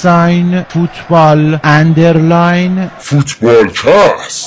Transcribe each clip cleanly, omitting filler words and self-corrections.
_فوتبال_ فوتبال کست.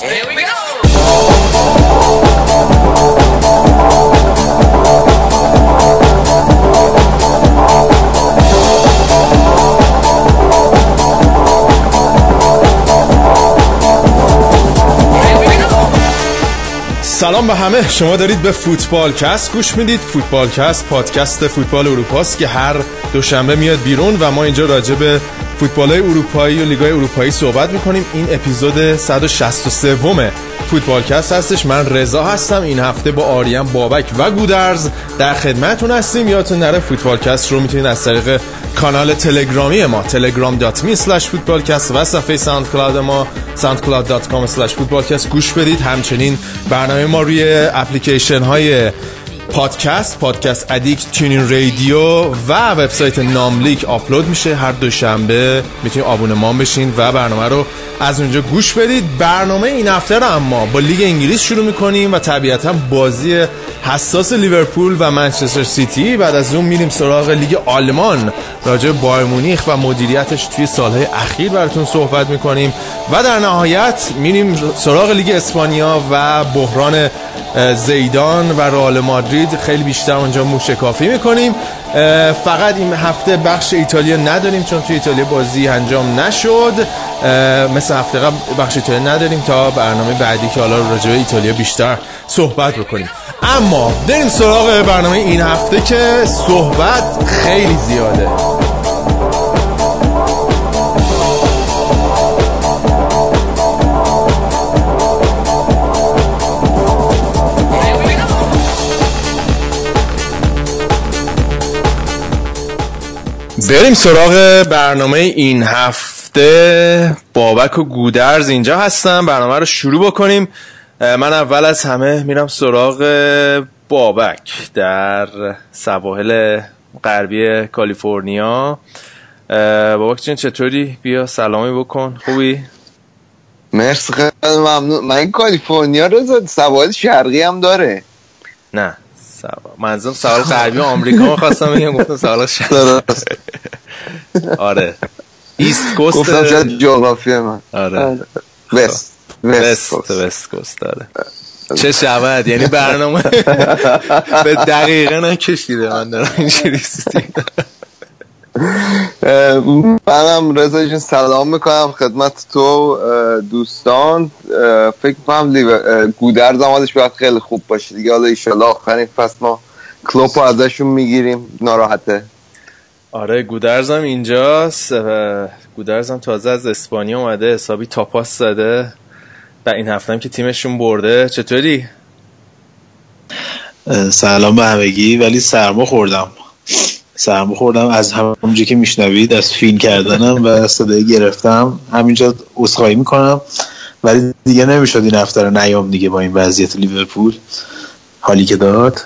سلام به همه، شما دارید به فوتبال کست گوش میدید. فوتبال کست پادکست فوتبال اروپاست که هر دوشنبه میاد بیرون و ما اینجا راجع به فوتبال‌های اروپایی و لیگ‌های اروپایی صحبت میکنیم. این اپیزود 163 فوتبال کست هستش. من رضا هستم. این هفته با آریان بابک و گودرز در خدمتتون هستیم. یادتون نره فوتبال کست رو میتونید از طریق کانال تلگرامی ما telegram.me/footballcast و صفحه ساوندکلاود ما soundcloud.com/footballcast گوش بدید. همچنین برنامه ما روی اپلیکیشن های پادکست ادیکت، تیونین رادیو و وبسایت ناملیک آپلود میشه. هر دوشنبه میتونید آبونمان بشین و برنامه رو از اونجا گوش بدید. برنامه این هفته رو اما با لیگ انگلیس شروع میکنیم و طبیعتا بازی حساس لیورپول و منچستر سیتی. بعد از اون میریم سراغ لیگ آلمان، راجع به بایر مونیخ و مدیریتش توی سالهای اخیر براتون صحبت میکنیم و در نهایت میریم سراغ لیگ اسپانیا و بحران زیدان و رئال مادرید. خیلی بیشتر اونجا موشکافی میکنیم. فقط این هفته بخش ایتالیا نداریم چون توی ایتالیا بازی انجام نشد. مثل هفته قبل بخش ایتالیا نداریم تا برنامه بعدی که حالا راجع به ایتالیا بیشتر صحبت بکنیم. اما بریم سراغ برنامه این هفته که صحبت خیلی زیاده. بریم سراغ برنامه این هفته. بابک و گودرز اینجا هستم. برنامه رو شروع بکنیم. من اول از همه میرم سراغ بابک در سواحل غربی کالیفرنیا. بابک جان چطوری؟ بیا سلامی بکن. خوبی؟ مرسی، خیلی ممنون. من این کالیفرنیا رو سواحل شرقی هم داره؟ نه، منظورم سواحل غربی آمریکا می‌خواستم بگم، گفتم سواحل شرقی. آره ایست کوست، گفتم شاید جغرافی من. آره وست کوست. آره چه شود، یعنی برنامه به دقیقه نکشیده. من دارم اینجوری منم رضا جون سلام میکنم خدمت تو دوستان. فکر میکنم گودرز زمانش باید خیلی خوب باشه دیگه. حالا ایشالله آخرین فصل ما کلوپ رو ازشون میگیریم. ناراحته. آره گودرزم اینجاست. گودرزم تازه از اسپانیا اومده، حسابی تاپاس زده و این هفته هم که تیمشون برده. چطوری؟ سلام به همگی. ولی سرما خوردم از همونجا که میشنوید، از فیلم کردنم و صدای گرفتم. همینجا عذرخواهی میکنم، ولی دیگه نمیشد این هفته رو نیام دیگه با این وضعیت لیورپول حالی که داد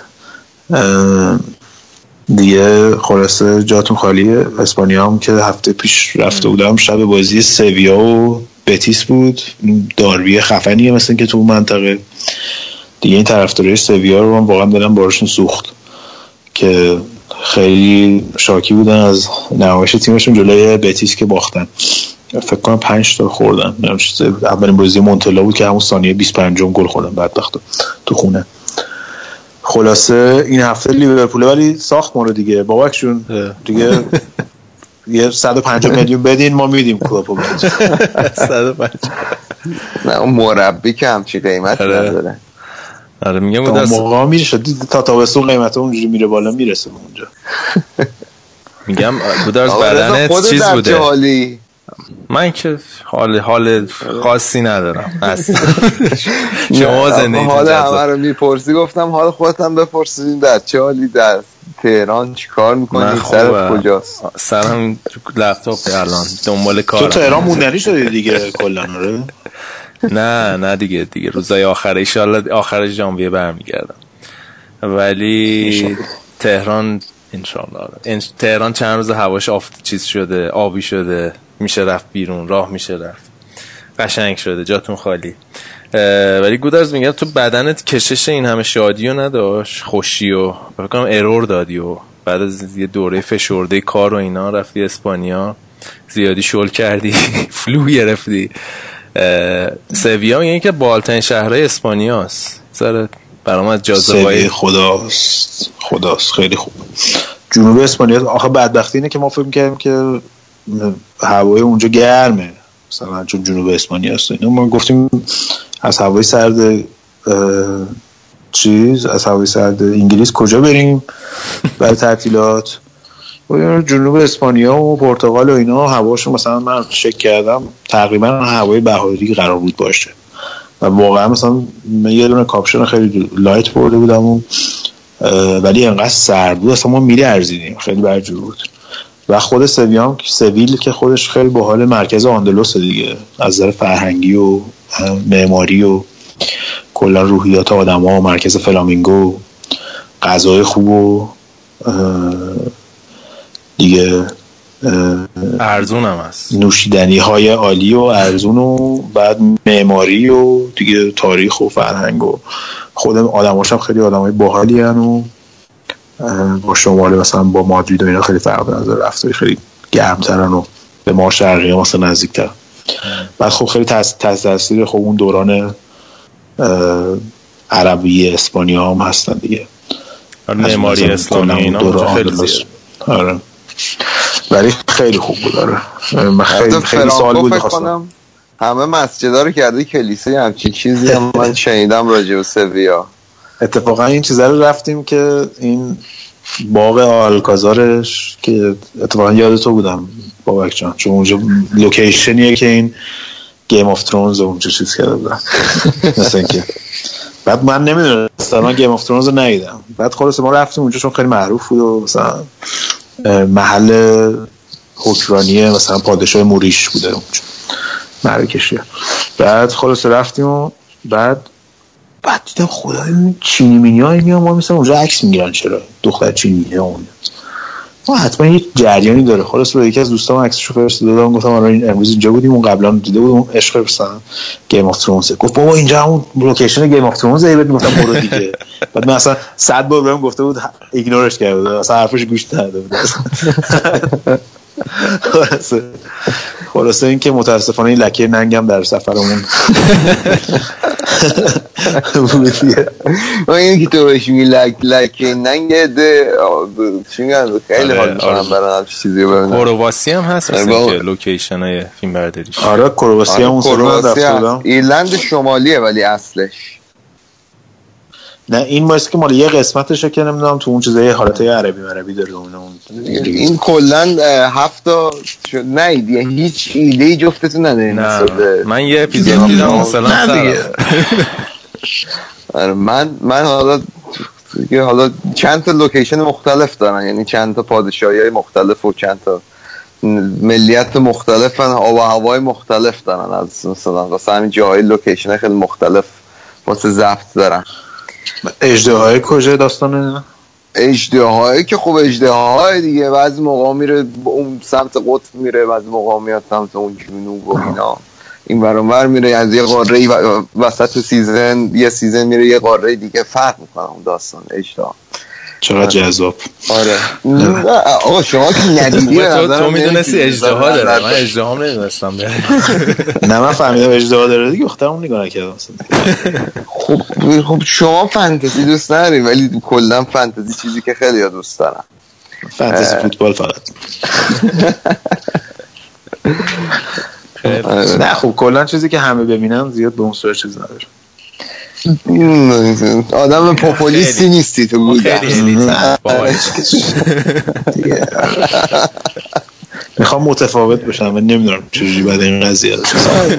دیگه. خلاصه جاتون خالیه. اسپانیا هم که هفته پیش رفته بودم، شب بازی سویا و بتیس بود، داربی خفنیه مثلا که تو منطقه دیگه. این طرفدارای سویا رو من واقعا دلم بارشون سوخت که خیلی شاکی بودن از نمایش تیمشون جلوی بتیس که باختن. فکر کنم 5 تا خوردن. اولین بازی مونتلا بود که همون ثانیه 25 گل خوردن بدبختو تو خونه. خلاصه این هفته لیورپول ولی ساخت ما رو دیگه. بابکشون دیگه یه 150 میلیون بدین ما میدیم کلوپو. 150 نه اون مربی که همچی قیمت نداره. آره میگم اون موقع میشه تا تابستون قیمت اونجوری میره بالا میرسه اونجا. میگم گودرز بدنت چیز بوده. من که حال خاصی ندارم اصلا. شما زندگی حال همه رو میپرسی، گفتم حال خودت هم بپرسیدین در چه حالی، در تهران چی کار میکنی، سرت کجاست؟ سرم لپتاپ الان دنبال کارم. تو تهران موندنی شدی دیگه کلا؟ نه دیگه روزای آخر ان شاءالله آخر ژانویه برمیگردم. ولی تهران ان شاءالله تهران چند روز هواش چیز شده، آبی شده، میشه رفت بیرون، راه میشه رفت، قشنگ شده، جاتون خالی. ولی گودرز میگم تو بدنت کشش این همه شادی و نداشت، خوشی و فکر کنم ارور دادی و بعد از یه دوره فشرده کار و اینا رفتی اسپانیا. زیادی شل کردی فلو گرفتی. سویا میگه که بالاترین شهرهای اسپانیاست. سر برام از جاذبه خداست خیلی خوب. جنوب اسپانیا آخه بدبختی اینه که ما فکر می‌کردیم که هوای اونجا گرمه مثلا چون جنوب اسپانیا است. اینو ما گفتیم از هوای سرد از هوای سرد انگلیس کجا بریم برای تعطیلات؟ جنوب اسپانیا و پرتغال و اینا هواشون مثلا من چک کردم تقریبا هوای بهاری قرار بود باشه و واقعا مثلا من یه دونه کاپشن خیلی لایت برده بودم ولی انقدر سرد بود اصلا ما میری ارزیدیم خیلی برجور بود. و خود سویل که خودش خیلی باحال مرکز آندلوس دیگه از نظر فرهنگی و معماری و کلا روحیات آدم‌ها و مرکز فلامینگو غذای خوب و دیگه ارزون هم هست نوشیدنی های عالی و ارزون و بعد معماری و دیگه تاریخ و فرهنگ و خود آدماش هم خیلی آدمای باحالی ان و با شمال مثلا با مادرید و اینا خیلی فرق داره رفتاری خیلی گرمترن و به ما شرقی ها مثلا نزدیکتر. بعد خب خیلی تاثیر خب اون دوران عربی اسپانیا هم هستن دیگه معماری اسلامی اینا خیلی زیاد. آره ولی خیلی خوب بود. من خیلی سال بود می‌خواستم همه مسجدها رو کرده کلیسا همچین چیزی هم من شنیدم راجع به سویا. اتفاقا این چیزا رو رفتیم که این باغ آلکازارش که اتفاقا یاد تو بودم بابک جان چون اونجا لوکیشنیه که این گیم آف ترونز اونجا چیز کرده بودن مثلا که بعد من نمیدونستم من گیم آف ترونز رو ندیدم. بعد خلاص ما رفتیم اونجا چون خیلی معروف بود و مثلا محل حکمرانی مثلا پادشاه موریش بوده اونجا مراکشیه. بعد خلاص رفتیم و بعد دیدم خدای چینی مینیای میان ما مثلا اونجا عکس میگیرن چرا دختر چینی اون ما حتما یه جریانی داره. خلاص به یکی از دوستام عکسشو فرستادم گفتم آره این امروز اینجا بودیم اون قبلا دیده بودم عشق مثلا گیم آف ترونز. گفت بابا اینجا همون لوکیشن گیم آف ترونز بود. گفتم برو دیگه. بعد من اصلا 100 بار بهم گفته بود ایگنورش کرده بود اصلا حرفش گوش نداده بود. خلاصه این که متاسفانه این لکه ننگم در سفرمون و این که تو بهش میگی لکه ننگ ده چی میگن خیلی حال میکنم برای همچه چیزی ببینم. کرواسی هم هست مثلا که لوکیشن های فیلم برداریش. آره کرواسی هم اون ایرلند شمالیه ولی اصلش نه این ماست که مال یه قسمتشه که نمیدونم تو اون چیزای حالتای عربی داره اون این کلا 7 تا نه دیگه هیچ ایده جفتتون ندارین. من یه اپیزود دیدم مثلا من حالا چند تا لوکیشن مختلف دارن یعنی چند تا پادشاهی‌های مختلف و چند تا ملیت مختلفن آب و هوای مختلف دارن از مثلا همین جاهای لوکیشن خیلی مختلف واسه ضبط دارن. اژدهای کجا داستانه؟ اژدهای که خب اژدهای دیگه بعضی موقع میره اون سمت قطب میره بعضی موقع میاد سمت اون جنوب و اینا این برانور میره از یه قاره وسط سیزن یه سیزن میره یه قاره دیگه فرق میکنه اون داستان اژدها. چقدر جذاب. آره آقا شما که ندیدی تو میدونستی اژدها داره من اژدهام نمیدونستم نه من فهمیدم اژدها داره دیگه اخترمون نگاه نکردم. خب شما فانتزی دوست نداری ولی کلا فانتزی چیزی که خیلی دوست دارم فانتزی فوتبال فقط. نه خب کلا چیزی که همه ببینن زیاد به اون صورت چیز نداره. آدم پاپولیستی نیستی تو بوده. میخوام متفاوت بشم و نمیدونم چجوری بعد این قضیه رو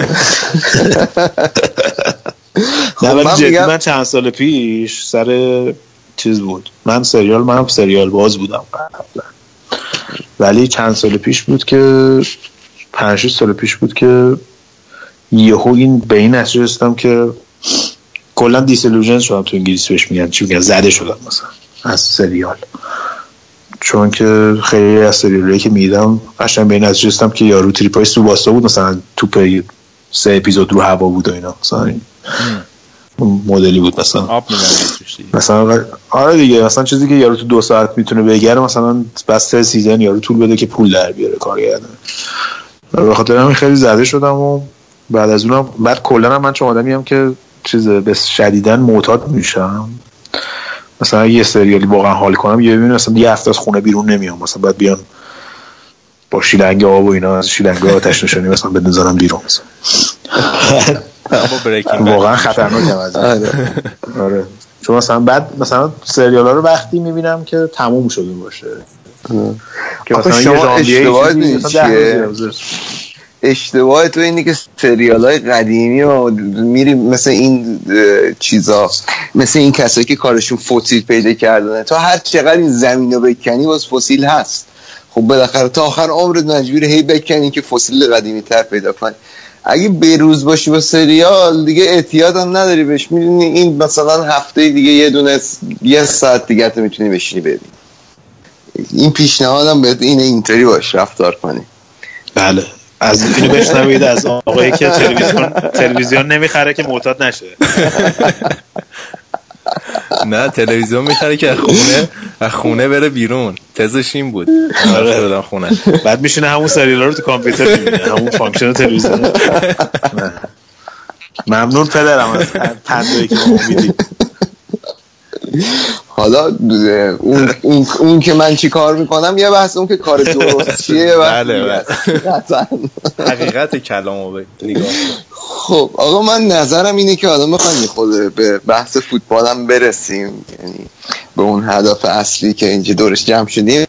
نه ولی جدی من چند سال پیش سر چیز بود منم سریال باز بودم ولی چند سال پیش بود که 5-6 سال پیش بود که یهو این به این نتیجه رسیدم که کلا دیسلوژن شدم تو انگلیسی بهش میگن چی میگن زده شدم مثلا از سریال چون که خیلی از سریالایی که میدیدم قشنگ به این نتیجه رسیدم که یارو تریپای سوباستا بود مثلا توپ 3 اپیزود رو هوا بود و اینا مثلا مدلی بود مثلا آب میدن توش دیگه. مثلا آره دیگه، مثلا چیزی که یارو تو 2 ساعت میتونه بگیره مثلا بس سیزن یارو طول بده که پول در بیاره کارگردان. به خاطر همین خیلی زده شدم و بعد از اونم بعد کلا من چون آدمیم که چیز به شدیداً معتاد میشم، مثلا یه سریالی واقعا حال کنم یه ببینم مثلا یه هفته از خونه بیرون نمیام، مثلا بعد بیان با شیلنگ آب و اینا از شیلنگ آتش نشانی مثلا بندازم بیرون مثلا. واقعا خطرناکه از آره. چون مثلا بعد مثلا سریالا رو وقتی میبینم که تموم شده باشه که مثلا شما اشتباه تو اینی که سریال‌های قدیمی و میری مثل این چیزا، مثل این کسایی که کارشون فسیل پیدا کردن، تا هر چقدر این زمینو بکنی باز فسیل هست. خب بالاخره تا آخر عمرت مجبور هی بکنی که فسیل قدیمی تر پیدا کنی. اگه بروز باشی با سریال دیگه اعتیاد هم نداری بهش، میدونی این مثلا هفته دیگه یه ساعت دیگه تو میتونی بشینی ببینی. این پیشنهادم بهت اینه اینطوری باش رفتار کنی. بله از اینو بشنوید از آقایی که تلویزیون نمیخره که معتاد نشه. نه تلویزیون میخره که از خونه بره بیرون. تزش این بود. آره دادم خونه. بعد میشینه همون سریالا رو تو کامپیوتر میبینه، همون فانکشن تلویزیون. ممنون پدرم از تندایی که ما میدی. حالا اون که من چی کار میکنم یه بحث، اون که کار درست چیه بله حقیقت کلامو نگاه. خب آقا من نظرم اینه که حالا میخوایم خود به بحث فوتبالم برسیم، یعنی به اون هدف اصلی که اینجا دورش جمع شدیم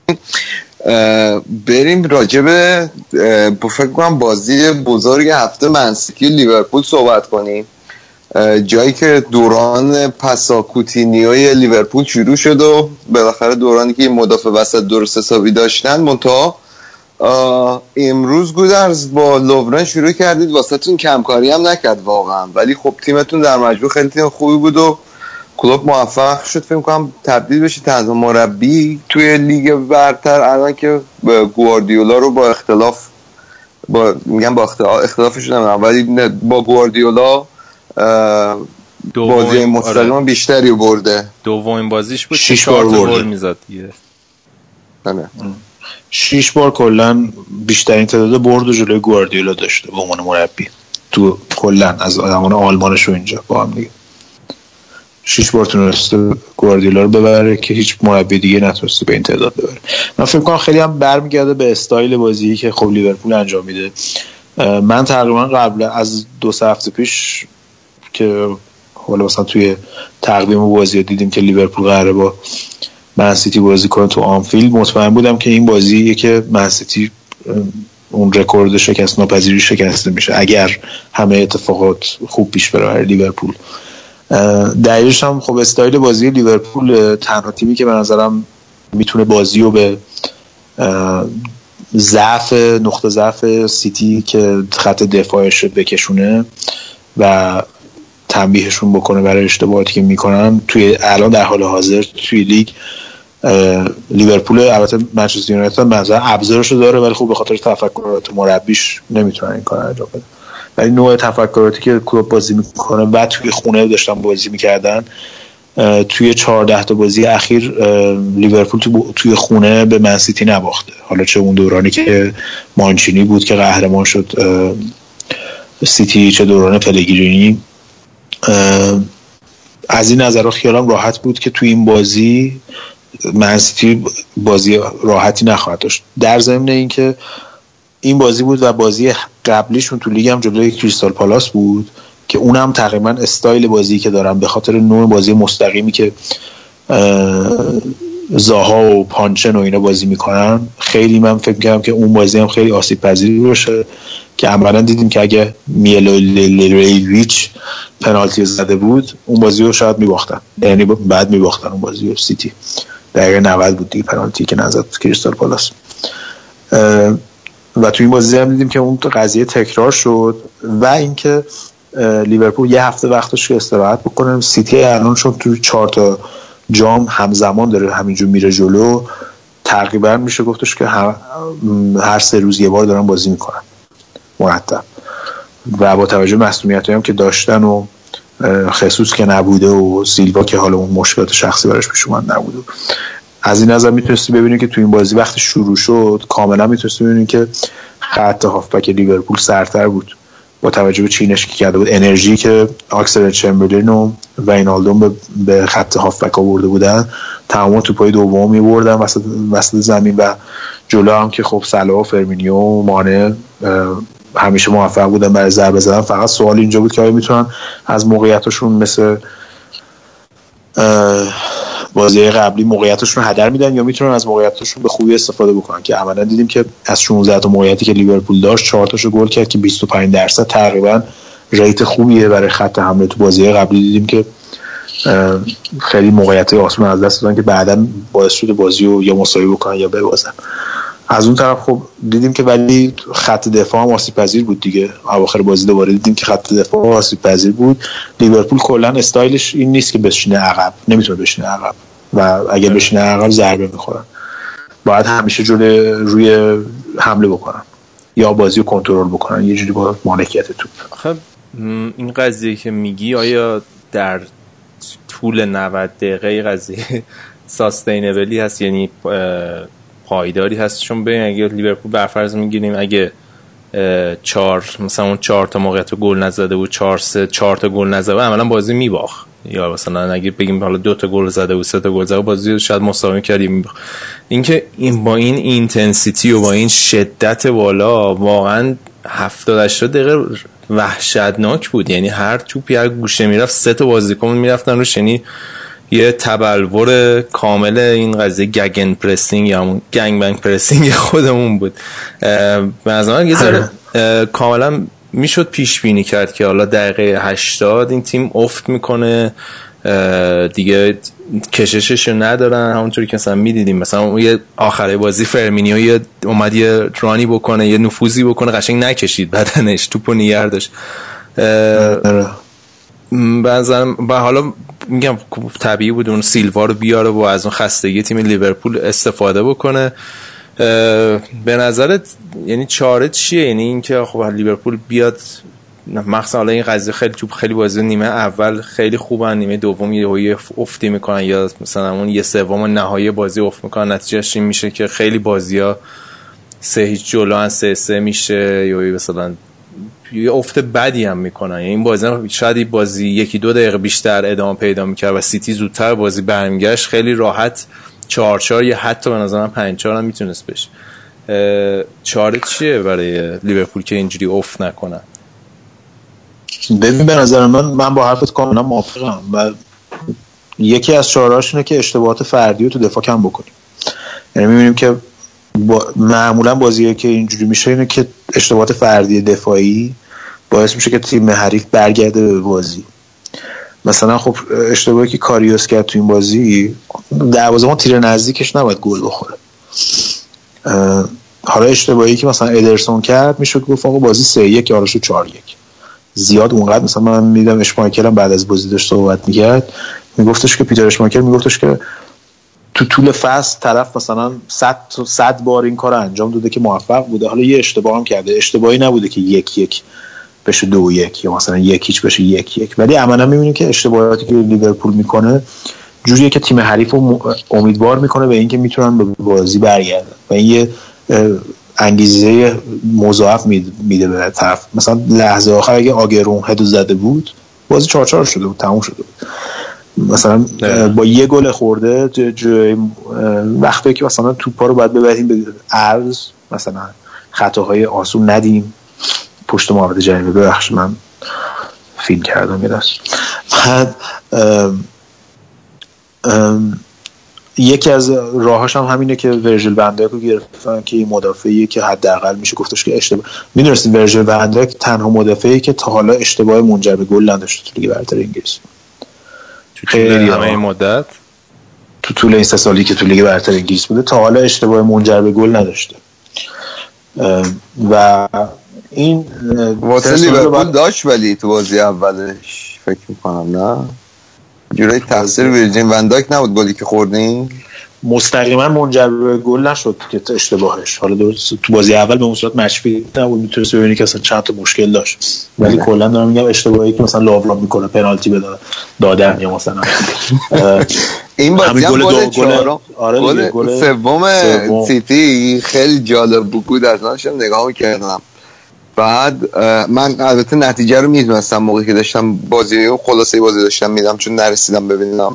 بریم راجب فکر کنم بازی بزرگ هفته منسیتی و لیورپول صحبت کنیم، جایی که دوران پساکوتینیوی لیورپول شروع شد و بالاخره دورانی که مدافع وسط درست حسابی داشتن منتها امروز گودرز با لوورن شروع کردید، واسهتون کمکاری هم نکرد واقعا، ولی خب تیمتون در مجموع خیلی تیم خوبی بود و کلوب موفق شد فکر کنم تبدیل بشه تنها مربی توی لیگ برتر الان که گواردیولا رو با اختلافشون نمیدونم ولی با گواردیولا بازی مستقیما بیشتری برده. دومین بازیش بود 6 بار گل میزد دیگه. 6 بار کلا بیشترین تعداد برد و جلوی گواردیولا داشته به عنوان مربی تو کلا از زمان آلمانش و اینجا با هم دیگه 6 بار تونسته گواردیولا رو ببره که هیچ مربی دیگه نتونسته به این تعداد ببره. من فکر کنم خیلی هم برمیگرده به استایل بازی که خب لیورپول انجام میده. من تقریبا قبل از 2 هفته پیش که حالا مثلا توی تقویم بازی دیدیم که لیورپول قراره با منسیتی بازی کنه تو آنفیلد، مطمئن بودم که این بازیه که منسیتی اون رکورد شکست ناپذیری شکسته میشه اگر همه اتفاقات خوب پیش بره برای لیورپول. دلیلش هم خب استایل بازی لیورپول تنها تیمی که به نظرم میتونه بازی رو به نقطه ضعف سیتی که خط دفاعش بکشونه و تنبیهشون بکنه برای اشتباهاتی که میکنن. توی الان در حال حاضر توی لیگ لیورپول البته منچستر یونایتد مثلا ابزارشو داره ولی خب به خاطر تفکرات مربیش نمیتونن این کارو انجام بدن. ولی نوع تفکراتی که کلوب بازی میکنه و توی خونه داشتن بازی میکردن، توی 14 تا بازی اخیر لیورپول توی خونه به منسیتی نباخته. حالا چه اون دورانی که مانچینی بود که قهرمان شد سیتی، چه دوران پلگرینی. از این نظر خیالم راحت بود که توی این بازی منسیتی بازی راحتی نخواهد داشت. در ضمن اینکه این بازی بود و بازی قبلیشون تو لیگ هم جلوی کریستال پالاس بود که اونم تقریبا استایل بازی که دارن به خاطر نوع بازی مستقیمی که زاها و پانچن و اینا بازی میکنن، خیلی من فکر می‌کردم که اون بازی هم خیلی آسیب پذیر باشه که عملاً دیدیم که اگه میلولیویچ پنالتی زده بود اون بازی رو شاید می‌باختن، یعنی بعد می‌باختن اون بازی رو. سیتی دقیقه 90 بود دیگه پنالتی که نزد کریستال پالاس. و تو این بازی هم دیدیم که اون قضیه تکرار شد و اینکه لیورپول یه هفته وقتش که استراحت بکنه. سیتی الان شد تو 4 تا جام همزمان داره همینجور میره جلو، تقریبا میشه گفتش که هر 3 روز یه بار دارن بازی میکنن مرتب و با توجه به مسئولیتایی هم که داشتن و خصوص که نبوده و سیلوا که حالا اون مشکلات شخصی براش پیش اومد نبوده. از این نظر میتونستی ببینید که تو این بازی وقتی شروع شد کاملا میتونستی ببینید که خط هافبک لیورپول سرتر بود با توجه به چینش که کرده بود، انرژی که آکسل چمبرلین و وینالدوم به خط هافبک آورده بودن تمام توپای دوم می‌بردن وسط زمین و جلو هم که خب صلاح و فرمینیو و مانه همیشه موفق بودن برای ضربه زدن. فقط سوال اینجا بود که آیا میتونن از موقعیتاشون مثل بازی قبلی موقعیتاشون رو هدر میدن یا میتونن از موقعیتاشون به خوبی استفاده بکنن که عملا دیدیم که از 16 تا موقعیتی که لیورپول داشت 4 تاشو گل کرد که 25% تقریبا ریت خوبیه برای خط حمله. تو بازی قبلی دیدیم که خیلی موقعیت آسون از دست دادن که بعداً باعث شده بازی رو یا مساوی بکنن یا ببازن. از اون طرف خب دیدیم که ولی خط دفاع هم آسیب پذیر بود دیگه. اواخر بازی دوباره دیدیم که خط دفاع آسیب پذیر بود. لیورپول کلا استایلش این نیست که بشینه عقب، نمیتونه بشینه عقب و اگه بشینه عقب ضربه میخورن. باید همیشه روی حمله بکنن یا بازی رو کنترل بکنن یه جوری با مالکیت توپ. خب این قضیه که میگی آیا در طول 90 دقیقه قضیه ساستینبلی هست، یعنی پایداری هست؟ چون ببین اگه لیورپول برفرض میگیریم اگه مثلا اون 4 تا موقعیت گل نزده بود 4 تا گل نزده بود عملا بازی میباخت، یا مثلا اگه بگیم حالا 2 تا گل زده بود 3 تا گل زده بازی شاید مساوی کردیم میباخت. اینکه این با این اینتنسیتی و با این شدت بالا واقعا 70-80 دقیقه وحشتناک بود. یعنی هر توپی هر گوشه میرفت 3 تا بازیکن میرفتن روش، یعنی یه تبلور کامل این قضیه گگن پرسینگ یا همون گنگ بنگ پرسینگ خودمون بود. مثلا یه ذره کاملا میشد پیش بینی کرد که حالا دقیقه 80 این تیم افت میکنه دیگه، کشششو ندارن. همونطوری که مثلا میدیدیم مثلا یه آخره بازی فرمینیو اومد یه رانی بکنه یه نفوذی بکنه قشنگ نکشید بدنش توپو نگه داشت. و حالا میگم طبیعی بود اون سیلوا رو بیاره و از اون خستگی تیم لیورپول استفاده بکنه. به نظرت یعنی چاره چیه؟ یعنی اینکه خب لیورپول بیاد مخصوصا حالا این قضیه خیلی بازی نیمه اول خیلی خوبن، نیمه دوم یه افتی میکنن یا مثلا اون یه سوم نهایی بازی افت میکنن، نتیجهش این میشه که خیلی بازی‌ها 3-0 جلوان 3-3 میشه یا مثلا یه افت بدی هم میکنن. یعنی این بازی شاید بازی 1-2 دقیقه بیشتر ادامه پیدا میکرد و سیتی زودتر بازی برمیگشت خیلی راحت 4-4 یا حتی به نظرم 5-4 هم میتونست بشه. چاره چیه برای لیورپول که اینجوری افت نکنن؟ ببین به نظر من با حرفت کاملا موافقم و یکی از چاره‌هاش اینه که اشتباهات فردی رو تو دفاع کم بکنیم. یعنی می‌بینیم که معمولا بازیه که اینجوری میشه اینه که اشتباهات فردی دفاعی باعث میشه که تیم حریف برگرده به بازی. مثلا خب اشتباهی که کاریوس کرد تو این بازی دروازه‌بان تیر نزدیکش نباید گل بخوره. حالا اشتباهی که مثلا ادرسون کرد میشه گفت آقا بازی 3-1 یا شو 4-1. زیاد اونقدر مثلا من میدم اشمایکل هم بعد از بازی داشت صحبت میکرد میگفتش که پیتر اشمایکل میگفتش که تو طول فصل طرف مثلا 100 بار این کار انجام داده که موفق بوده، حالا یه اشتباه هم کرده، اشتباهی نبوده که 1-1 بشه 2-1 یا مثلا 1-0 بشه 1-1. ولی عملا میبینیم که اشتباهاتی که لیورپول میکنه جوریه که تیم حریف رو امیدوار میکنه به اینکه میتونن به بازی برگردن و این یه انگیزه مضاعف میده به طرف. مثلا لحظه آخر اگه آگرون هدو زده بود بازی 4-4 شده بود، تموم شده بود. مثلا با یه گل خورده وقتی که مثلا توپا رو باید ببریم به عرض، مثلا خطاهای آسون ندیم پشت محوطه جریمه. ببخشید من فیلم کردم یه دست. بعد یکی از راهاش هم همینه که ورژیل ون دایک رو گرفتن که این مدافعیه که حداقل میشه گفتش که اشتباه. میدونستید ورژیل ون دایک تنها مدافعی که تا حالا اشتباه منجر به گل نداشته تو لیگ برتر انگلیس. خیلی همه مدت تو طول این 3 سالی که تو لیگ برتر انگلیس بوده تا حالا اشتباه منجر به گل نداشته. و این واسه لیورپول داشت ولی تو بازی اولش فکر می‌کنم نه جورایی تقصیر ویرجین ون دایک نبود گلی که خوردین؟ مستقیما منجر به گل نشد که اشتباهش. حالا درست تو بازی اول به اون صورت مشفی نبود، میتونست ببینی که اصلا چند تا مشکل داشت، ولی کلا دارم میگم اشتباهی که مثلا لاو میکنه پنالتی دادن یا مثلا این بازی هم گل سوم سیتی خیلی جالب بود، از منشم نگاه میکردم. بعد من البته نتیجه رو میدونستم موقعی که داشتم بازی و خلاصه بازی داشتم میدم، چون نرسیدم ببینم.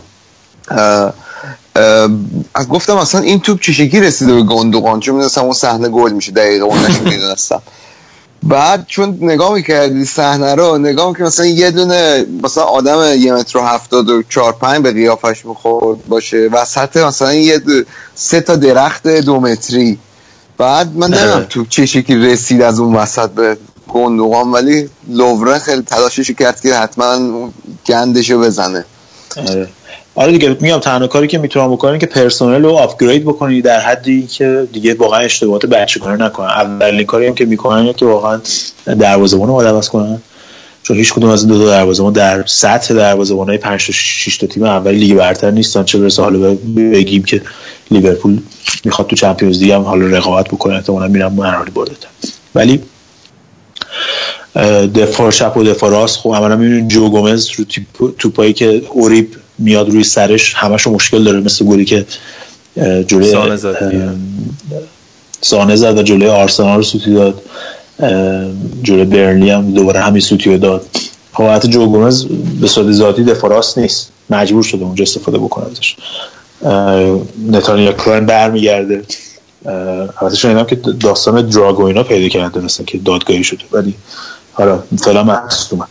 گفتم اصلا این توپ چه شکلی رسیده به گوندوغان، چون میدونستم اون صحنه گل میشه، دقیقه اونش میدونستم. بعد چون نگاه میکردی صحنه رو، نگاه میکردی مثلا یه دونه مثلا آدم 1.74 به قیافش میخورد باشه وسط مثلا 3 تا درخت 2 متری. بعد من نمیدونم تو چه شکلی رسید از اون وسط به گوندوغان، ولی لوورن خیلی تلاشش کرد که حتما گندشو بزنه. آره دیگه، میگم تنها کاری که میتونم بکنم که پرسنل رو آپگرید بکنی در حدی که دیگه واقعا اشتباهات بچگانه نکنن. اولین کاری هم که میکنن اینه که واقعا دروازه‌بان رو عوض کنن، چون هیچ کدوم از این دو دروازه‌بان در سطح دروازه‌بان‌های 5 تا 6 تا تیم اول لیگ برتر نیستن. چه برسه حالا بگیم که لیورپول میخواد تو چمپیونز لیگ هم حالا رقابت بکنه، احتمالاً میرن مراحل بردتر. ولی دفاع چپ و دفاع راست خب عملا میبینید جو گومز رو توپایی که اوریب میاد روی سرش همشو مشکل داره، مثل گلی که جلوی سانه زد و جلوی آرسنال رو سوتی داد، جلوی برنلی هم دوباره همین سوتی رو داد. خب حتی جو گومز به صورت ذاتی دفاع راست نیست، مجبور شده اونجا استفاده بکنه ازش. نتانیا کلاین برمیگرده، البته شنیدم که داستان دراگ و اینا پیدا کرده مثلا که دادگاهی شده، ولی حالا فعلا مصدومه.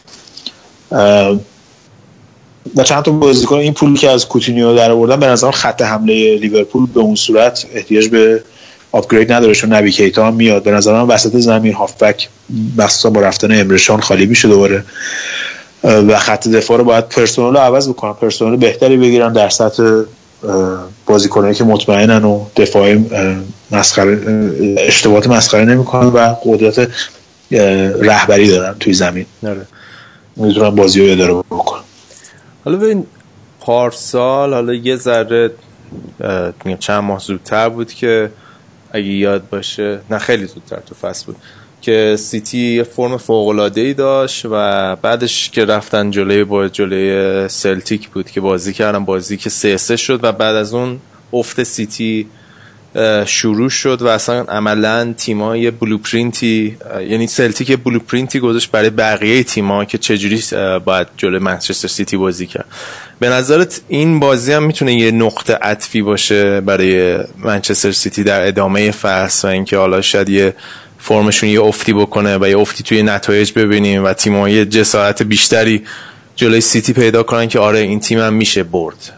و چند تا بازیکن این پولی که از کوتینیو در آوردن به نظر خط حمله لیورپول به اون صورت احتیاج به آپگرید نداره، چون نبی کیتا هم میاد. به نظر من وسط زمین هافبک بسا با رفتن امرشان خالی میشه دوباره، و خط دفاع رو باید پرسنل رو عوض بکنن، پرسنل بهتری بگیرن در سطح بازیکنایی که مطمئنن و دفاع مسخره اشتباهات مسخره نمیکنن و قدرت رهبری دارن توی زمین، میتونن بازی رو اداره بکنن. حالا ببین پارسال حالا یه ذره چند ماه زودتر بود که اگه یاد باشه، نه خیلی زودتر تو فصل بود که سیتی یه فرم فوق‌العاده‌ای داشت و بعدش که رفتن جلوی سلتیک بود که بازی کردن، بازی که 3-3 شد و بعد از اون افت سیتی شروع شد و اصلا عملاً تیم‌ها یه بلوپرینتی، یعنی سلتیک یه بلوپرینتی گذاشت برای بقیه تیم‌ها که چجوری باید جلوی منچستر سیتی بازی کرد. به نظرت این بازی هم میتونه یه نقطه عطفی باشه برای منچستر سیتی در ادامه فصل و اینکه حالا شاید یه فرمشون یه افتی بکنه و یه افتی توی نتایج ببینیم و تیم‌ها یه جسارت بیشتری جلوی سیتی پیدا کنن که آره این تیم هم میشه برد؟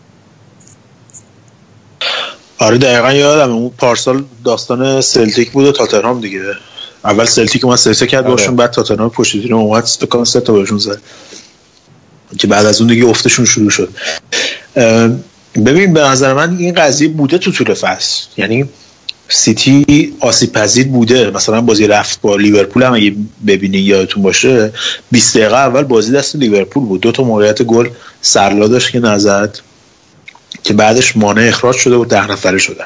آره دقیقا یادم اون پارسال داستان سلتیک بود و تاتنهام دیگه. اول سلتیک اومد 3-3 کرد باشون، بعد تاتنهام پشتیتون اومد استکان 3 تا بهشون زد که بعد از اون دیگه افتشون شروع شد. ببین به نظر من این قضیه بوده تو طول فصل، یعنی سیتی آسیب پذیر بوده. مثلا بازی رفت با لیورپول هم اگه ببینید یادتون باشه 20 دقیقه اول بازی دست لیورپول بود، 2 تا موقعیت گل سرلا داشت که نزد که بعدش مانع اخراج شده و 10 نفره شدن.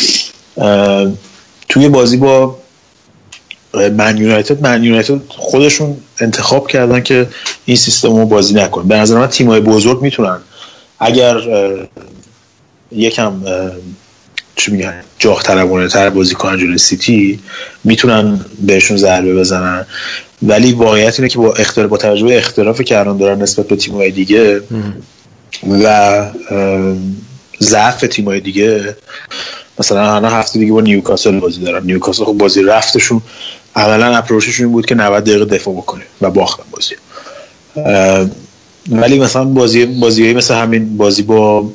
توی بازی با من یونایتد خودشون انتخاب کردن که این سیستم رو بازی نکن. به نظر من تیم‌های بزرگ میتونن اگر یکم چی میگن جاه طلبانه تر بازی کنن جلوی سیتی میتونن بهشون ضربه بزنن، ولی واقعیت اینه که با توجه به اختلافی که الان دارن نسبت به تیم‌های دیگه و ضعف تیم‌های دیگه، مثلا الان هفته دیگه با نیوکاسل بازی دارن. نیوکاسل خب بازی رفتشون عملاً اپروچشون این بود که 90 دقیقه دفاع بکنه و باختن بازی. ولی مثلا بازیایی مثل همین بازی با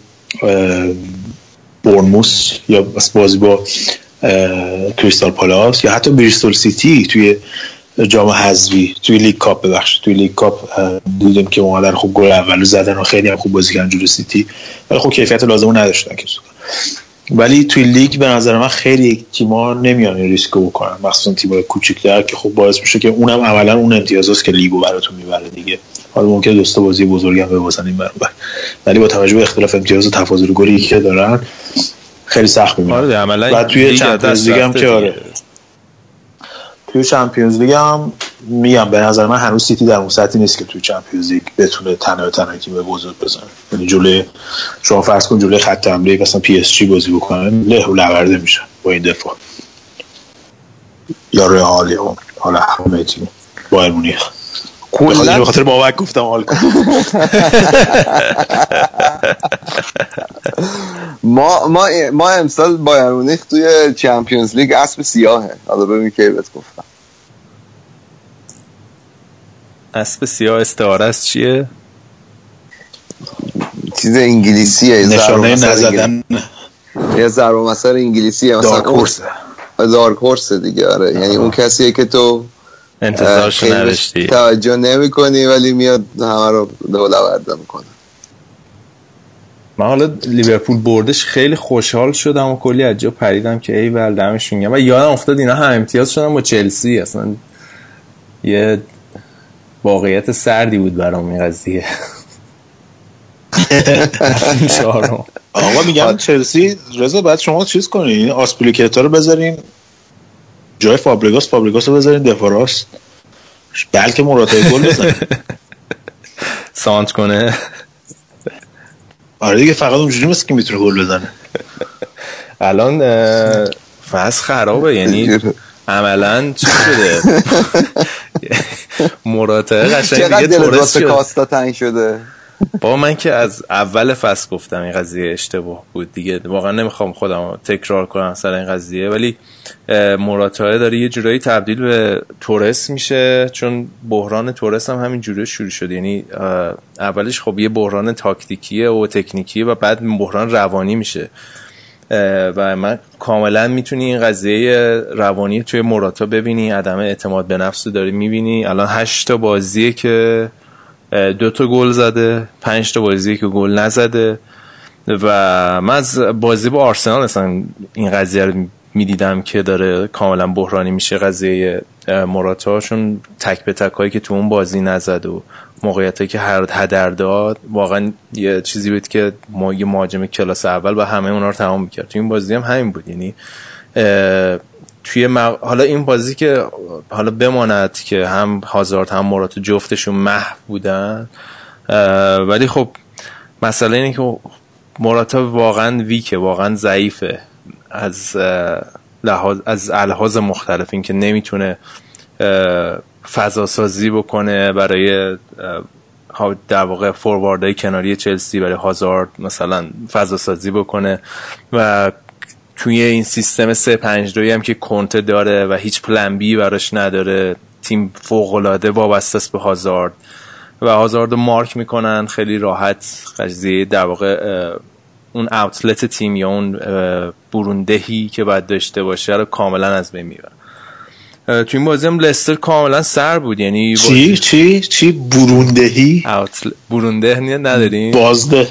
بورنموث یا بازی با کریستال پالاس یا حتی بریستول سیتی توی جام حذفی توی لیگ کاپ دیدیم که اومدن خوب گل اولو زدن و خیلی هم خوب بازی کردن جلوی سیتی، ولی خب کیفیت لازمو نداشتن که. ولی توی لیگ به نظر من خیلی تیم‌ها نمیان این ریسکو بکنن، مخصوصا تیم‌های کوچیک‌تر که خب باعث میشه که اونم عملاً اون امتیازاست که لیگو براتون میبره دیگه. حالا ممکنه دوستا بازی بزرگم ببازن این برابر، ولی با توجه به اختلاف امتیاز و تفاضل گلی که دارن خیلی سخت می‌بینم. بعد توی چمپیونز لیگ هم که آره توی چمپیونز لیگ هم میگم به نظر من هنوز سیتی در اون سطحی نیست که توی چمپیونز لیگ بتونه تنها تیم بزرگ بزنه. یعنی جلوی شما فرض کن جلوی خط حمله مثلا پی اس جی بازی بکنه له و لورده میشه با این دفاع، یا رئال یا حالا همه تیم بایر مونیخ. کلا به خاطر بابک گفتم حال کن. ما امسال بایر مونیخ توی چمپیونز لیگ اسب سیاهه. حالا ببین کی بهت گفتم اسب سیاه استعاره است چیه؟ چیز انگلیسیه، نشانه نزدن، یه ضرب المثل انگلیسیه، مثلا دارک هورس دیگه. آره یعنی اون کسیه که تو انتظارش نداشتی، توجه نمی‌کنی ولی میاد همه رو دول‌آورده میکنه. من حالا لیورپول بردش خیلی خوشحال شدم و کلی از جا پریدم که ای ول دمشون گرم و یادم افتاد اینا هم امتیاز شدن با چلسی. اصلا یه واقعیت سردی بود برام این قضیه. آقا میگم چلسی رضا بعد شما چیز کنین آسپلیکتا رو بذارین جای فابریگاس رو بذارین دفاع راست، بلکه مراتا گل بزنه سانت کنه. آره دیگه فقط اونجوری مثل که میتونه گل بزنه. الان فاز خرابه، یعنی عملاً چی شده مراتا قشنگ دیگه تورس شد، کاستا تنگ شده. با من که از اول فصل گفتم این قضیه اشتباه بود دیگه، واقعا نمیخوام خودم تکرار کنم سر این قضیه، ولی موراتا داره یه جورایی تبدیل به تورس میشه، چون بحران تورس هم همین جوری شروع شد. یعنی اولش خب یه بحران تاکتیکیه و تکنیکیه و بعد بحران روانی میشه و من کاملا میتونی این قضیه روانی توی موراتا ببینی، عدم اعتماد به نفس رو داری میبینی. الان 8 تا بازیه که 2 تا گل زده، 5 تا بازیه که گل نزده و من از بازی با آرسنال اصلا این قضیه رو میدیدم که داره کاملا بحرانی میشه قضیه موراتا، چون تک به تک هایی که تو اون بازی نزد و موقعیتی که هدر داد واقعا یه چیزی بود که یه مهاجم کلاس اول با همه اونا رو تمام میکرد. تو این بازی هم همین بود. یعنی توی حالا این بازی که حالا بماند که هم هازارد هم موراتا جفتشون محو بودن، ولی خب مسئله اینه که موراتا واقعا ویکه، واقعا ضعیفه از الحاظ مختلف، این که نمیتونه فضا سازی بکنه برای در واقع فورواردهای کناری چلسی، برای هازارد مثلا فضا سازی بکنه و توی این سیستم 3-5-2 هم که کنته داره و هیچ پلن بی براش نداره، تیم فوق‌العاده وابسته است به هازارد و هازارد رو مارک میکنن خیلی راحت. قضیه در واقع اون اوتلت تیم یا اون بروندهی که باید داشته باشه رو کاملا از بین میبرن. تو این بازی هم لستر کاملا سر بود. یعنی چی بروندهی؟ برونده نداریم؟ بازده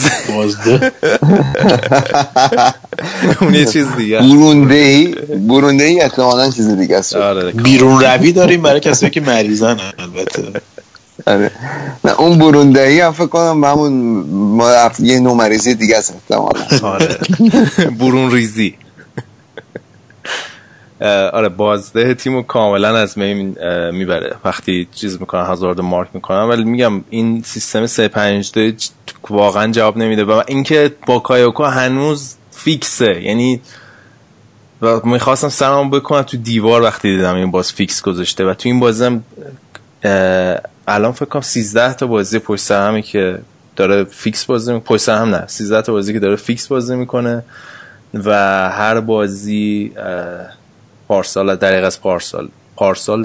اون یه چیز دیگه. بروندهی احتمالاً چیز دیگه است. بیرون روی داریم برای کسایی که مریضن البته. آره نه اون بروندهی هم فکر کنم همون یه نوع مریضی دیگه است احتمالاً. آره برون ریزی. آره بازده تیمو کاملا از میبره وقتی چیز میکنن، هازارد مارک میکنن. ولی میگم این سیستم 3-5-2 واقعا جواب نمیده و اینکه باکایوکو هنوز فیکسه، یعنی میخواستم سرم بکنم تو دیوار وقتی دیدم این باز فیکس گذاشته و تو این بازی هم الان فکر کنم 13 تا بازی پشت سر همی که داره فیکس بازی میکنه، پشت سر هم نه 13 تا بازی که داره فیکس بازی میکنه و هر بازی پارسال دقیقه از پارسال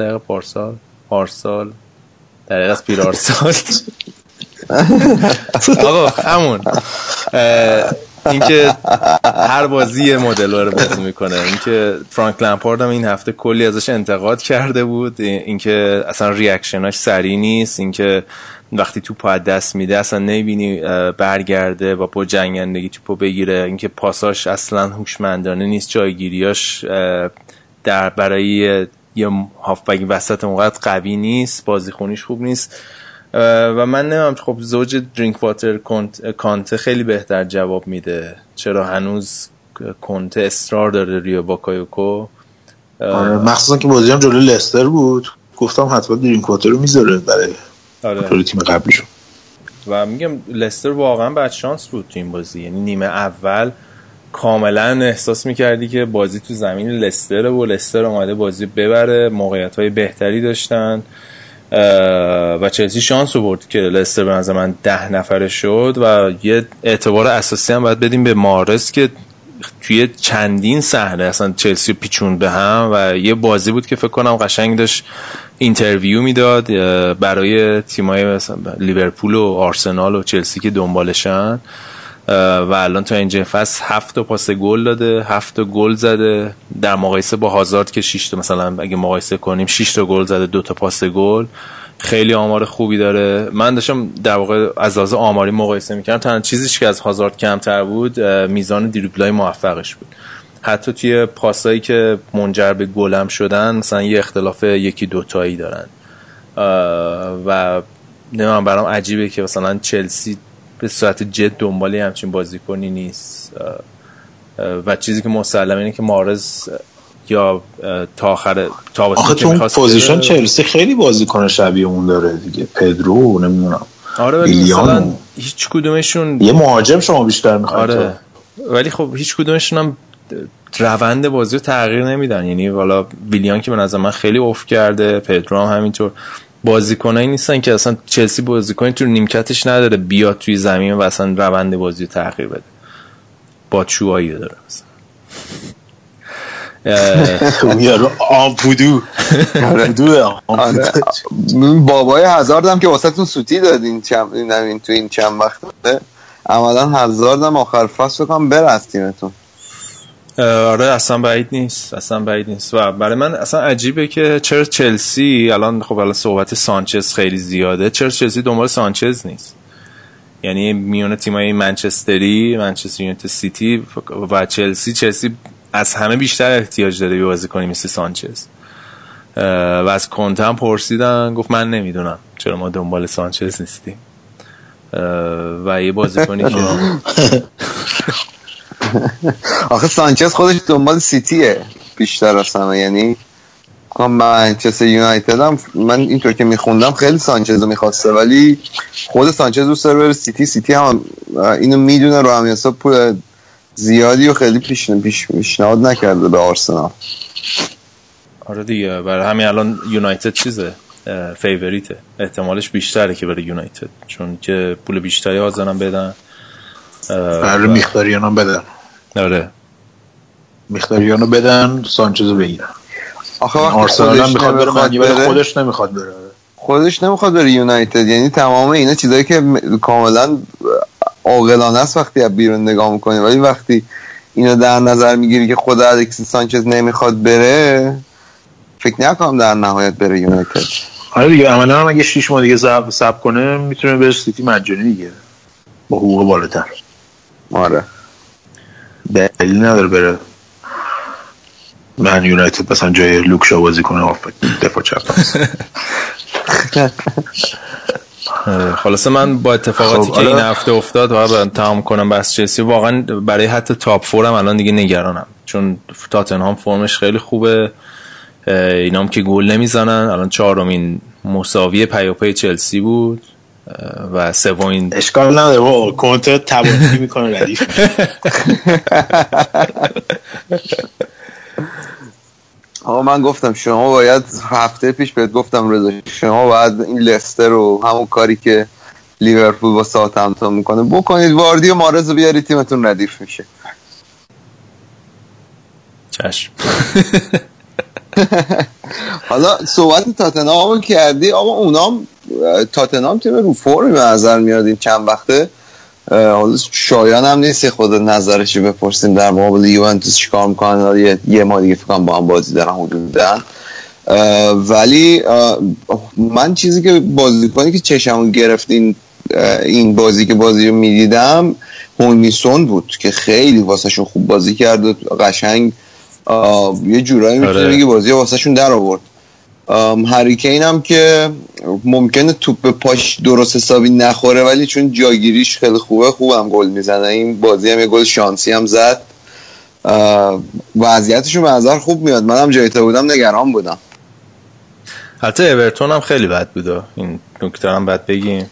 دقیقه از پیرارسال آقا همون اینکه هر بازی یه مدل رو بازی میکنه. اینکه فرانک لمپارد هم این هفته کلی ازش انتقاد کرده بود، اینکه اصلا ریاکشناش سریع نیست، اینکه وقتی توپو از دست میده اصلا نمیبینی برگرده و با جنگندگی توپو بگیره، اینکه پاساش اصلا هوشمندانه نیست، جایگیریاش در برای یه هافبک وسط اونقدر قوی نیست، بازیخونیش خوب نیست و من نمیدونم خب زوج درینک واتر کانته خیلی بهتر جواب میده. چرا هنوز کانته اصرار داره روی باکایوکو؟ مخصوصا که بازی هم جلوی لستر بود، گفتم حتما درینک واتر رو میذاره برای تیم قبلیشون. و میگم لستر واقعا بد شانس بود تو این بازی، یعنی نیمه اول کاملا احساس میکردی که بازی تو زمین لستر و لستر اومده بازی ببره، موقعیت‌های بهتری داشتن و چلسی شانس آورد که لستر به نظر من 10 نفره شد. و یه اعتبار اساسی هم باید بدیم به مارس که توی چندین صحنه اصلا چلسی رو پیچوند به هم و یه بازی بود که فکر کنم قشنگ داشت اینترویو میداد برای تیمای مثلا لیورپول و آرسنال و چلسی که دنبالشن و الان تا اینجا فصل 7 پاس گل داده، 7 گل زده، در مقایسه با هازارد که 6 تا، مثلا اگه مقایسه کنیم 6 تا گل زده، 2 تا پاس گل. خیلی آمار خوبی داره. من داشتم در واقع از لحاظ آماری مقایسه میکردم، تنها چیزیش که از هازارد کمتر بود میزان دریبلای موفقش بود. حتی توی پاسایی که منجر به گلم شدن مثلا یه اختلاف 1-2 تایی دارن و نمیدونم برام عجیبه که مثلا چلسی به صورت جد دنبال همچین بازیکنی نیست و چیزی که مسلمه اینه که مارز یا تا آخر آخه تو پوزیشن چلسی خیلی بازیکن شبیه اون داره دیگه، پدرو نمیدونم. آره ولی مثلا هیچ کدومشون یه مهاجم شما بیشتر میخواید. آره ولی خب هیچ کدومشون هم روند بازی رو تغییر نمیدن. یعنی والا ویلیان که به نظر من خیلی اوف کرده، پدرو هم همینطور. بازیکنایی نیستن که اصلا چلسی بازیکنی تو نیمکتش نداره بیاد توی زمین و اصلا روند بازی رو تغییر بده. باچوایی داره مثلا اون یارو آمپودو بابای هزاردم که واسهتون سوتی دادین تو این چند وقته، عملا هزاردم آخر فصل بکنم بره از تیمتون. آره اصلا بعید نیست و برای من اصلا عجیبه که چرا چلسی الان صحبت سانچز خیلی زیاده، چرا چلسی دنبال سانچز نیست؟ یعنی میونه تیمای منچستری، منچستر یونایتد، سیتی و چلسی از همه بیشتر احتیاج داره به بازیکنی مثل سانچز و از کنته هم پرسیدن، گفت من نمیدونم چرا ما دنبال سانچز نیستیم و یه بازیکنی که آخه سانچز خودش دنبال سیتیه بیشتر از همه. یعنی منچستر یونایتد هم من اینطور که میخوندم خیلی سانچز رو میخواسته ولی خود سانچز رو سر بره سیتی هم اینو میدونه رو هم حساب پول زیادی و خیلی پیشنهاد نکرده به آرسنال. آره دیگه برای همین الان یونایتد چیزه فیوریته، احتمالش بیشتره که برای یونایتد چون که پول بیشتری حاضرن بدن. برای میختاریانو بدن. آره میختاریانو بدن سانچزو بگیرن. آخه آرسنال هم میخواد بره ولی خودش نمیخواد بره یونایتد. یعنی تمام اینا چیزایی که کاملا عاقلانه است وقتی از بیرون نگاه میکنی، ولی وقتی اینو در نظر میگیری که خود الکسیس سانچز نمیخواد بره، فکر نکنم در نهایت بره یونایتد. آره دیگه عملا هم اگه 6 ماه دیگه صبر کنه میتونه بره سیتی مجانی دیگه با حقوق بالاتر. آره دلیل نداره بره من یونایتد مثلا جای لوکشا بازی کنه دفاع چپ. خلاصه من با اتفاقاتی که این هفته افتاد و تمام کنم بس چلسی واقعا برای حتی تاپ فور هم الان دیگه نگرانم، چون تاتنهام فرمش خیلی خوبه، اینام که گل نمیزنن. الان 4مین مساوی پیاپی چلسی بود و 3مین اشکال نداره با کنته تباهی میکنه ردیف. آقا من گفتم شما باید هفته پیش بهت گفتم رضا شما باید این لستر رو همون کاری که لیورپول با ساوثهمپتون میکنه بکنید، واردی و مارز رو بیارید تیمتون ردیف میشه. چشم. حالا صحبت تاتنهام کردی، آقا اونام تاتنهام تیم رو فرمی به نظر میاد این چند وقته. حالا شایان هم نیست خود نظرشو بپرسیم در مقابل یوونتوس چیکار میکنن. یه ما دیگه فکر کنم با هم بازی دارن حدوداً، ولی من چیزی که بازیکنی که چشمون گرفت این بازی که بازی رو میدیدم هونگ‌مین بود که خیلی واسهشون خوب بازی کرد و قشنگ یه جورایی میتونه بگه بازی واسهشون در آورد. هری کین هم که ممکنه توپ به پاش درست حسابی نخوره ولی چون جاگیریش خیلی خوبم گل میزنه. این بازی هم یه گل شانسی هم زد. وضعیتشون به نظر خوب میاد. منم جای تو بودم نگران بودم. حتی اورتون هم خیلی بد بود. این نکته هم بد بگیم.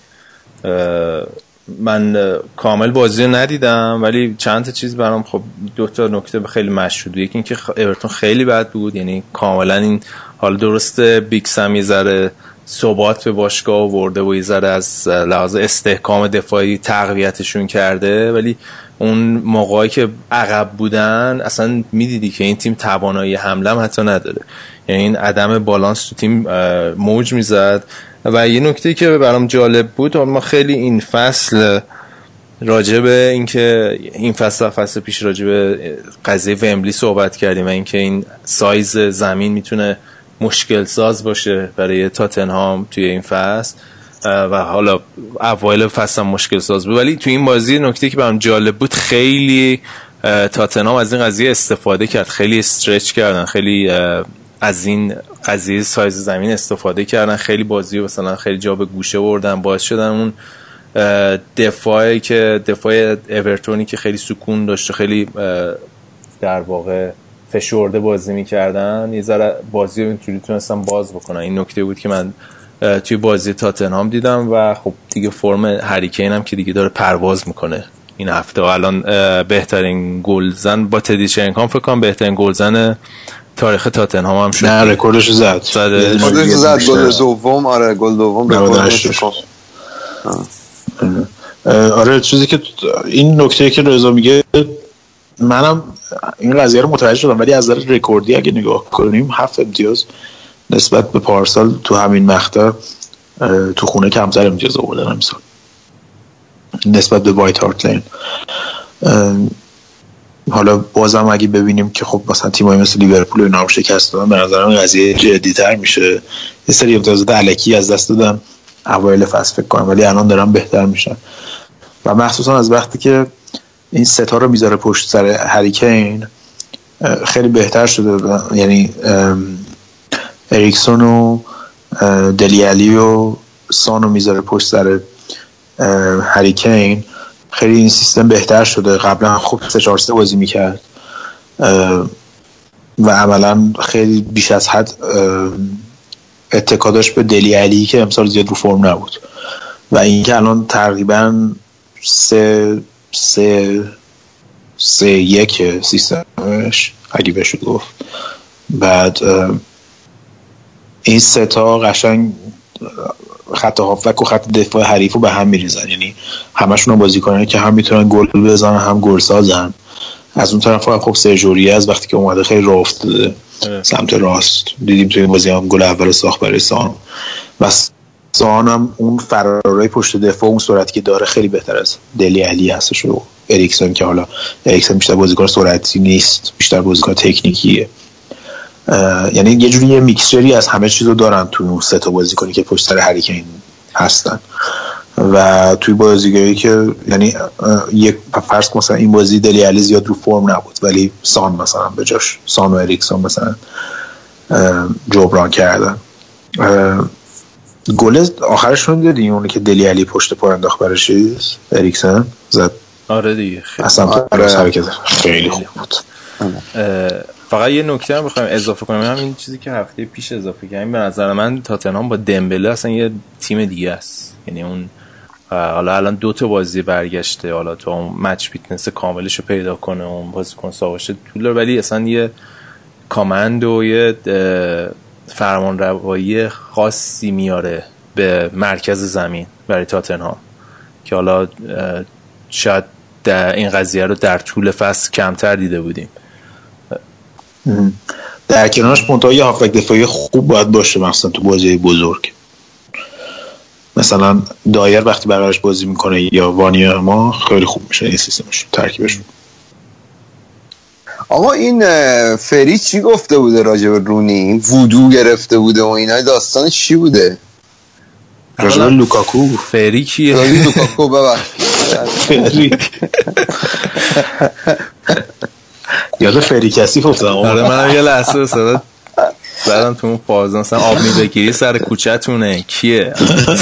من کامل بازی رو ندیدم ولی چند تا چیز برام خب دو تا نکته خیلی مشهود. یکی اینکه اورتون خیلی بد بود، یعنی کاملا این حالا درسته بیکس هم یه ذره ثبات به باشگاه آورده و یه ذره از لحاظ استحکام دفاعی تقویتشون کرده ولی اون موقعی که عقب بودن اصلا میدیدی که این تیم توانایی حمله هم حتی نداره، یعنی این عدم بالانس تو تیم موج میزد. و یه نکته که برام جالب بود، ما خیلی این فصل راجبه اینکه این فصل پیش راجبه قضیه ومبلی صحبت کردیم و اینکه این سایز زمین میتونه مشکل ساز باشه برای تاتنهام توی این فصل و حالا اوایل فصل هم مشکل ساز بود، ولی توی این بازی نکته که برام جالب بود خیلی تاتنهام از این قضیه استفاده کرد، خیلی استرچ کردن، خیلی از این قضیه سایز زمین استفاده کردن، خیلی بازی رو مثلا خیلی جا به گوشه بردن، باعث شدن اون دفاعی که دفاع اورتونی که خیلی سکون داشت و خیلی در واقع فشرده بازی میکردن یه ذره بازی رو اینطوری تونستن باز بکنن. این نکته بود که من توی بازی تاتنهام دیدم و خب دیگه فرم هری کین هم که دیگه داره پرواز میکنه این هفته و الان بهترین گلزن با تدی شرینگهام فکر کنم بهترین گلزن تاریخ تاتنهام هم شد. نه رکوردش زد گل دوم. آره گل دوم رکوردش. آره چیزی که این نکته که رضا میگه منم این قضیه رو متوجه شدم ولی از نظر رکوردی اگه نگاه کنیم 7 امتیاز نسبت به پارسال تو همین مقطع تو خونه کمتر امتیاز آوردن امسال نسبت به وایت هارت لین. حالا بازم اگه ببینیم که خب مثلا تیمایی مثل لیورپول و اینا رو شکست دادن به نظرم قضیه جدی‌تر میشه. یه سری امتیازات الکی از دست دادن اوایل فصل فکر کنم ولی الان دارن بهتر میشن و مخصوصا از وقتی که این ستا رو میذاره پشت سر هری کین خیلی بهتر شده. یعنی اریکسون و دلی علی و سانو میذاره پشت سر هری کین، خیلی این سیستم بهتر شده. قبلا خب 3-4-3 بازی میکرد و عملا خیلی بیش از حد اتکا داشت به دلی علی که امسال زیاد رو فرم نبود و این که الان تقریبا 3-1 سیستمش اگه بشه گفت. بعد این ستا قشنگ خط هافبک و خط دفاع حریفو به هم میریزن، یعنی همشون بازی کنن که هم میتونن گل بزنن هم گل سازن. از اون طرف خب سرجوریه از وقتی که اومده خیلی راه افتاده سمت راست، دیدیم توی بازی هم گل اول ساخت برای سان و سان هم اون فرارای پشت دفاع اون سرعتی که داره خیلی بهتر از دلی علی هستش و اریکسون که حالا اریکسون بیشتر بازیکن سرعتی نیست، بیشتر بازیکن تکنیکیه. یعنی یه جوری یه میکسچری از همه چیزو دارن توی اون سه تا بازیکنی که پشت سر هری کین هستن و توی بازیگری که یعنی یک فرض مثلا این بازی دلی علی زیاد رو فرم نبود ولی سان مثلا به جاش سان و اریکسون مثلا جبران کردن. گل آخرشون دیدین اون که دلی علی پشت پا انداخت برای چیز اریکسون زد. آره دیگه خیلی اصلا خیلی خوب بود. فقط یه نکته هم بخوایم اضافه کنیم، همین چیزی که هفته پیش اضافه کردیم، به نظر من تاتنهام با دمبله اصلا یه تیم دیگه است. یعنی اون حالا الان 2 تا بازی برگشته، حالا تو اون مچ فیتنس کاملش رو پیدا کنه اون بازیکن ساواشه طول داره ولی اصلا یه کامند و یه فرمانروایی خاصی میاره به مرکز زمین برای تاتنهام که حالا شاید این قضیه رو در طول فصل کمتر دیده بودیم. در کنارش منتها یه هافبک دفاعی خوب باید باشه، مثلا تو بازی بزرگ مثلا دایر وقتی برایش بازی میکنه یا وانیا ما خیلی خوب میشه این سیستمش ترکیبشون. آقا این فری چی گفته بوده راجع به رونی؟ این وودو گرفته بوده و اینا داستانش چی بوده؟ راجع به لوکاکو. فری کیه؟ لوکاکو فری یاد فری کثیف افتادم. آره منم یه لحظه اصلا زدن تو اون فاز مثلا آب میبگیری سر کوچه‌تونه کیه؟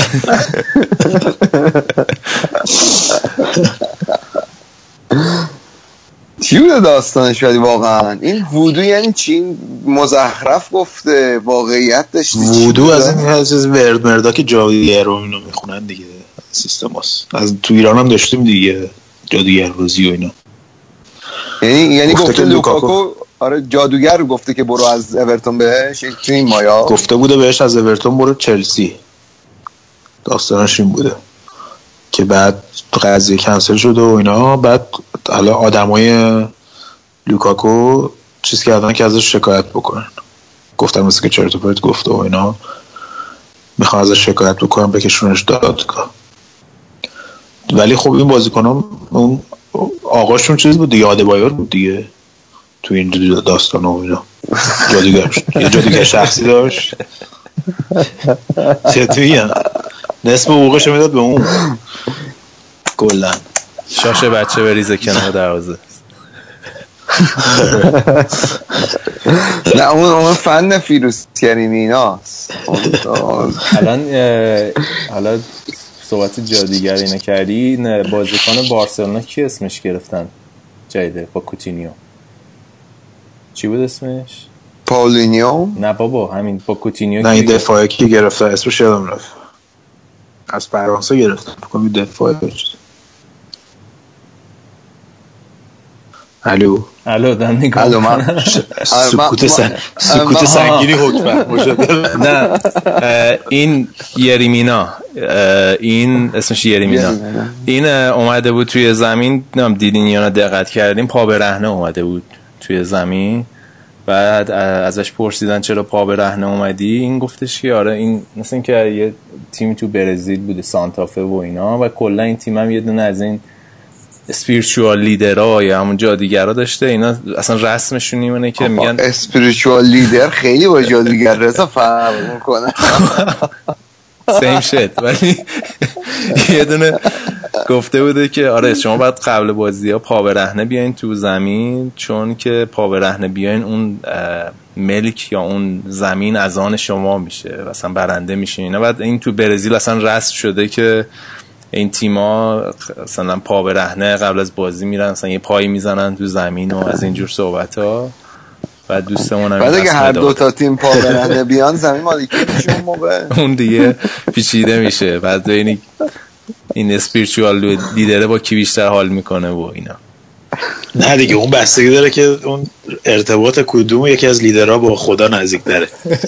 چی بوده داستانش؟ ولی واقعا این وودو یعنی چی؟ مزخرف گفته واقعیت داشته؟ وودو از این چیز مردا که جادوگر رو اینو میخونن دیگه، سیستم هست. از تو ایران هم داشتیم دیگه جادوگر روزی و اینا. یعنی گفته لوکاکو آره جادوگر رو گفته که برو از اورتون بهش، تو این مایا گفته بوده بهش از اورتون برو چلسی. داستانش این بوده که بعد قضیه کنسل شد و اینا. بعد حالا آدمای لوکاکو چیز کردن که ازش شکایت بکنن، گفتن مثل که چرت و پرت گفته و اینا، میخوان ازش شکایت بکنن بکشونش دادگاه. ولی خب این بازیکنان اون آقاشون چیز بود دیگه، آدبایر بود دیگه تو این داستان و اینا. یه جادوگر شخصی داشت چطوری نصف حقوقش رو میداد به اون. کلا شاش بچه بریزه کنار دروازه. نه اون فن فیروزکریم ایناست. حالا صحبت جادوگر اینه کردی، بازیکن بارسلونا کی اسمش گرفتن جایده با کوتینیو؟ چی بود اسمش؟ پاولینیو؟ نه بابا همین با کوتینیو. نه این دفاعی کی گرفته اسمش یادم رفت، از فرانسه گرفته بکنم دفاعی بچه. الو دارم نگاه کنم. سکوت سنگینی حکمه. نه این یریمینا، این اسمش یریمینا، این اومده بود توی زمین، نمیدونم دیدین یا نه دقت کردین، پا برهنه اومده بود توی زمین. بعد ازش پرسیدن چرا پا برهنه اومدی، این گفتش که آره این مثلا که یه تیمی تو برزیل بوده سانتافه و اینا، و کلا این تیم هم یه دونه از این اسپریچوال لیدرها یا همون جادوگرا داشته. اینا اصلا رسمشون اینه که میگن اسپریچوال لیدر خیلی با جادوگر رسا فرق میکنه. سیم شت. ولی یه دونه گفته بوده که آره شما باید قبل بازی ها پا برهنه بیاین تو زمین، چون که پا برهنه بیاین اون ملک یا اون زمین از آن شما میشه، مثلا برنده میشین اینا. بعد این تو برزیل اصلا رسم شده که این تیما مثلا پا برهنه قبل از بازی میرن، مثلا یه پایی میزنن تو زمین و از اینجور صحبتا. بعد دوستمون هم بعد اگه هر دو تا تیم پا برهنه بیان زمین مالکی میشه اون موقع اون دیگه پیچیده میشه. بعد این اسپریچوال لیدره با کی بیشتر حال میکنه و اینا. نه دیگه اون بستگی داره که اون ارتباط کدوم یکی از لیدرها با خدا نزدیک داره.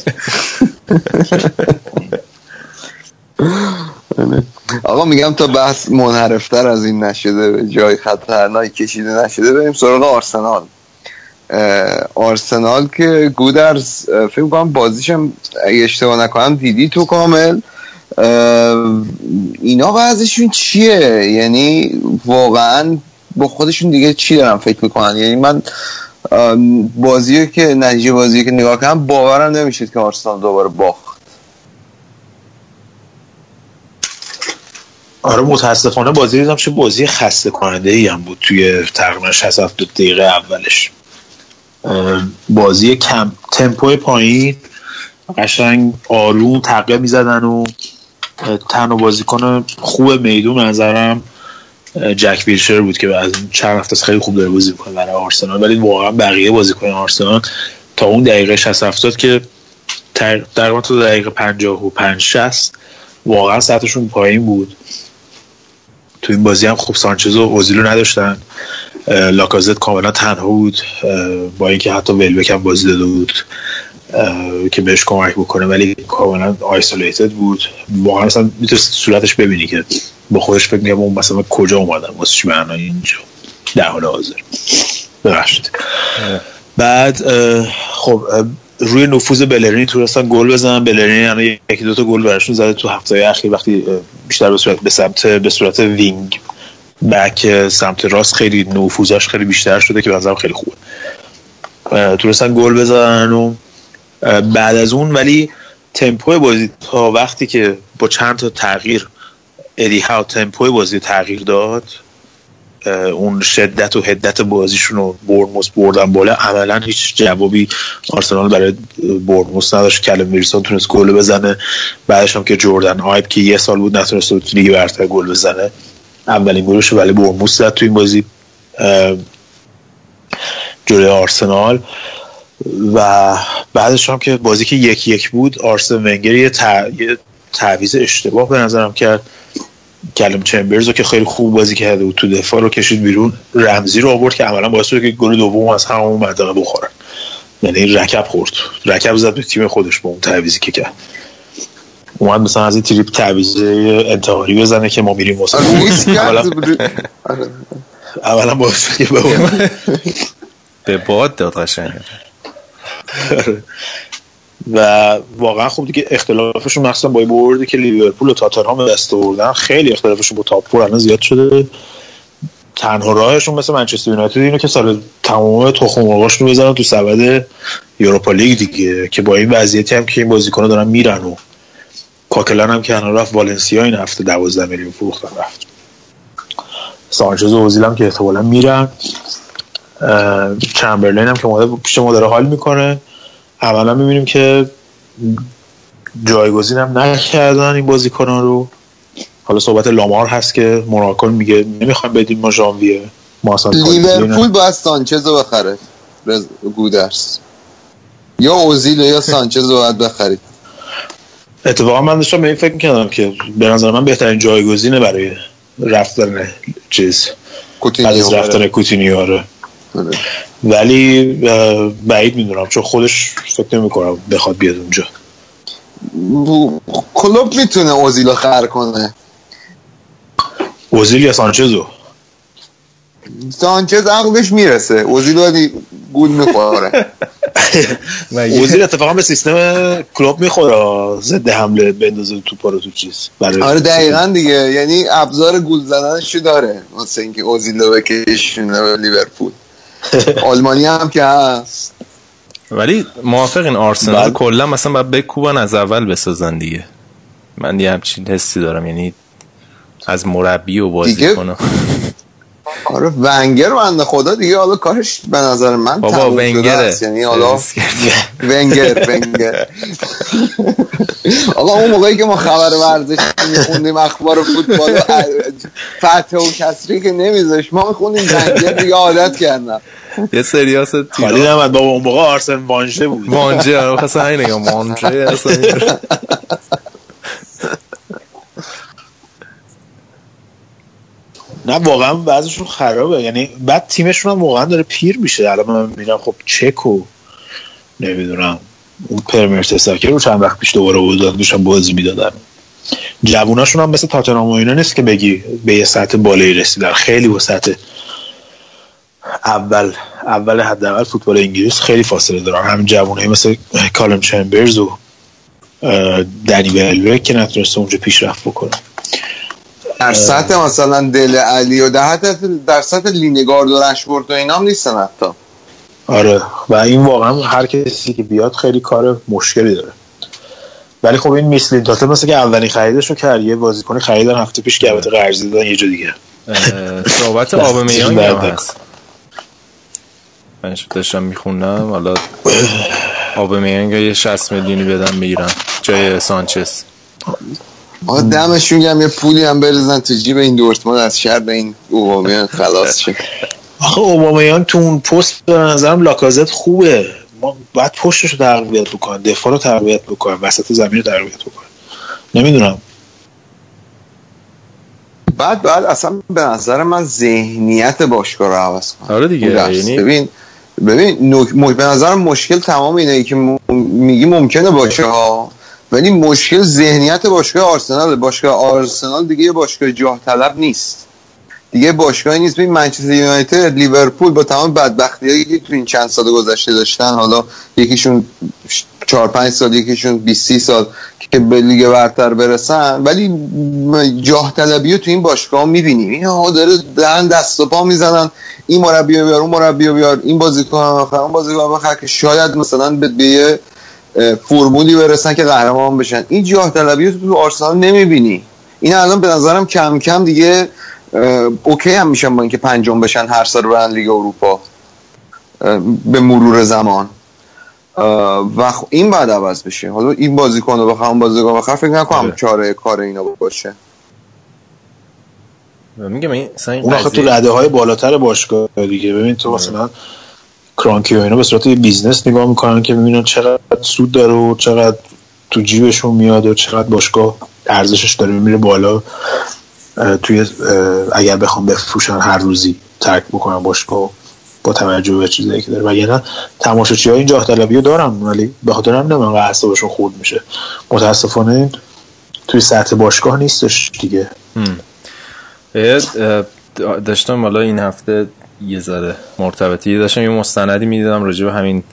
آقا میگم تا بحث منحرفتر از این نشده، به جای خطرناک کشیده نشده، بریم سراغ آرسنال که گودرز فکر کنم بازیشم اگه اشتباه نکنم دیدی تو کامل. اینا وضعشون چیه؟ یعنی واقعا با خودشون دیگه چی دارن فکر میکنن؟ یعنی من بازیو که نتیجه بازی که نگاه کنم باورم نمیشد که آرسنال دوباره باخت. آره متاسفانه بازی دیدم چه بازی خسته کننده ای هم بود توی تقریبا 60 دقیقه اولش. بازی کم تمپو پایین، قشنگ آروم تقه میزدن و تنها بازیکن خوب میدون نظرم جک ویلشر بود که از چند هفته خیلی خوب داره بازی میکنه برای آرسنال. ولی واقعا بقیه بازیکن آرسنال تا اون دقیقه 60 که تقریبا تا دقیقه 55-60 واقعا سطحشون پایین بود. تو این بازی هم خوب سانچز و اوزیلو نداشتن، لاکازت کاملا تنها بود، با اینکه حتی ولبک هم بازی داده بود که بهش کمک بکنه، ولی کاملا آیسولیتد بود. واقعا مثلا میتونی صورتش ببینی که با خودش فکر می‌کنه اون مثلا کجا اومدم واسه چی برنامه اینجا در حال حاضر. ببخشید. بعد خب روی نفوذ بلرین تونستن گل بزنن. بلرین یعنی یکی دو تا گل براشون زده تو هفته اخیر، وقتی بیشتر به صورت وینگ بک سمت راست خیلی نفوذش خیلی بیشتر شده که بازم خیلی خوبه. تونستن گل بزنن و بعد از اون ولی تمپو بازی تا وقتی که با چند تا تغییر ادی هاو تمپو بازی تغییر داد اون شدت و حدت بازیشون رو بورنموث بردن بالا، عملا هیچ جوابی آرسنال برای بورنموث نداشت. کلم ویلسون تونست گل بزنه، بعدش هم که جردن آیب که یه سال بود نتونست تو لیگ برتر گل بزنه، اولین گلش رو ولی بورنموث زد تو این بازی جلوی آرسنال. و بعدش هم که بازی که 1-1 بود، آرسن ونگر یه تعویض اشتباه به نظرم کرد. کلم چمبرز رو که خیلی خوب بازی کرده بود تو دفاع رو کشید بیرون، رمزی رو آورد که عملا باعث شد که گل دوم از همون منطقه بخورن، یعنی رکب زد به تیم خودش با اون تعویضی که کرد. اومد مثلا از این تریپ تعویض انتحاری بزنه که ما میریم واسه اولا باعث شد که به باد داد قشنگ. و واقعا خوب دیگه اختلافشون مخصوصا با بردی که لیورپول و تاتنهام دست آوردن، خیلی اختلافشون با تاپ 4 الان زیاد شده. تنها راهشون مثل منچستر یونایتد اینه که سال تمام تخم مرغاشون رو بزنن تو سبد یوروپا لیگ دیگه، که با این وضعیتی هم که این بازیکن‌ها دارن میرن و کاکلان هم که الان رفت والنسیا این هفته 12 میلیون فروختن رفت، سانچز و اوزیل هم که احتمالاً میرن، چمبرلین هم که اومده پیش ما داره حال میکنه. اولا میبینیم که جایگزین هم نکردن این بازیکنان رو. حالا صحبت لامار هست که موناکو میگه نمیخوایم بدیم ما ژانویه. لیورپول باید سانچز رو بخره، گودرس یا اوزیل یا سانچز رو باید بخرید. اتفاقا من داشتم به این فکر میکردم که به نظر من بهترین جایگزینه برای رفتن از رفتن کوتینیو، ولی بعید میدونم چون خودش فکر نمی‌کنم بخواد بیاد اونجا. کلوب میتونه اوزیل رو خر کنه. اوزیل یا سانچزو؟ سانچز عقلش میرسه، اوزیل رو گول میخوره. اوزیل اتفاقا به سیستم کلوب میخوره، ضد حمله بندازه توپا رو تو چیز. آره دقیقاً دیگه، یعنی ابزار گول زدنشو داره واسه اینکه اوزیل رو بکشونه به لیورپول. آلمانی هم که هست. ولی موافقین آرسنال کلا مثلا باید بکوبن از اول بسازن دیگه. من یه همچین حسی دارم، یعنی از مربی و بازیکن. آره ونگر بنده خدا دیگه حالا کارش به نظر من بابا ونگره، یعنی حالا ونگر آقا اون موقعی که ما خبر ورزش میخوندیم اخبار فوتبال فتح و کسری که نمیذاش ما میخوندیم ونگر دیگه عادت کردم. یه سریاس خالی نمید بابا اون موقع آرسن وانژه بود. وانژه خاصا اینه یا وانژه اصلا نه واقعا بعضیشون خرابه، یعنی بعد تیمشون هم واقعا داره پیر میشه. الان من میبینم خب چکو نمیدونم اون پرمرتساکر رو چند وقت پیش دوباره بودن داشتن بازی میدادن. جووناشون هم مثل تاتنهام و اینا نیست که بگی به یه سطح بالایی رسیدن، خیلی با سطح اول حداقل فوتبال انگلیس خیلی فاصله دارن. همین جوونایی مثل کالم چمبرز و دنی ولبک که نتونسته اونجا پیشرفت بکنن. در سطح مثلا دل علی و در سطح لینگارد و رشفورد و اینا هم نیستن حتی. آره و این واقعا هر کسی که بیاد خیلی کار مشکلی داره. ولی خب این میسلین تاتل مثلا که اولین خریدش رو کرد، یه بازیکن خریدن هفته پیش که البته قرضی دادن یه جا دیگه. صحبت آبامیانگ هم هست. من داشتم میخوندم حالا آبامیانگ یه 60 میلیونی بدن بگیرن جای سانچز. دمشون گرم، یه پولی هم بریزن تو جیب این دورتموند از شر به این اوبامیان خلاص شه. آخه اوبامیان تو اون پست به نظرم لاکازت خوبه، ما باید پشتش رو تقویت بکنن، دفاع رو تقویت بکنن، وسط زمین رو تقویت بکنن. نمیدونم بعد اصلا به نظر من ذهنیت باشگاه رو عوض کنن. آره دیگه، یعنی ببین به نظر مشکل تمام اینه که میگی ممکنه باشه ها، ولی مشکل ذهنیت باشگاه آرسنال. باشگاه آرسنال دیگه یه باشگاه جاه طلب نیست دیگه، باشگاهی نیست. ببین منچستر یونایتد، لیورپول با تمام بدبختیایی که تو این چند سال گذشته داشتن، حالا یکیشون 4-5 سال یکیشون 20-30 سال که به لیگ برتر برسن، ولی جاه طلبی رو تو این باشگاه می‌بینیم. اینا داره دست و پا میزنن، این مربی بیار اون مربی بیار، این بازیکن اون بازیکن بخره که شاید مثلا به یه فرمولی برسن که قهرمان بشن. این جاه طلبی رو تو آرسنال نمی‌بینی. این الان به نظرم کم کم دیگه اوکی هم میشن با اینکه پنجم بشن هر سال برن لیگ اروپا به مرور زمان و این بعد عوض بشه. حالا این بازیکن رو بخوام بازیکن بخوام فکر نکنم چاره کار اینا باشه. میگم این اون آخه تو رده های بالاتر باشگاه دیگه. ببین تو مثلا کرانکی و اینا به صورت بیزنس نگاه میکنن که ببینن چقدر سود داره و چقدر تو جیبشون میاد و چقدر باشگاه ارزشش داره میره بالا. توی اگر بخوام بفروشن هر روزی ترک بکنن باشگاه با توجه به چیزایی که داره. وگرنه تماشاچی‌ها این جاه طلبیو دارن ولی به خاطر همین من اعصابشون خورد میشه. متاسفانه توی سطح باشگاه نیستش دیگه. داشتم حالا این هفته یه ذره مرتبطی داشتم یه مستندی میدیدم راجع به همین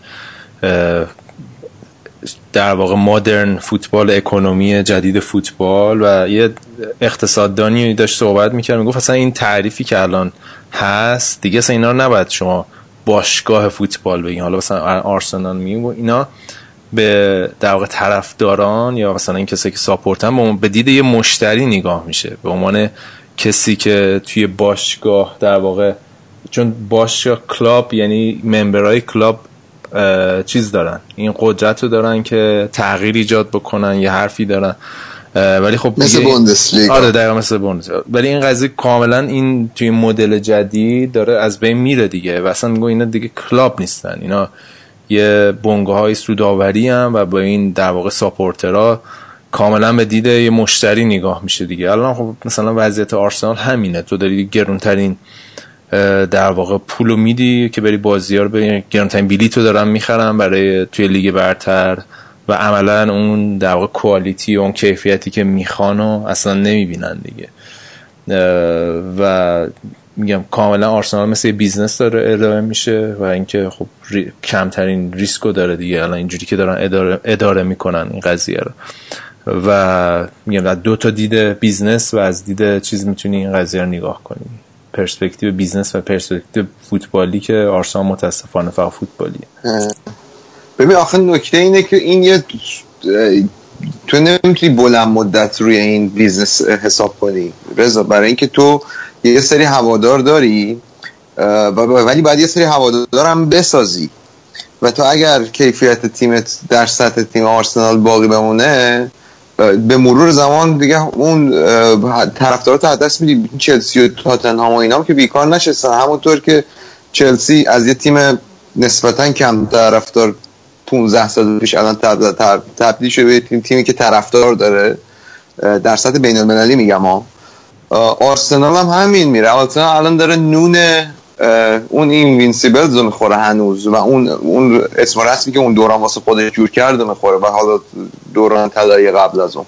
در واقع مدرن فوتبال، اکونومی جدید فوتبال و یه اقتصاددانی داشت صحبت میکرد. میگفت اصلا این تعریفی که الان هست دیگه اصلا اینا رو نباید شما باشگاه فوتبال بگین. حالا مثلا آرسنال میگه اینا به در واقع طرفداران یا مثلا این کسی که ساپورتن به دید یه مشتری نگاه میشه، به عنوان کسی که توی باشگاه در واقع، چون باشگاه کلاب یعنی ممبرای کلاب چیز دارن، این قدرت رو دارن که تغییر ایجاد بکنن، یه حرفی دارن. ولی خب مثل بوندسلیگا. آره دقیقاً مثل بوندسلیگا. ولی این قضیه کاملا این توی مدل جدید داره از بین میره دیگه و اصلا میگه اینا دیگه کلاب نیستن، اینا یه بنگاه‌های سودآوری ان و با این در واقع ساپورترها کاملا به دید یه مشتری نگاه میشه دیگه. الان خب مثلا وضعیت آرسنال همینه، تو داری گرونترین در واقع پولو میدی که بری بازی‌ها رو ببینی، گرونترین بلیطو دارن میخرن برای توی لیگ برتر و عملا اون در واقع کوالیتی و اون کیفیتی که میخوان و اصلا نمیبینن دیگه. و میگم کاملا آرسنال مثل بیزنس داره اداره میشه و اینکه خب کمترین ریسکو داره دیگه الان اینجوری که دارن اداره میکنن این قضیه رو. و میگم از دو تا دید بیزنس و از دید چیز میتونی این قضیه رو نگاه کنی، پرسپکتیو بیزنس و پرسپکتیو فوتبالی، که آرسنال متاسفانه فقط فوتبالیه. ببین آخه نکته اینه که این یه تو نمیتونی بلند مدت روی این بیزنس حساب کنی رضا، برای اینکه تو یه سری هوادار داری ولی باید یه سری هوادار هم بسازی و تو اگر کیفیت تیمت در سطح تیم آرسنال باقی بمونه به مرور زمان دیگه اون طرفدارات از دست میدی. چلسی و تاتنهام و اینا که بیکار نشستن، همونطور که چلسی از یه تیم نسبتاً کم طرفدار 15 سال پیش الان تبدیل شده به تیمی که طرفدار داره در سطح بین‌المللی. میگم آرسنال هم همین میره. آرسنال الان داره نون اون اینوینسیبلز رو میخوره هنوز و اون اسم رسمی که اون دوران واسه خودش جور کرده میخوره و حالا دوران طلایی قبل از اون.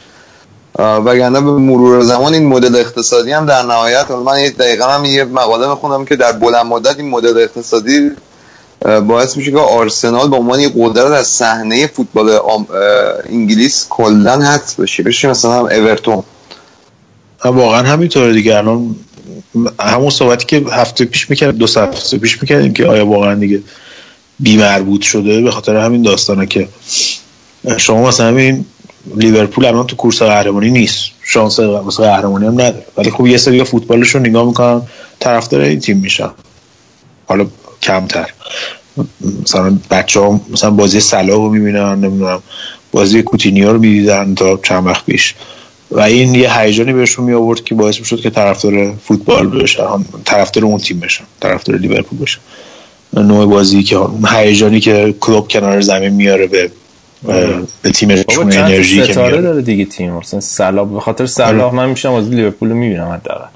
وگرنه به مرور زمان این مدل اقتصادی هم در نهایت، من دقیقاً هم یه مقاله میخونم که در بلند مدت این مدل اقتصادی باعث میشه که آرسنال به عنوان یک قدرت از صحنه فوتبال انگلیس کلاً حذف بشه مثلا اورتون. واقعا همینطوره دیگه. الان همون صحبتی که هفته پیش میکرد، 2 هفته پیش میکردیم که آیا واقعا دیگه بی مربوط شده به خاطر همین داستانه که شما مثلا همین لیورپول الان تو کورس قهرمانی نیست، شانس واسه قهرمانی هم نداره، ولی خب یه سری فوتبالش رو نگاه میکنن طرفدار این تیم میشن. حالا کمتر مثلا بچه‌ها مثلا بازی صلاح رو میبینن، نمیدونم بازی کوتینیو رو میدیدن تا چند وقت پیش و این یه هیجانی بهشون می آورد که باعث میشد که طرفدار فوتبال بشن، طرفدار اون تیم بشن، طرفدار لیورپول بشن. نوع بازی که اون هیجانی که کلوب کنار زمین میاره به تیمشون، انرژی که ستاره داره دیگه تیم. مثلا صلاح، به خاطر صلاح من میشم از لیورپول رو میبینم حداقل.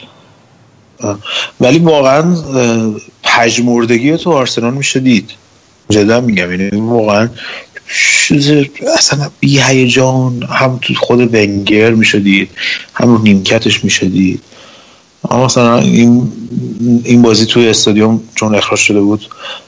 ولی واقعا پژمردگی تو آرسنال میشه دید، جدا میگم. یعنی واقعا اصلا بی هیجان هم تو خود ونگر میشه دید، هم رو نیمکتش میشه دید. اما مثلا این بازی توی استادیوم چون اخراج شده بود،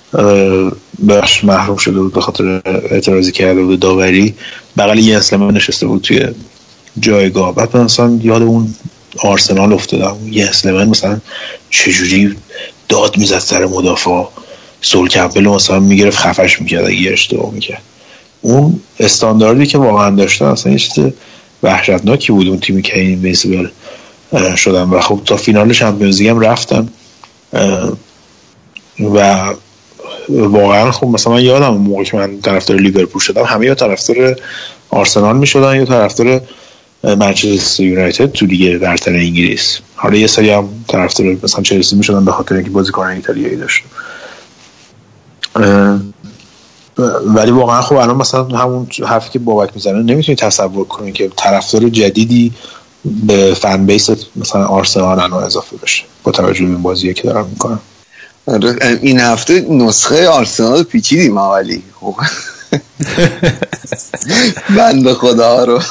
بخش محروم شده بود به خاطر اعتراضی کرده بود داوری، بغل یه اسلمه نشسته بود توی جایگاه. بعد مثلا یاد اون آرسنال افتادم، یه اسلمه مثلا چجوری داد میزد سر مدافع، سول کمپل مثلا میگرفت خفش میکرد اگه اشتباه میکرد. اون استانداردی که واقعا داشتن اصلا یه چیز وحشتناکی بود. اون تیمی که این اینوینسیبل شدن و خب تا فینال چمپیونز لیگ هم رفتن و واقعا خب مثلا من یادم اون موقع که من طرفدار لیورپول شدم همه یا طرفدار آرسنال میشدن یا طرفدار منچستر یونایتد تو لیگ برتر انگلیس. حالا یه سری هم طرفدار مثلا چلسی میشدن به خاطر اینکه بازیکنان ایتالیایی داشت. ولی واقعا خب الان مثلا همون حرفی که بابک میزنه نمیتونی تصور کنی که طرفدار جدیدی به فن بیس مثلا آرسنال الان اضافه بشه با توجه به این بازیه که دارن میکنن. این هفته نسخه آرسنال پیچیدیم ولی خب بنده خدا رو.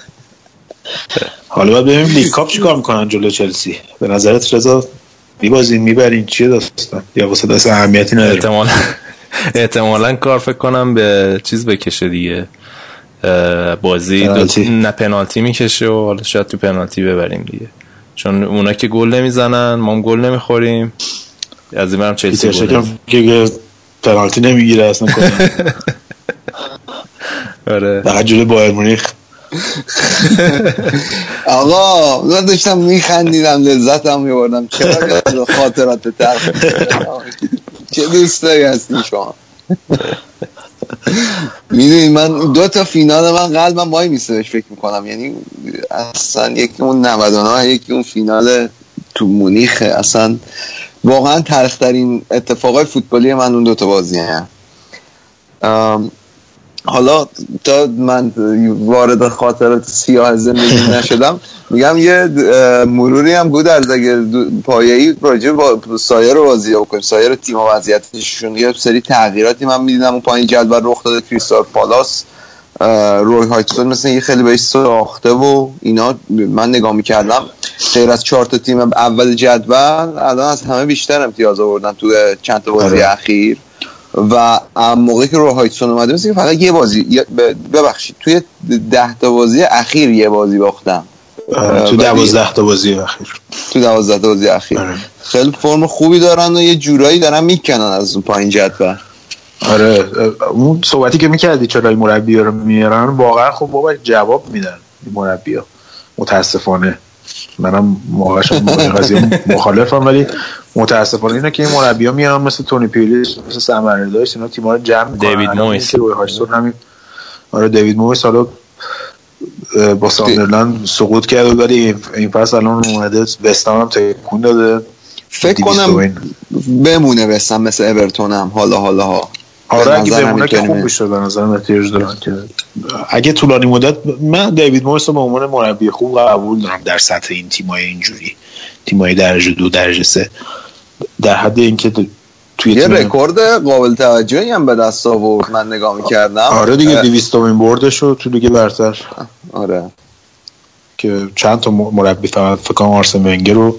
حالا باید ببینیم لیگ کاپ چیکار میکنن جلو چلسی. به نظرت رضا میبازین میبرین چیه داستان یا واسه دست اهمیتی نداره؟ احتمالاً کار فکر کنم به چیز بکشه دیگه، بازی نه پنالتی میکشه و حالا شاید تو پنالتی ببریم دیگه، چون اونا که گل نمیزنن ما هم گل نمیخوریم. از این برم چلسی گل که پنالتی نمیگیره اصلا کنم. آره فقط جلوی بایر مونیخ. آقا من داشتم میخندیدم لذتم میبردم. چرا خاطرات تلخ چه دوستایی هستی شما. میدونی من 2 تا فینال من قلبم وای میسه فکر میکنم، یعنی اصلا یکی اون 99 یکی اون فینال تو مونیخ، اصلا واقعا تلخ‌ترین اتفاقای فوتبالی من اون 2 تا بازی هست. حالا تا من وارد خاطرات سیاه زندگی نشدم میگم یه مروری هم بود از اگر پایه‌ای راجع با سایر بازی‌ها بکنیم، سایر تیم‌ها وضعیتشون یه سری تغییراتی من می‌دیدم اون پایین جدول رخ داده. کریستال پالاس روی هایتسون مثلا یه خیلی بهش ساخته و اینا من نگاه می‌کردم غیر از 4 تا تیم اول جدول الان از همه بیشتر امتیاز آوردن تو چند تا بازی اخیر. و موقعی که رو هایتسون اومده مثل که فقط یه بازی ببخشید توی 10 تا بازی اخیر یه بازی باختم. تو 12 تا بازی اخیر. تو 12 تا بازی اخیر خیلی فرم خوبی دارن و یه جورایی دارن میکنن از اون پایین جدول. آره اون صحبتی که میکردی چرا این مربی‌ها رو میارن واقعا خب بابا جواب میدن این مربی‌ها. متاسفانه منم واقعا این قضیه مخالفم، ولی متاسفانه اینا که این مربی‌ها میان مثل تونی پیلیس مثل سمرداش اینا تیم‌ها رو جمع می‌کنن. دیوید مویس روی هاشتون همین آره دیوید مویس حالا با ساندرلند سقوط کرد ولی این فصل الان اومده وستهم هم تکون داده. فکر کنم بمونه وستهم مثل اورتون هم حالا آره اگه بمونه که خوب بشه به نظر احتیاج دارن که اگه طولانی مدت. من دیوید مویس رو به عنوان مربی خوب قبول دارم در سطح این تیم‌های اینجوری تیم‌های درجه 2 درجه 3 در حد اینکه توی یه رکورد قابل توجهی هم به دست آورد. من نگاه می‌کردم آره دیگه 200مین بردش رو تو لیگ برتر. آره که چند تا مربی فقط فکر کنم آرسن ونگر رو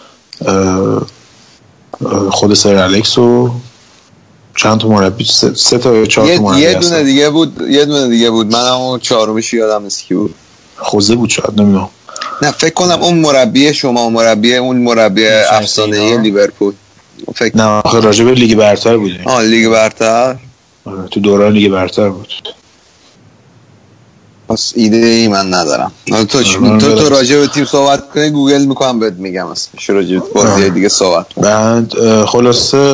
خود سر الکس و چند تا مربی 3 تا یا 4 تا مربی یه دونه دیگه بود من اون چهارمیش یادم نیست کی بود. خوزه بود شاید نمیدونم. نه فکر کنم اون مربی شما اون مربی افسانه‌ای لیورپول فکر نه راجع به لیگ برتر بود. لیگ برتر تو دوران لیگ برتر بود. پس ایده ای من ندارم. تو راجع به تیم صحبت کنی گوگل میکنم بهت میگم اسمش راجع به بازی دیگه صحبت کنم. بعد خلاصه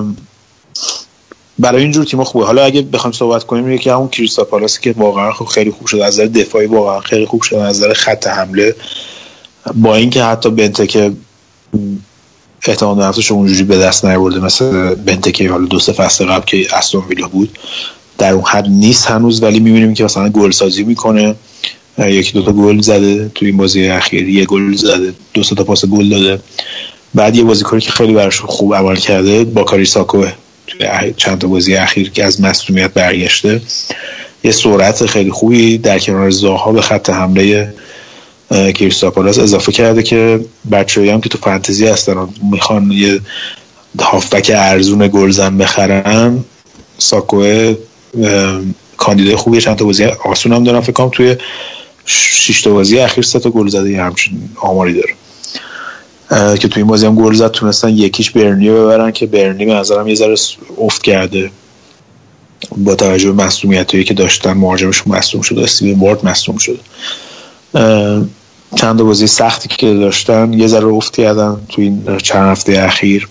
برای اینجور تیم‌ها خوبه. حالا اگه بخوام صحبت کنیم یکی همون کریستال پالاس که واقعا خیلی خوب شد از نظر دفاعی، واقعا خیلی خوب شد از نظر خط حمله، با اینکه حتی بنتکه احتمال نفسش اونجوری به دست نیاورده مثل بنتکه حالا 2 فصل قبل که استون ویلا بود در اون حد نیست هنوز، ولی می‌بینیم که مثلا گل سازی میکنه. 1-2 تا گل زده تو این بازی اخیر، 1 گل زده، 2 تا پاس گل داده. بعد یه بازیکنی که خیلی براش خوب عمل کرده باکاری ساکوه توی چند تا بازی اخیر که از مصدومیت برگشته، یه سرعت خیلی خوبی در کنار زاها به خط حمله کریستال پالاس اضافه کرده که بچه‌ای هم که تو فانتزی هستن میخوان یه هافبک ارزون گلزن بخرن، ساکوه کاندیدای خوبیه. چند تا بازی آسون هم دارن، فکر کنم توی 6 تا بازی اخیر 3 تا گل زده، یه همچین آماری داره که توی این بازی هم گل زد. تونستن 1-0 برنیو ببرن که برنی به نظرم یه ذره افت کرده با توجه به مصدومیتایی که داشتن. مهاجمشون مصدوم شده، استیون وارد مصدوم شده. چند تا بازی سختی که داشتن یه ذره افت کردن تو این چند هفته اخیر،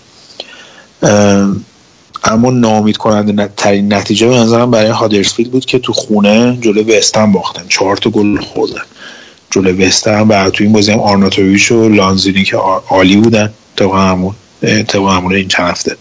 اما ناامید کننده ترین نتیجه به نظرم برای هادرسفیلد بود که تو خونه جلوی وستهم باختن، 4 تا گل خوردن جلوی وستهم و تو این بازی هم آرناتوویچ و لانزینی که عالی بودن طبق همون این چند هفته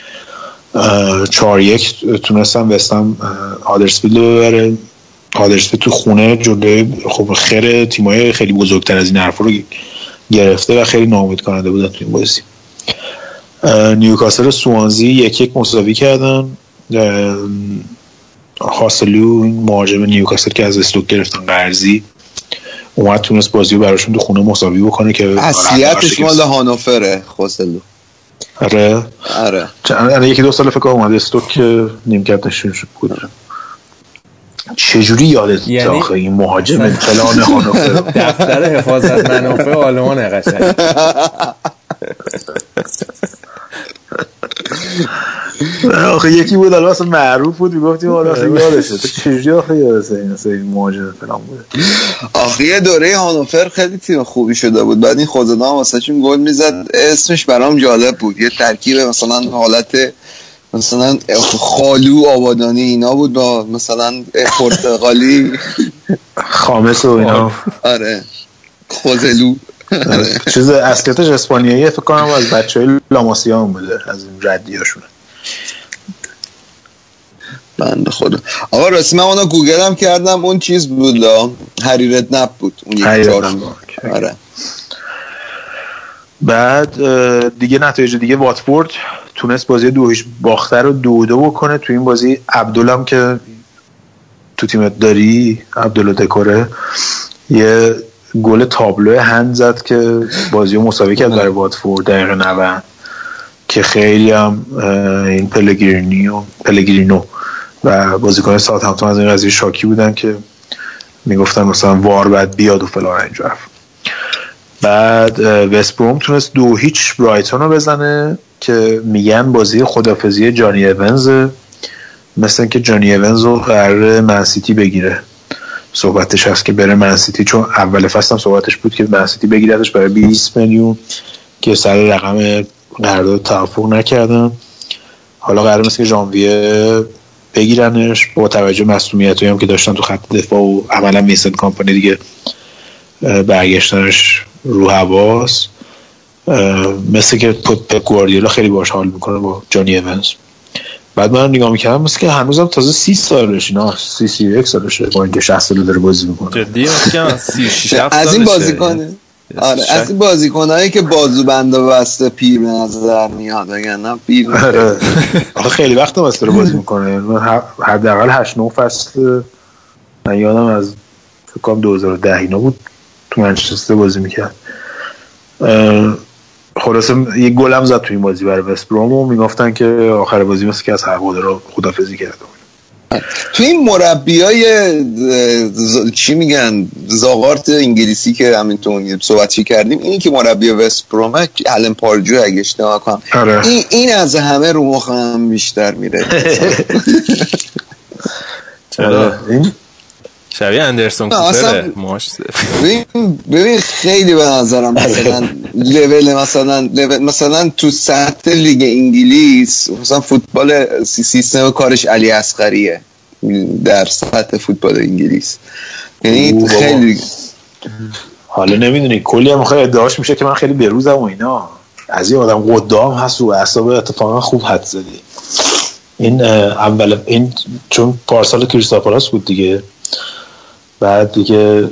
4-1 تونستن وستهم هادرسفیلد رو ببره. هادرسفیلد تو خونه جلوی خب خیر تیمای خیلی بزرگتر از این حرفا رو گرفته و خیلی ناامید کننده بودن تو این بازی. نیوکاسل سوانزی 1-1 مساوی کردن. هاسلو مهاجم نیوکاسل که از استوک گرفتن قرضی اومد تونست بازی رو براشون تو خونه مساوی بکنه که اصلیتش مال هانوفره هاسلو. آره یکی دو سال فکر کنم اومد استوک که نیمکت نشین شد بود. چجوری یادت یعنی آخه این مهاجم فلان هانوفر دفتر حفاظت منافع آلمان قشنگ. آخه یکی بود الان اصلا معروف بود میگفتیم حالا اصلا یادشه چجوری آخه یادشه این مهاجم فلان بود. آخه یه دوره هانوفر خیلی تیم خوبی شده بود، بعد این خوزدان واسه چون گل میزد اسمش برام جالب بود، یه ترکیب مثلا حالت مثلا خالو آبادانی اینا بود با مثلا پرتغالی خامس و اینا. آره خوزلو چیز اصلیتش اسپانیایی فکر کنم از بچهای لاماسیا هم بوده، از این ردیاشونه. بنده خدا. آقا راستی من اونو گوگل هم کردم، اون چیز بود هری ردنپ بود اون یکی چهارم. آره بعد دیگه نتایج دیگه واتفورد تونست بازی 2-0 باخته رو 2-2 بکنه. تو این بازی عبدالله که تو تیمت داری، عبدالله دکوره، یه گل تابلو هند زد که بازی رو مساوی کرد برای واتفورد دقیقه 90 که خیلی هم این پلگرینو و بازیکن ساوثهمپتون از این قضیه شاکی بودن که میگفتن مثلا وار بعد بیاد و فلان اینجور. بعد وست بروم تونست 2-0 برایتون رو بزنه که میگن بازی خدافظی جانی ایونز، مثل اینکه جانی ایونز رو قرار منسیتی بگیره. صحبتش هست که بره منسیتی، چون اول فصل هم صحبتش بود که منسیتی بگیردش برای 20 میلیون که سر رقم قرارداد توافق نکردن. حالا قراره مثل که ژانویه بگیرنش با توجه مصونیتایی هم که داشتن تو خط دفاع و عملا میسن کامپانی دیگه برگشتنش رو حواس. مثل که پپ گواردیولا خیلی باش حال میکنه با جانی ایونز. بعد من نگاه میکردم مثل که هنوزم تازه 30 سالشه، نه 31 سالشه، با اینکه 60 سال داره بازی میکنه. جدی میگم 36 از این بازیکنه. آره از این بازیکنایی که بازوبندا بسته پیر به نظر میاد، اگر نه پیر. آخه خیلی وقت واسه بازی میکنه، حداقل 8-9 فصل من یادم از فکر کنم 2010 اینا بود تو منچستر بازی میکرد. خلاصه یه گلم زد تو این بازی برای وست بروم و میگفتن که آخر بازی مثل که از هوادارا خدافظی کرده. تو این مربیای چی میگن زاغارت انگلیسی که همینطور صحبت کردیم، اینی که مربی وست بروم الان پارجو اگه اشتباه کنم، این از همه رو مخم بیشتر میره. چرا این شبیه اندرسون کوپره ماش. ببین خیلی به نظرم مثلا لول مثلا تو سطح لیگ انگلیس مثلا فوتبال سیستم کارش علی اصغریه در سطح فوتبال انگلیس، یعنی خیلی حالا نمیدونی کلی هم خیلی ادعاش میشه که من خیلی بروزم و اینا، از این آدم قدام هست و اعصاب اتفاقا خوب حد زدی. این اول این چون پارسال کریستال پالاس بود دیگه، بعد دیگه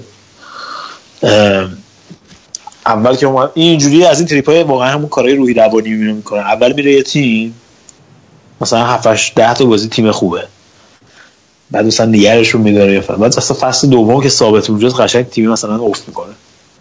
اول که اومد اینجوری از این تریپای واقعا همون کارهای روحی روانی میکنه. اول میره یه تیم مثلا 7-8-10 تا بازی تیم خوبه، بعد مثلا نگرشون میداره، بعد مثلا فصل دوم که ثابت وجود قشنگ تیم مثلا افت میکنه.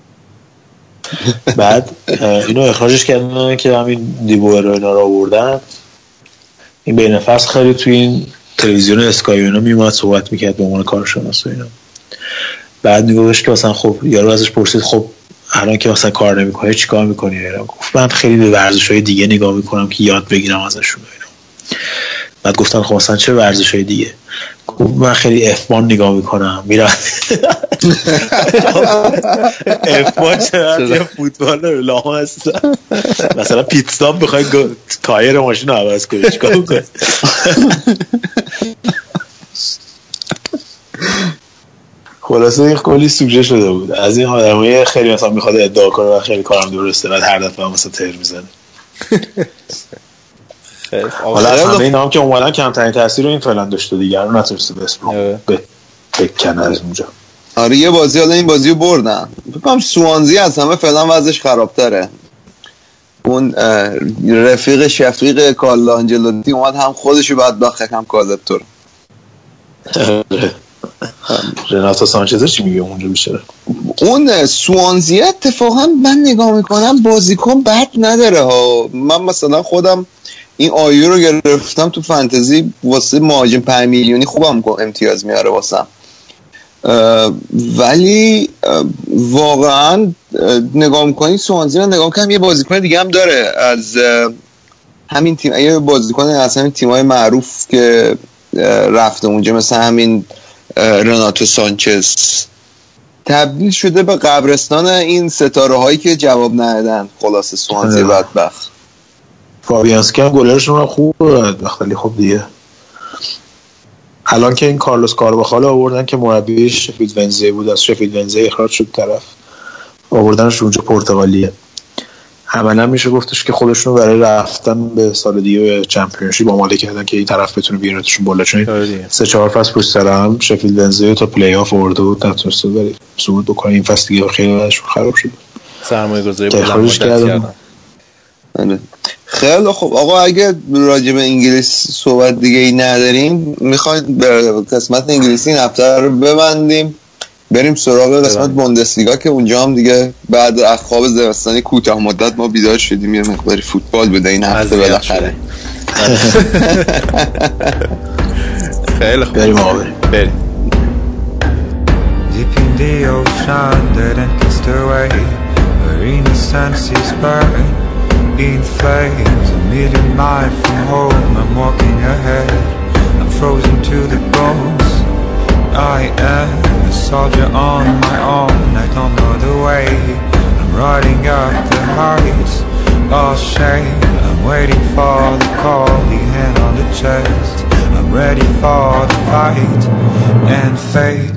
بعد اینو اخراجش کردن که همین دیبوئر رو اینا رو آوردن. این بین فصل خیلی توی این تلویزیون اسکای اینا میومد صحبت میکرد به عنوان کارشناس و اینا. بعد میگوش که مثلا خب یارو ازش پرسید خب الان که مثلا کار نمیکنی چیکار میکنی؟ گفت من خیلی به ورزش‌های دیگه نگاه میکنم که یاد بگیرم ازشون اینا. بعد گفتن خب مثلا چه ورزش‌های دیگه؟ من خیلی F1 نگاه میکنم میرم F1 چرا فوتبال لام هستن مثلا پیت استاپ بخوای تایر ماشین رو عوض کنی چیکار میکنی؟ خلاصه این کلی سوژه شده بود از این آدمای خیلی مثلا میخواد ادعا کنه و خیلی کارم درسته بعد هر دفعه هم مثلا تر میزنه. حالا از همه این هم که اومدن کمترین تاثیر رو این فعلا داشته دیگه رو نتونسته بکنه از اونجا. آره یه بازی حالا این بازی رو بردن بکنم سوانزی از همه فعلا وضعش خرابتره. اون رفیق شفیق کارلو آنجلوتی اومد هم خودشو بدبخت هم کاذب‌تور. رناتو سانچز چی میگه اونجا میشه؟ اون سوانزی اتفاقا من نگاه میکنم بازیکن بد نداره ها. من مثلا خودم این آیو رو گرفتم تو فانتزی واسه مهاجم 5 میلیونی خوبم امتیاز میاره واسم، ولی واقعا نگاه میکنی سوانزی رو نگاه کنم یه بازیکن دیگه هم داره از همین تیم، یه بازیکن از همین تیمای معروف که رفته اونجا مثل همین رناتو سانچز تبدیل شده به قبرستان این ستاره هایی که جواب ندادن. خلاص سوانزی بدبخت. فابیانسکی هم گلرشون رو خوب بدبخت خب دیگه الان که این کارلوس کارواخال آوردن که مربیش شفیلد ونزی بود از شفیلد ونزی اخراج شد طرف آوردنش اونجا پرتغالیه. عملا میشه گفتش که خودشون برای رفتن به سال دیگه چمپیونشیپ آماده کردن که این طرف بتونه بیارتشون بالا، چون 3-4 فصل پشت سر هم شفیلد ونزی تا پلی آف آورده بود نتونسته ولی صعود بکنه. این فصل دیگه خیلی ازشون خراب شد، سرمایه‌گذاری بلند مدت کردن. خیلی خب آقا اگه راجع به انگلیس صحبت دیگه ای نداریم میخواید به قسمت انگلیسی این هفته رو ببندیم بریم سراغ قسمت بوندسلیگا که اونجا هم دیگه بعد از خواب زمستانی کوتاه مدت ما بیدار شدیم یه مقداری فوتبال بده این هفته بالاخره. خیلی خوب بریم آقا بریم. Deep in the ocean that kissed away where innocence is burned in flames a million miles from home. I'm walking ahead, I'm frozen to the bones. I am a soldier on my own, I don't know the way. I'm riding up the heights, all shame. I'm waiting for the call, the hand on the chest. I'm ready for the fight and fate.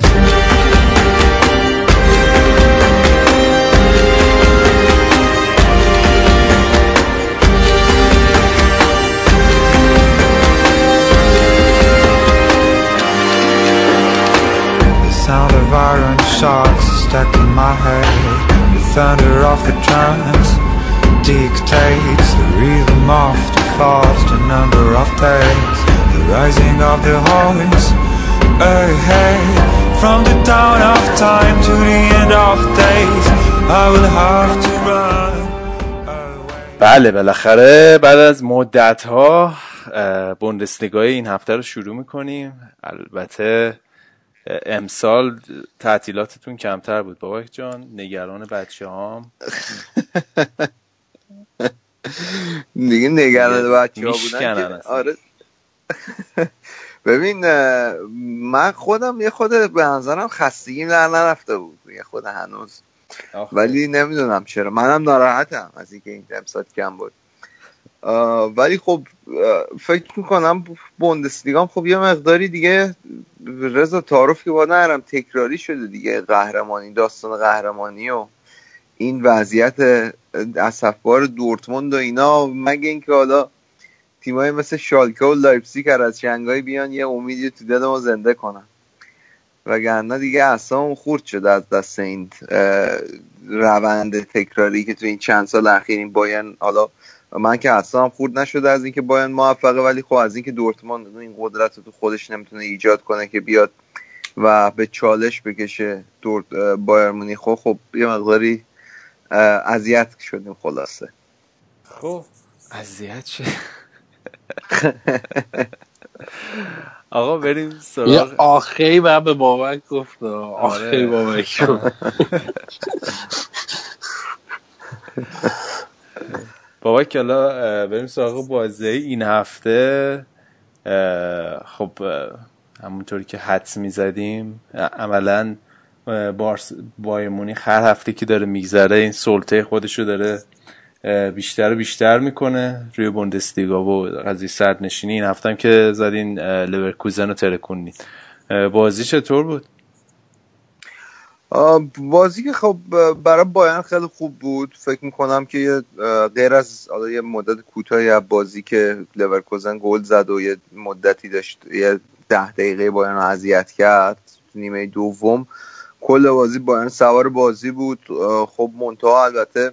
Sound of iron shocks stuck in my head. The thunder of the drums dictates the rhythm of the fast, the number of days, the rising of the horns ahead. From the dawn of time to the end of days, I will have to run away. بله بالاخره بعد از مدت‌ها بوندسلیگا این هفته رو شروع می‌کنیم. البته امسال تعطیلاتتون کمتر بود بابک جان، نگران بچه‌هام دیگه نگران بچه‌ها بودن که آره. ببین من خودم یه خود به نظرم خستگیم در نرفته بود یه خود هنوز، ولی نمیدونم چرا منم ناراحتم از اینکه این امسال کم بود. ولی خب فکر میکنم بوندسلیگا خب یه مقداری دیگه رضا تعارف که با نرم تکراری شده دیگه، قهرمانی داستان قهرمانی و این وضعیت اسفبار دورتموند و اینا، مگه اینکه حالا تیمای مثل شالکه و لایپزیگ از شنگهای بیان یه امیدی تو دل ما زنده کنن، وگرنه دیگه اعصابم خورد شده از دست این روند تکراری که تو این چند سال اخیر این بایرن، حالا من که اصلا خورد نشده از اینکه بایرن موفقه، ولی خب از اینکه دورتموند این قدرت رو تو خودش نمیتونه ایجاد کنه که بیاد و به چالش بکشه بایر مونیخ. خب یه مقداری اذیت شدیم خلاصه. خب اذیت شد. آقا بریم سراغ یه آخری بعد به بابک گفت آخری بابک بابک حالا بریم سراغ بازی این هفته. خب همونطوری که حدس میزدیم عملاً بایر مونیخ هر هفته که داره میگذره این سلطه خودشو داره بیشتر و بیشتر میکنه روی بوندسلیگا و قضیه صدرنشینی. این هفته هم که زدین لورکوزن رو ترکوندین. بازی چطور بود؟ بازی که خب برای بایرن خیلی خوب بود. فکر میکنم که غیر از یه مدت کوتاهی از بازی که لورکوزن گل زد و یه مدتی داشت یه 10 دقیقه بایرن رو اذیت کرد، نیمه دوم کل بازی بایرن سوار بازی بود. خب منتها البته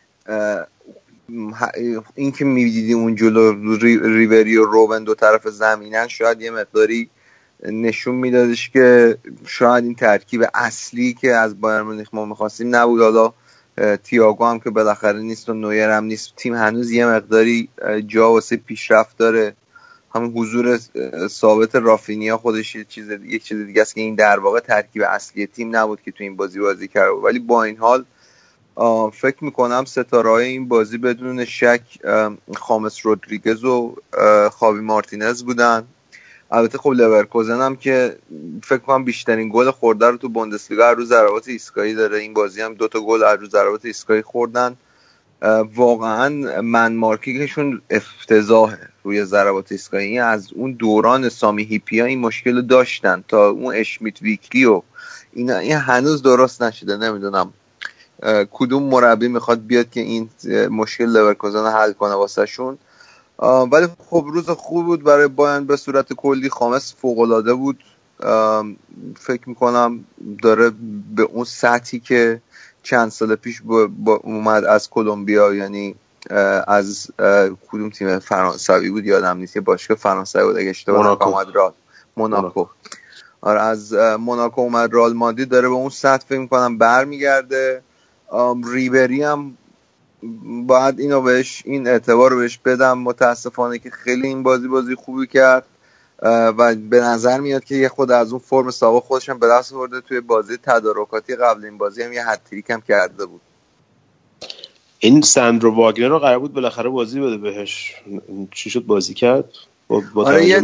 این که می‌دیدیم اون جلو ریبری و روبن دو طرف زمینن شاید یه مقداری نشون میدادش که شاید این ترکیب اصلی که از بایرن مونیخ ما می‌خواستیم نبود. حالا تییاگو هم که بالاخره نیست و نویر هم نیست، تیم هنوز یه مقداری جا واسه پیشرفت داره. همون حضور ثابت رافینیا خودش یک چیز دیگه است که این در واقع ترکیب اصلی تیم نبود که تو این بازی کرد. ولی با این حال فکر میکنم ستاره‌های این بازی بدون شک خامس رودریگز و خاوی مارتینز بودن. البته خب لورکوزن هم که فکر کنم بیشترین گل خورده رو تو بوندسلیگا از رو ضربات ایستگاهی داره. این بازی هم 2 تا گل از رو ضربات ایستگاهی خوردن. واقعا من مارکینگشون افتضاحه روی ضربات ایستگاهی. از اون دوران سامی هیپیا این مشکل داشتن تا اون اشمیت ویکلی و این هنوز درست نشده. نمیدونم کدوم مربی میخواد بیاد که این مشکل لورکوزن حل کنه واسه شون. ولی خب روز خوب بود برای بایرن به صورت کلی. خامس فوق‌العاده بود. فکر میکنم داره به اون سطحی که چند سال پیش اومد از کلمبیا، یعنی از کدوم تیم فرانسوی بود یادم نیست، یه باشگاه فرانسوی بود اگه اشتباه نکنم، اومد موناکو. آره از موناکو اومد رئال مادرید، داره به اون سطح فکر میکنم برمیگرده. ریبری هم باید این اعتبار رو بهش بدم، متاسفانه که خیلی این بازی خوبی کرد و به نظر میاد که یه خود از اون فرم سابق خودش هم به دست آورده. توی بازی تدارکاتی قبل این بازی هم یه هتریک هم کرده بود. این ساندرو واگنر رو قرار بود بالاخره بازی بده بهش، چی شد بازی کرد؟ آره یه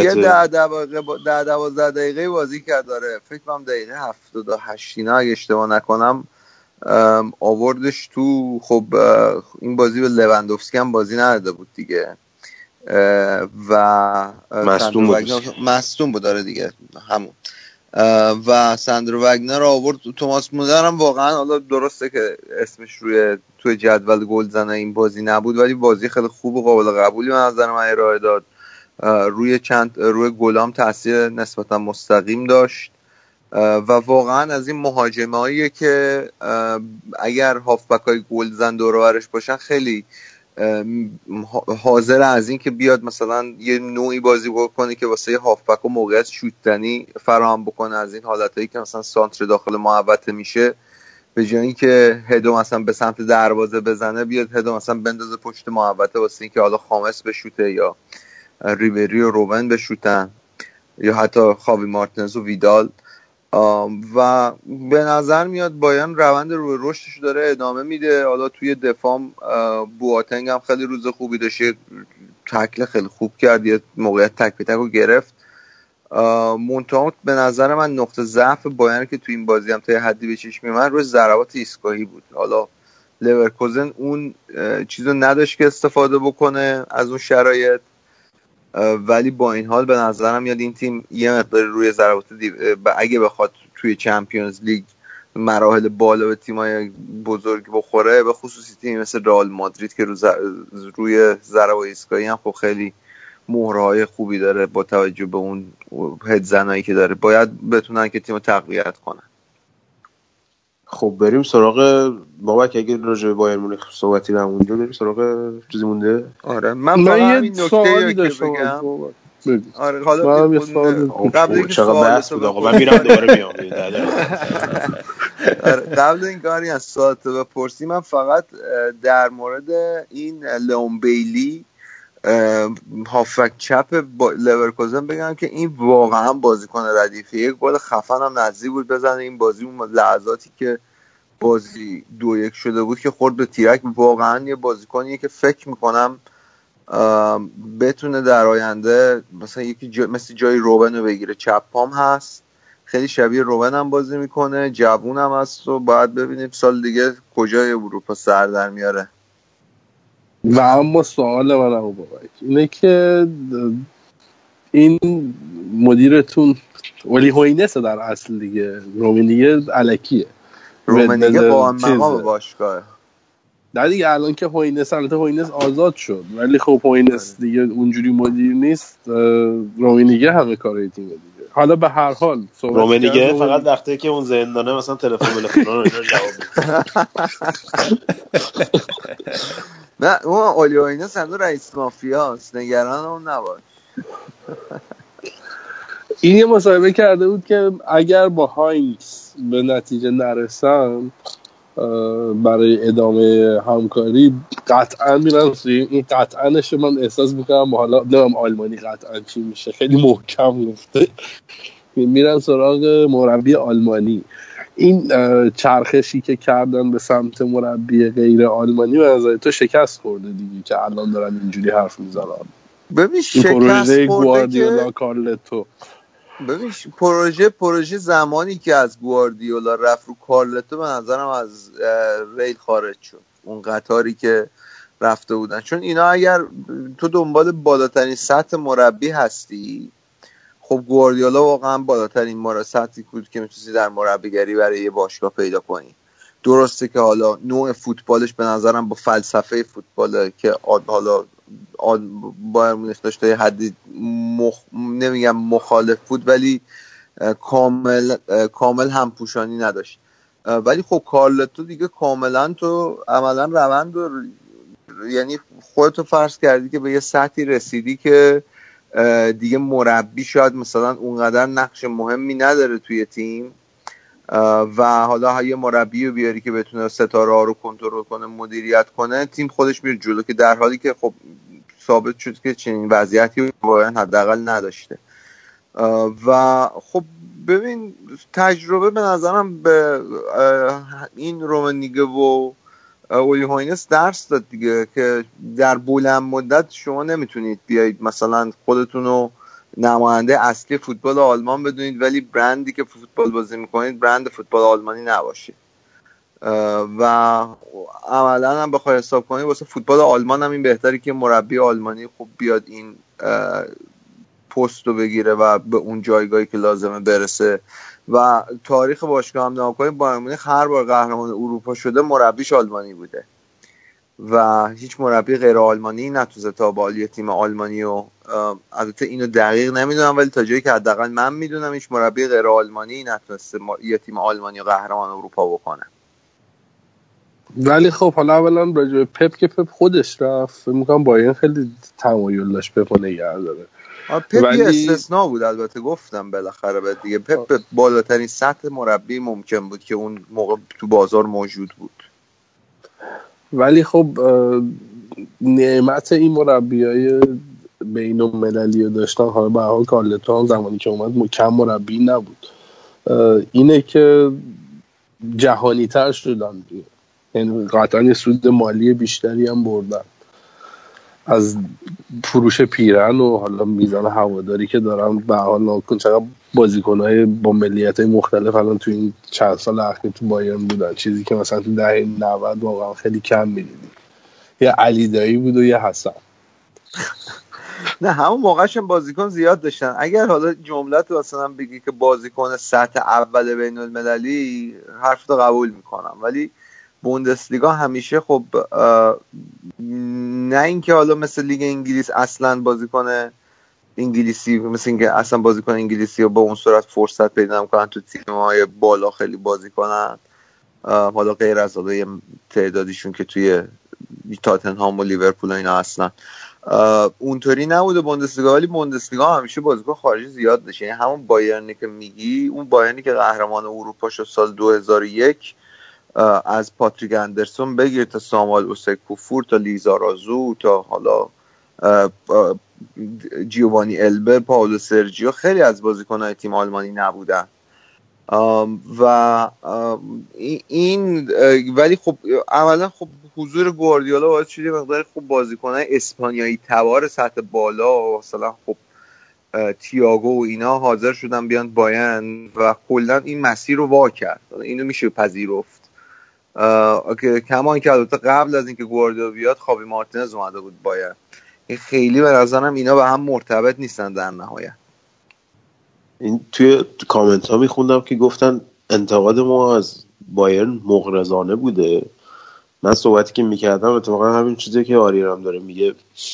10-12 دقیقه بازی کرد. داره فکر کنم دقیقه 78 اینا اگه اشتباه نکنم آوردش تو. خب این بازی به لواندوفسکی هم بازی نداده بود دیگه و مصدوم بود داره دیگه همون. و ساندرو واگنر آورد. توماس مولر هم واقعا حالا درسته که اسمش توی جدول گلزن این بازی نبود، ولی بازی خیلی خوب و قابل قبولی به نظر من ارائه داد. روی گلام تاثیر نسبتا مستقیم داشت و واقعا از این مهاجماییه که اگر هافبکای گلزن دور و برش باشن خیلی حاضر از این که بیاد مثلا یه نوعی بازی بکنه که واسه هافبک و موقعیت شوت‌زنی فراهم بکنه. از این حالتایی که مثلا سانتر داخل محوطه میشه، به جای اینکه هدو مثلا به سمت دروازه بزنه بیاد هدو مثلا بندازه پشت محوطه واسه اینکه حالا خامس بشوته یا ریبری و روبن بشوتن یا حتی خاوی مارتینز و ویدال. و به نظر میاد بایرن روند روی رشدش داره ادامه میده. حالا توی دفاع بواتنگ هم خیلی روز خوبی داشت، تکل خیلی خوب کرد، یه موقعیت تک به تک رو گرفت. منتها به نظر من نقطه ضعف بایرن که توی این بازی هم تا یه حدی به چشم میاد روی ضربات ایستگاهی بود. حالا لورکوزن اون چیزو نداشت که استفاده بکنه از اون شرایط، ولی با این حال به نظرم میاد این تیم یه مقدار روی ضربات اگه بخواد توی چمپیونز لیگ مراحل بالا به تیمای بزرگ بخوره، به خصوصی تیمی مثل رئال مادرید که روی ضربات ایستگاهی هم خب خیلی مهرهای خوبی داره با توجه به اون هدزنایی که داره، باید بتونن که تیمو تقویت کنن. خب بریم سراغ بابک، اگه راجع به بایر مونیخ صحبتی نمونده بریم سراغ چیزی مونده. آره من یه سوالی داشتم. آره حالا قبل اینکه سوال بود آقا من میرم دوباره میام. قبل این کاری از سوالت بپرسی، من فقط در مورد این لئون بیلی هافک چپ لورکوزن بگم که این واقعا بازیکن ردیفه. یک گل خفن هم نزدیک بود بزنه این بازی. اون لحظاتی که بازی 2-1 شده بود که خورد به تیرک، واقعا یه بازیکنیه که فکر میکنم بتونه در آینده مثلا مثل جای روبن رو بگیره. چپ پام هست، خیلی شبیه روبن هم بازی میکنه، جوون هم هست و باید ببینیم سال دیگه کجای اروپا سر در میاره. و اما سوال من هم بابک اینه که این مدیرتون اولی هوینس در اصل دیگه، رومنیگه الکیه، رومنیگه قائم مقام باشگاه. نه دیگه الان که هوینس، البته هوینس آزاد شد ولی خب هوینس دیگه اونجوری مدیر نیست، رومنیگه همه کارهای تیم دیگه. حالا به هر حال رومنیگه فقط وقتی که اون زندانه مثلا تلفن رو اینا جواب میده. نه اون اولی هوینس هم رئیس مافیاست، نگران اون نباش. این یه مصاحبه کرده بود که اگر با هاینکس به نتیجه نرسن برای ادامه همکاری قطعا میرن این قطعنش من احساس میکنم. حالا نمیم آلمانی قطعا چی میشه، خیلی محکم گفته میرن سراغ مربی آلمانی. این چرخشی که کردن به سمت مربی غیر آلمانی به نظر تو شکست خورده دیگه که الان دارن اینجوری حرف میزنن؟ ببین شکست خورده که کارلتو، ببین پروژه زمانی که از گواردیولا رفت رو کارلتو به نظرم از ریل خارج شد، اون قطاری که رفته بودن. چون اینا اگر تو دنبال بالاترین سطح مربی هستی، خب گواردیولا واقعا بالاترین سطحی بود که میتونی در مربیگری برای یه باشگاه پیدا کنی. درسته که حالا نوع فوتبالش به نظرم با فلسفه فوتباله که حالا بایر مونیخ داشته یه حدی نمیگم مخالف بود ولی کامل همپوشانی نداشت. ولی خب کارلتو دیگه کاملا تو عملا روند یعنی خودتو فرض کردی که به یه سطحی رسیدی که دیگه مربی شاید مثلا اونقدر نقش مهمی نداره توی تیم و حالا یه مربی رو بیاری که بتونه ستاره ها رو کنترل کنه، مدیریت کنه، تیم خودش میره جلو، که در حالی که خب ثابت شد که چنین وضعیتی واقعا حداقل نداشته. و خب ببین تجربه به نظرم به این رومنیگه و اولی هوینس درس داد دیگه که در بلند مدت شما نمیتونید بیایید مثلا خودتون رو نماینده اصلی فوتبال آلمان بدونید ولی برندی که فوتبال بازی میکنید برند فوتبال آلمانی نباشید و عملا هم بخوای حساب کنید واسه فوتبال آلمان هم این بهتری که مربی آلمانی خوب بیاد این پست رو بگیره و به اون جایگاهی که لازمه برسه. و تاریخ باشگاه هم نگاه کنید بایر مونیخ هر بار قهرمان اروپا شده مربیش آلمانی بوده و هیچ مربی غیر آلمانی نتونسته تا بالی تیم آلمانی. و البته اینو دقیق نمیدونم ولی تا جایی که حداقل من میدونم هیچ مربی غیر آلمانی نتونسته یه تیم آلمانی قهرمان اروپا بکنه. ولی خب حالا اولا راجع به پپ که پپ خودش رفت میگم باید خیلی تمایل داشت پپ نگه داره. پپ یه استثناء بود البته، گفتم بالاخره بعد دیگه پپ بالاترین سطح مربی ممکن بود که اون موقع تو بازار موجود بود. ولی خب نعمت این مربیای بین المللی رو داشتن، حالا به هر حال کارلتو هم زمانی که اومد کم مربی نبود، اینه که جهانی تر شدن، یعنی قطعا یه سود مالی بیشتری هم بردن از فروش پیرن و حالا میزان هواداری که دارن. به حال ناکن چقدر بازیکن‌های با ملیت‌های مختلف الان تو این چند سال اخیر تو بایرن بودن، چیزی که مثلا تو دهه 90 واقعا خیلی کم می‌دیدیم. یه علی دایی بود و یه حسن. نه همون موقعش هم بازیکن زیاد داشتن. اگر حالا جملت مثلا بگی که بازیکن سطح اول بین المللی، حرف رو قبول میکنم، ولی بوندسلیگا همیشه خب نه اینکه حالا مثل لیگ انگلیس اصلا بازیکن انگلیسی مثل اینکه اصلا بازیکن انگلیسی رو با اون صورت فرصت پیدا نمیکنن تو تیم‌های بالا خیلی بازی کنن، حالا غیر از حالا تعدادیشون که توی تاتنهام و لیورپول اینا هستن. اونطوری نبوده بوندسلیگا، ولی بوندسلیگا همیشه بازیکن خارجی زیاد داشت. یعنی همون بایرنی که میگی، اون بایرنی که قهرمان اروپا شد سال 2001، از پاتریک اندرسون بگیر تا ساموئل اوسکوفور تا لیزارازو تا حالا جیوانی البه، پائولو سرجیو، خیلی از بازیکن‌های تیم آلمانی نبودن. و این ولی خب عملا خب حضور گواردیولا باعث شده مقدار خوب بازیکنان اسپانیایی تبار سطح بالا مثلا خب تییاگو و اینا حاضر شدن بیان بایرن و کلا این مسیر رو وا کرد. اینو میشه پذیرفت. کما اینکه البته قبل از اینکه گواردیولا بیاد خاوی مارتینز اومده بود بایرن. خیلی به نظرم اینا به هم مرتبط نیستن در نهایت. این توی کامنت ها میخوندم که گفتن انتقاد ما از بایرن مغرضانه بوده. من صحبتی که میکردم اتفاقا همین چیزی که آریرم داره میگه.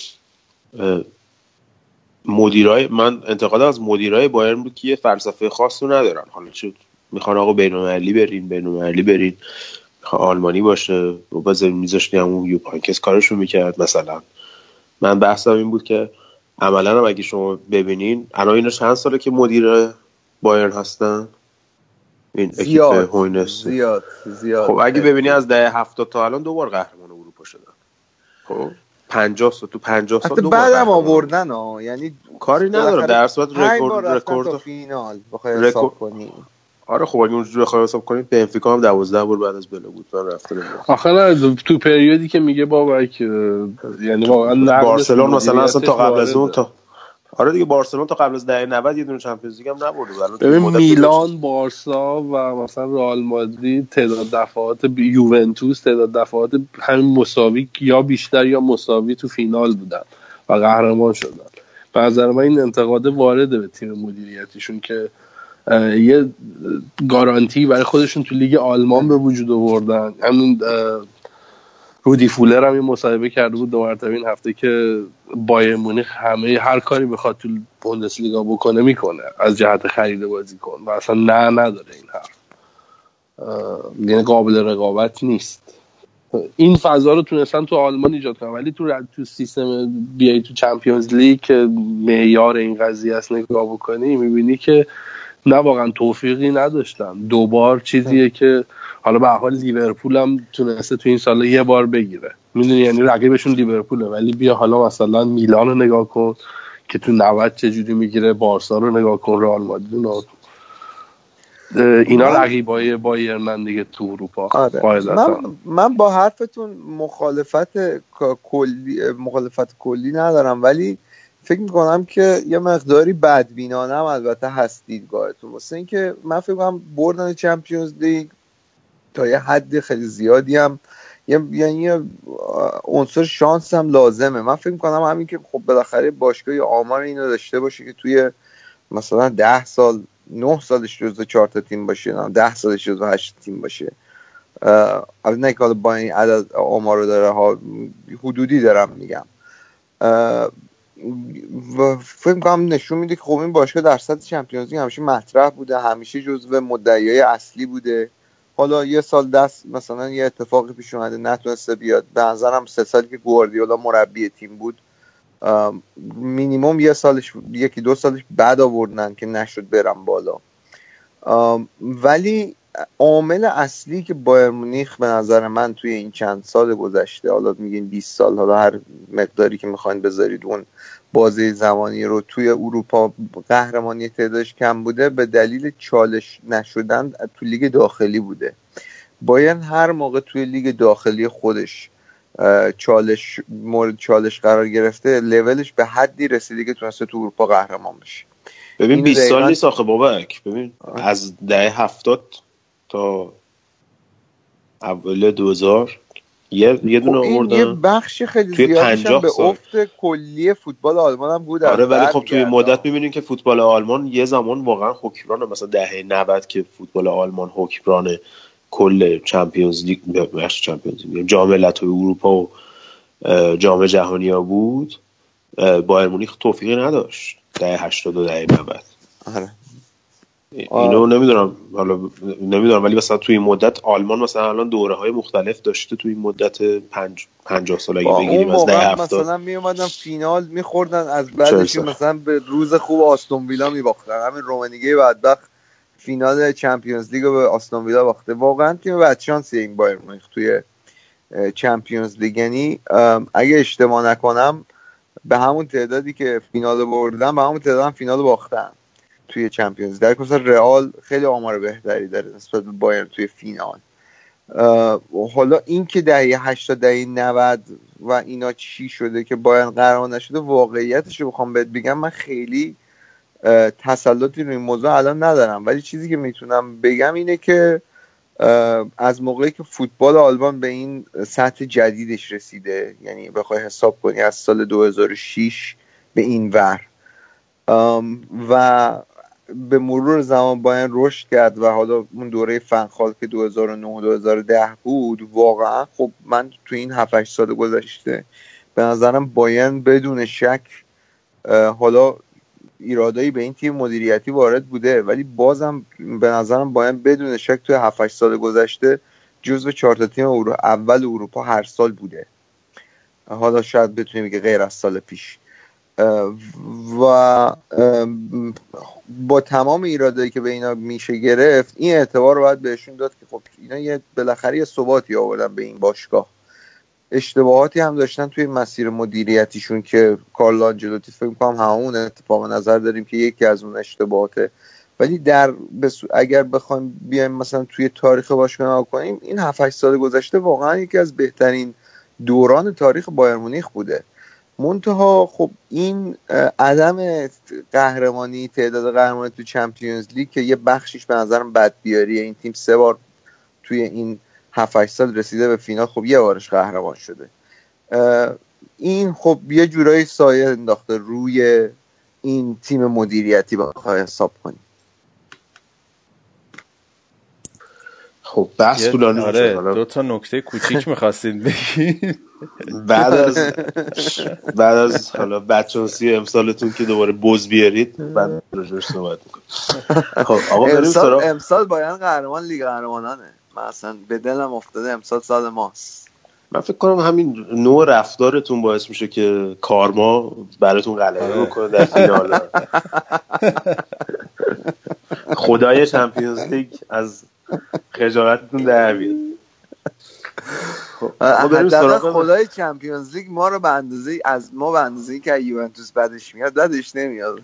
من انتقاد از مدیرای بایرن بود که یه فلسفه خاصی رو ندارن. حالا چه میخوان آقا بین‌المللی برین میخوان آلمانی باشه و بذارین میذاشتیم اون یوپانکس کارشو میکرد مثلا. من بحثم این بود که عملا هم اگه شما ببینین الان اینا چند ساله که مدیر بایرن هستن، این اکیپ هوینس زیاد. خب اگه ببینی از دهه 70 تا الان 2 بار قهرمان اروپا شدن. خب 50 سال تو 50 سال 2 بار بعدم آوردن یعنی کاری نداره در صورت رکورد فینال بخوای حساب کنی. آره خب اگه اونجوری بخوای حساب کنیم بنفیکا هم 12 بار بعد از بله بود رفته. آخه تو پریودی که میگه بابک یعنی واقعا بارسلون مثلا اصلا تا قبل از اون آره دیگه بارسلون تا قبل از دهه 90 یه دونه چمپیونز لیگ هم نبرده. ببین میلان، بارسا و مثلا رئال مادرید تعداد دفعات یوونتوس تعداد دفعات همین مساوی یا بیشتر یا مساوی تو فینال بودن و قهرمان شدن. به نظر من این انتقاد وارده به تیم مدیریتیشون که یه گارانتی برای خودشون تو لیگ آلمان به وجود آوردن. همین رودی فولر هم یه مصاحبه کرده بود 2 مرتبه این هفته که بایر مونیخ هر کاری بخواد تو بوندسلیگا بکنه میکنه از جهت خرید بازیکن و اصلا نداره این حرف. یعنی قابل رقابت نیست. این فضا رو تونستن تو آلمان ایجاد کنن ولی تو سیستم بیای تو چمپیونز لیگ که معیار این قضیه است نگاه بکنی میبینی که نه واقعا توفیقی نداشتن. 2 بار چیزیه که حالا به هر حال لیورپول هم تونسته تو این سال 1 بار بگیره. میدونی یعنی رقیبشون لیورپوله ولی بیا حالا مثلا میلان رو نگاه کن که تو 90 چجوری میگیره، بارسا رو نگاه کن، رئال مادرید رو نگاه کن. اینا رقیبای بایرن دیگه تو اروپا. آره. من با حرفتون مخالفت کلی ندارم ولی فکر میکنم که یه مقداری بدبینانه هم البته هست دیدگاهتون. واسه اینکه من فکر میکنم بردن چمپیونز لیگ تا یه حد خیلی زیادی هم یعنی عنصر شانس هم لازمه. من فکر میکنم همین که خب بالاخره باشگاه آمار اینو داشته باشه که توی مثلا 10 سال 9 سالش جزو 4 تا تیم باشه، 10 سالش جزو 8 تیم باشه. نه که با این عدد آمار رو داره ها، حدودی دارم میگم. و فکر می‌کنم نشون میده که خب این باشگاه در سطح چمپیونز لیگ همیشه مطرح بوده، همیشه جزو مدعیای اصلی بوده. حالا یه سال مثلا یه اتفاقی پیش اومده نتونسته بیاد. به نظرم 3 سالی که گواردیولا مربی تیم بود مینیمم 1 سالش 1-2 سالش بعد آوردن که نشد برم بالا. ولی عامل اصلی که بایر مونیخ به نظر من توی این چند سال گذشته، حالا میگین 20 سال، حالا هر مقداری که میخواین بذارید اون بازه زمانی رو، توی اروپا قهرمانی تعدادش کم بوده به دلیل چالش نشدن توی لیگ داخلی بوده. بایرن هر موقع توی لیگ داخلی خودش مورد چالش قرار گرفته لولش به حدی رسیده که تونسته تو اروپا قهرمان بشه. ببین 20 سال نیست آخه بابک. ببین از دهه 70 تا اول 2000 یه دونه آوردن. یه بخش خیلی زیادش هم به افت کلی فوتبال آلمان هم بود. آره ولی خب توی مدت می‌بینین که فوتبال آلمان یه زمان واقعا حکمرانه. مثلا دهه 90 که فوتبال آلمان حکمران کل چمپیونز لیگ، جام ملت‌های اروپا و جام جهانی ها بود، بایر مونیخ توفیقی نداشت دهه 80 و دهه 90. آره اینو نمیدونم ولی مثلا توی این مدت آلمان مثلا الان دوره‌های مختلف داشته. توی این مدت 50 سال اگه بگیریم از دهه 70 مثلا می اومدن فینال می‌خوردن، از بعدش مثلا به روز خوب آستون ویلا می‌باختن. همین رومنیگه بدبخت فینال چمپیونز لیگ رو به آستون ویلا باخته. واقعا تیم بدشانسیه این بایر مونیخ توی چمپیونز لیگ. یعنی اگه اشتباه نکنم به همون تعدادی که فینال بردن به همون تعداد هم فینال باختن. توی چمپیونز، در مثلا رئال خیلی آمار بهتری داره نسبت به بایرن توی فینال. حالا این که دهه 80 دهه 90 و اینا چی شده که بایرن قهرمان نشده، واقعیتش رو بخوام بهت بگم من خیلی تسلطی روی این موضوع الان ندارم، ولی چیزی که میتونم بگم اینه که از موقعی که فوتبال آلمان به این سطح جدیدش رسیده، یعنی بخوای حساب کنی از سال 2006 به این ور و به مرور زمان بایرن رشد کرد و حالا اون دوره فنخال که 2009-2010 بود، واقعا خب من تو این 7-8 سال گذشته به نظرم بایرن بدون شک، حالا ایرادایی به این تیم مدیریتی وارد بوده، ولی بازم به نظرم بایرن بدون شک توی 7-8 سال گذشته جزو 4 تا تیم اول اروپا هر سال بوده. حالا شاید بتونیم بگیم غیر از سال پیش. و با تمام ایرادایی که به اینا میشه گرفت، این اعتبار رو باید بهشون داد که خب اینا یه بالاخره یه ثباتی آوردن به این باشگاه. اشتباهاتی هم داشتن توی مسیر مدیریتیشون که کارلو آنجلوتی فکر می‌کنم همون اتفاق نظر داریم که یکی از اون اشتباهاته، ولی اگر بخوایم بیایم مثلا توی تاریخ باشگاه نگاه کنیم، این 7-8 سال گذشته واقعا یکی از بهترین دوران تاریخ بایر مونیخ بوده. منتها خب این عدم قهرمانی، تعداد قهرمانی تو چمپیونز لیگ که یه بخشیش به نظرم بدبیاریه، این تیم 3 بار توی این 7-8 سال رسیده به فینال، خب یه بارش قهرمان شده، این خب یه جورایی سایه انداخته روی این تیم مدیریتی بخوای حساب کنی. خب بحث طولانی آره شد. 2 تا نکته کوچیک می‌خواستید بگید بعد از حالا بچه‌سی امسالتون که دوباره بز بیارید بعد راجعش صحبت می‌کنیم. خب آقا بریم سراغ امسال بایرن قهرمان لیگ قهرمانانه. من اصلا به دلم افتاده امسال سال ماست. من فکر کنم همین نوع رفتارتون باعث میشه که کارما براتون غلبه بکنه در فینال. خدای چمپیونز لیگ از خجالتتون در بیاد. حداقل خدای چمپیونز لیگ ما رو به اندازه از ما به اندازه‌ای که یوونتوس بعدش میاد بعدش نمیاد.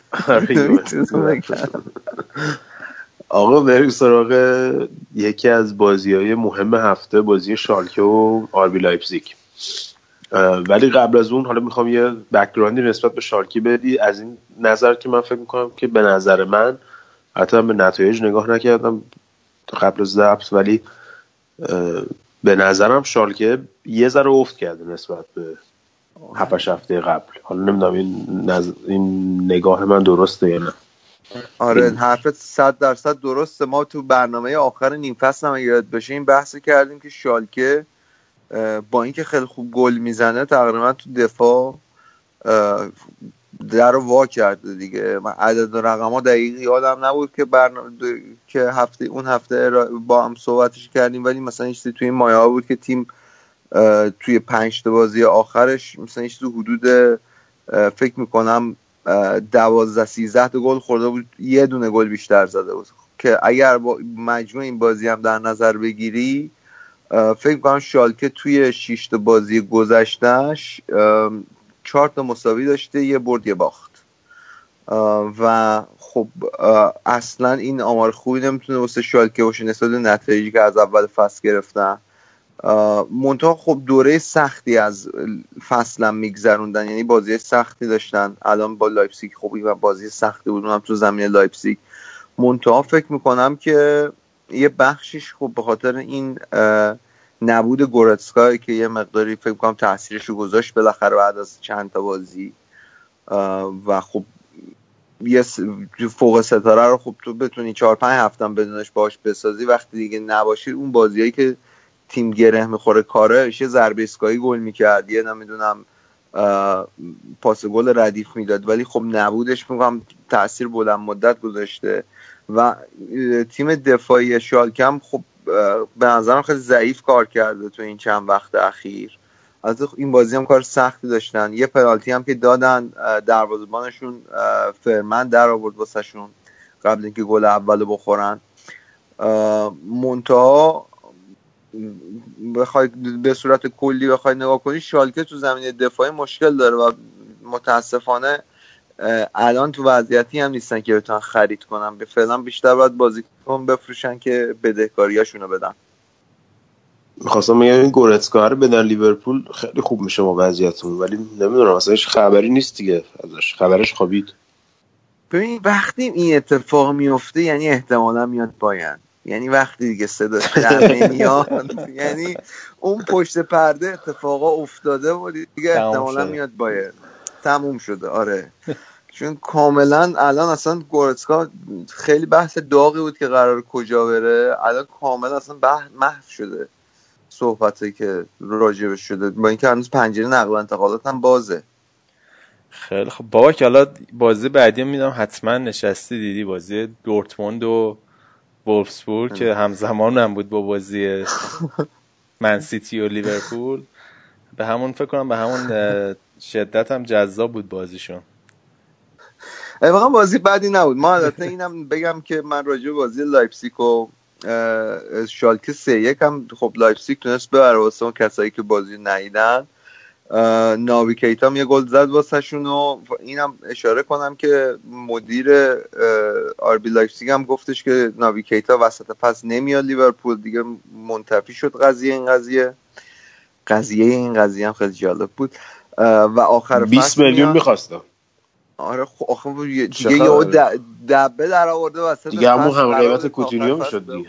آقا بریم سراغ یکی از بازی‌های مهم هفته، بازی شالکه و آربی لایپزیگ. ولی قبل از اون حالا میخوام یه بک‌گراندی نسبت به شالکه بدی، از این نظر که من فکر میکنم که به نظر من، حتی به نتایج نگاه نکردم قبل از ضبط، ولی به نظرم شالکه یه ذره افت کرده نسبت به 7 هفته قبل. حالا نمیدونم این نگاه من درسته یا نه. آره حرفت 100% درسته. ما تو برنامه آخر نیم فصل هم یاد باشه این بحث کردیم که شالکه با اینکه خیلی خوب گل میزنه تقریبا تو دفاع در رو وا کرده دیگه. من عدد و رقم‌ها دقیق یادم نبود که که اون هفته با هم صحبتش کردیم، ولی مثلا این چیزی توی این مایه‌ها بود که تیم توی 5 تا بازی آخرش مثلا چیزی حدود فکر میکنم 12-13 تا گل خورده بود، یه دونه گل بیشتر زده بود که اگر با مجموع این بازی هم در نظر بگیری فکر میکنم شالکه توی 6 تا بازی گذشتهش 4 تا مساوی داشته، یه برد یه باخت و خب اصلا این آمار خوبی نمیتونه واسه شالکه باشه نسبت به نتایجی که از اول فصل گرفتن. منتها خب دوره سختی از فصلم میگذروندن، یعنی بازی سختی داشتن. الان با لایپزیگ خب این بازی سختی بود، اونم تو زمین لایپزیگ. منتها فکر میکنم که یه بخشش خب به خاطر این نبود گورتسکای که یه مقداری فکر میکنم تاثیرش رو گذاشت بالاخره بعد از چند تا بازی، و خب یه فوق ستاره رو خب تو بتونی 4-5 هفته بدونش باش بسازی، وقتی دیگه نباشی اون بازیایی که تیم گره میخوره کارش، یه ضربه ایستگاهی گل میکرد، یه نمیدونم پاس گل ردیف میداد، ولی خب نبودش میگم تأثیر بلند مدت گذاشته. و تیم دفاعی شالکه خب به نظرم خیلی ضعیف کار کرده تو این چند وقت اخیر. از این بازی هم کار سختی داشتن، یه پنالتی هم که دادن دروازه‌بانشون فرمن در آورد واسهشون قبل اینکه گل اولو بخورن. منتها بخوای به صورت کلی بخوای نگاه کنی شالکه تو زمینه دفاعی مشکل داره و متاسفانه الان تو وضعیتی هم نیستن که بتونن خرید کنن. به فعلا بیشتر باید بازیکن بفروشن که بدهکاریاشونو بدن. می‌خواستم بگم این گورتسکا رو بدن لیورپول خیلی خوب میشه با وضعیتون، ولی نمیدونم اصلا هیچ خبری نیست دیگه ازش. خبرش خوابید. ببین وقتی این اتفاق میفته یعنی احتمالا میاد پایان، یعنی وقتی دیگه صداش در نمیاد یعنی اون پشت پرده اتفاقا افتاده و دیگه احتمالا میاد باید تموم شده. آره چون کاملا الان اصلا گورتسکا خیلی بحث داغی بود که قرار کجا بره، الان کاملا اصلا محو شده صحبتی که راجبش شده، با اینکه هنوز پنجره نقل و انتقالات هم بازه. خیلی خب بابا که حالا بازی بعدی میدم حتما نشستی دیدی بازی دورتموند و وولفسبورگ که همزمان هم بود با بازی من سیتی و لیورپول، به همون فکر کنم به همون شدت هم جذاب بود بازیشون. واقعا بازی بعدی نبود. ما البته اینم بگم که من راجع به بازی لایپزیگ و شالکه 3-1 هم خب لایپزیگ تونست ببره واسه اون کسایی که بازی ندیدن. ناوی کیتا هم یه گل زد واسه شون و اینم اشاره کنم که مدیر آربی لایپزیگ هم گفتش که ناوی کیتا وسط پس نمیاد لیورپول دیگه، منتفی شد قضیه این قضیه هم خیلی جالب بود و آخر 20 میلیون می‌خواستم. آره خب دیگه یه دبه در آورده وسط دیگه هم قیمت کوتینیو میشد دیگه.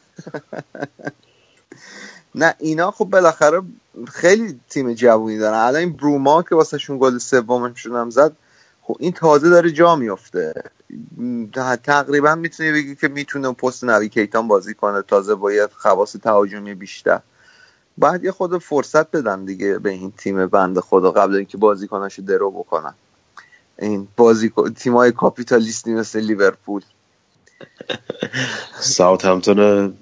نه اینا خب بالاخره خیلی تیم جوونی دارن. الان این بروما که واسه شون گل سومشون هم زد، خب این تازه داره جا میفته، تقریبا میتونی بگی که میتونه پست نوی کیتان بازی کنه، تازه باید خواص تهاجمی بیشتر. بعد یه خود فرصت بدن دیگه به این تیم بنده خدا قبل اینکه بازیکناشو درو بکنن. این تیمای کاپیتالیستی مثل لیورپول، ساوثهمپتون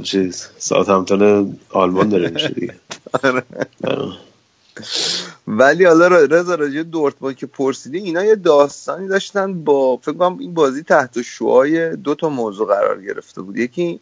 آلمان داره میشه دیگه. ولی حالا رضا راجع دورتموند که پرسیدی، اینا یه داستانی داشتن با فکر کنم این بازی تحت شعاع 2 تا موضوع قرار گرفته بود. یکی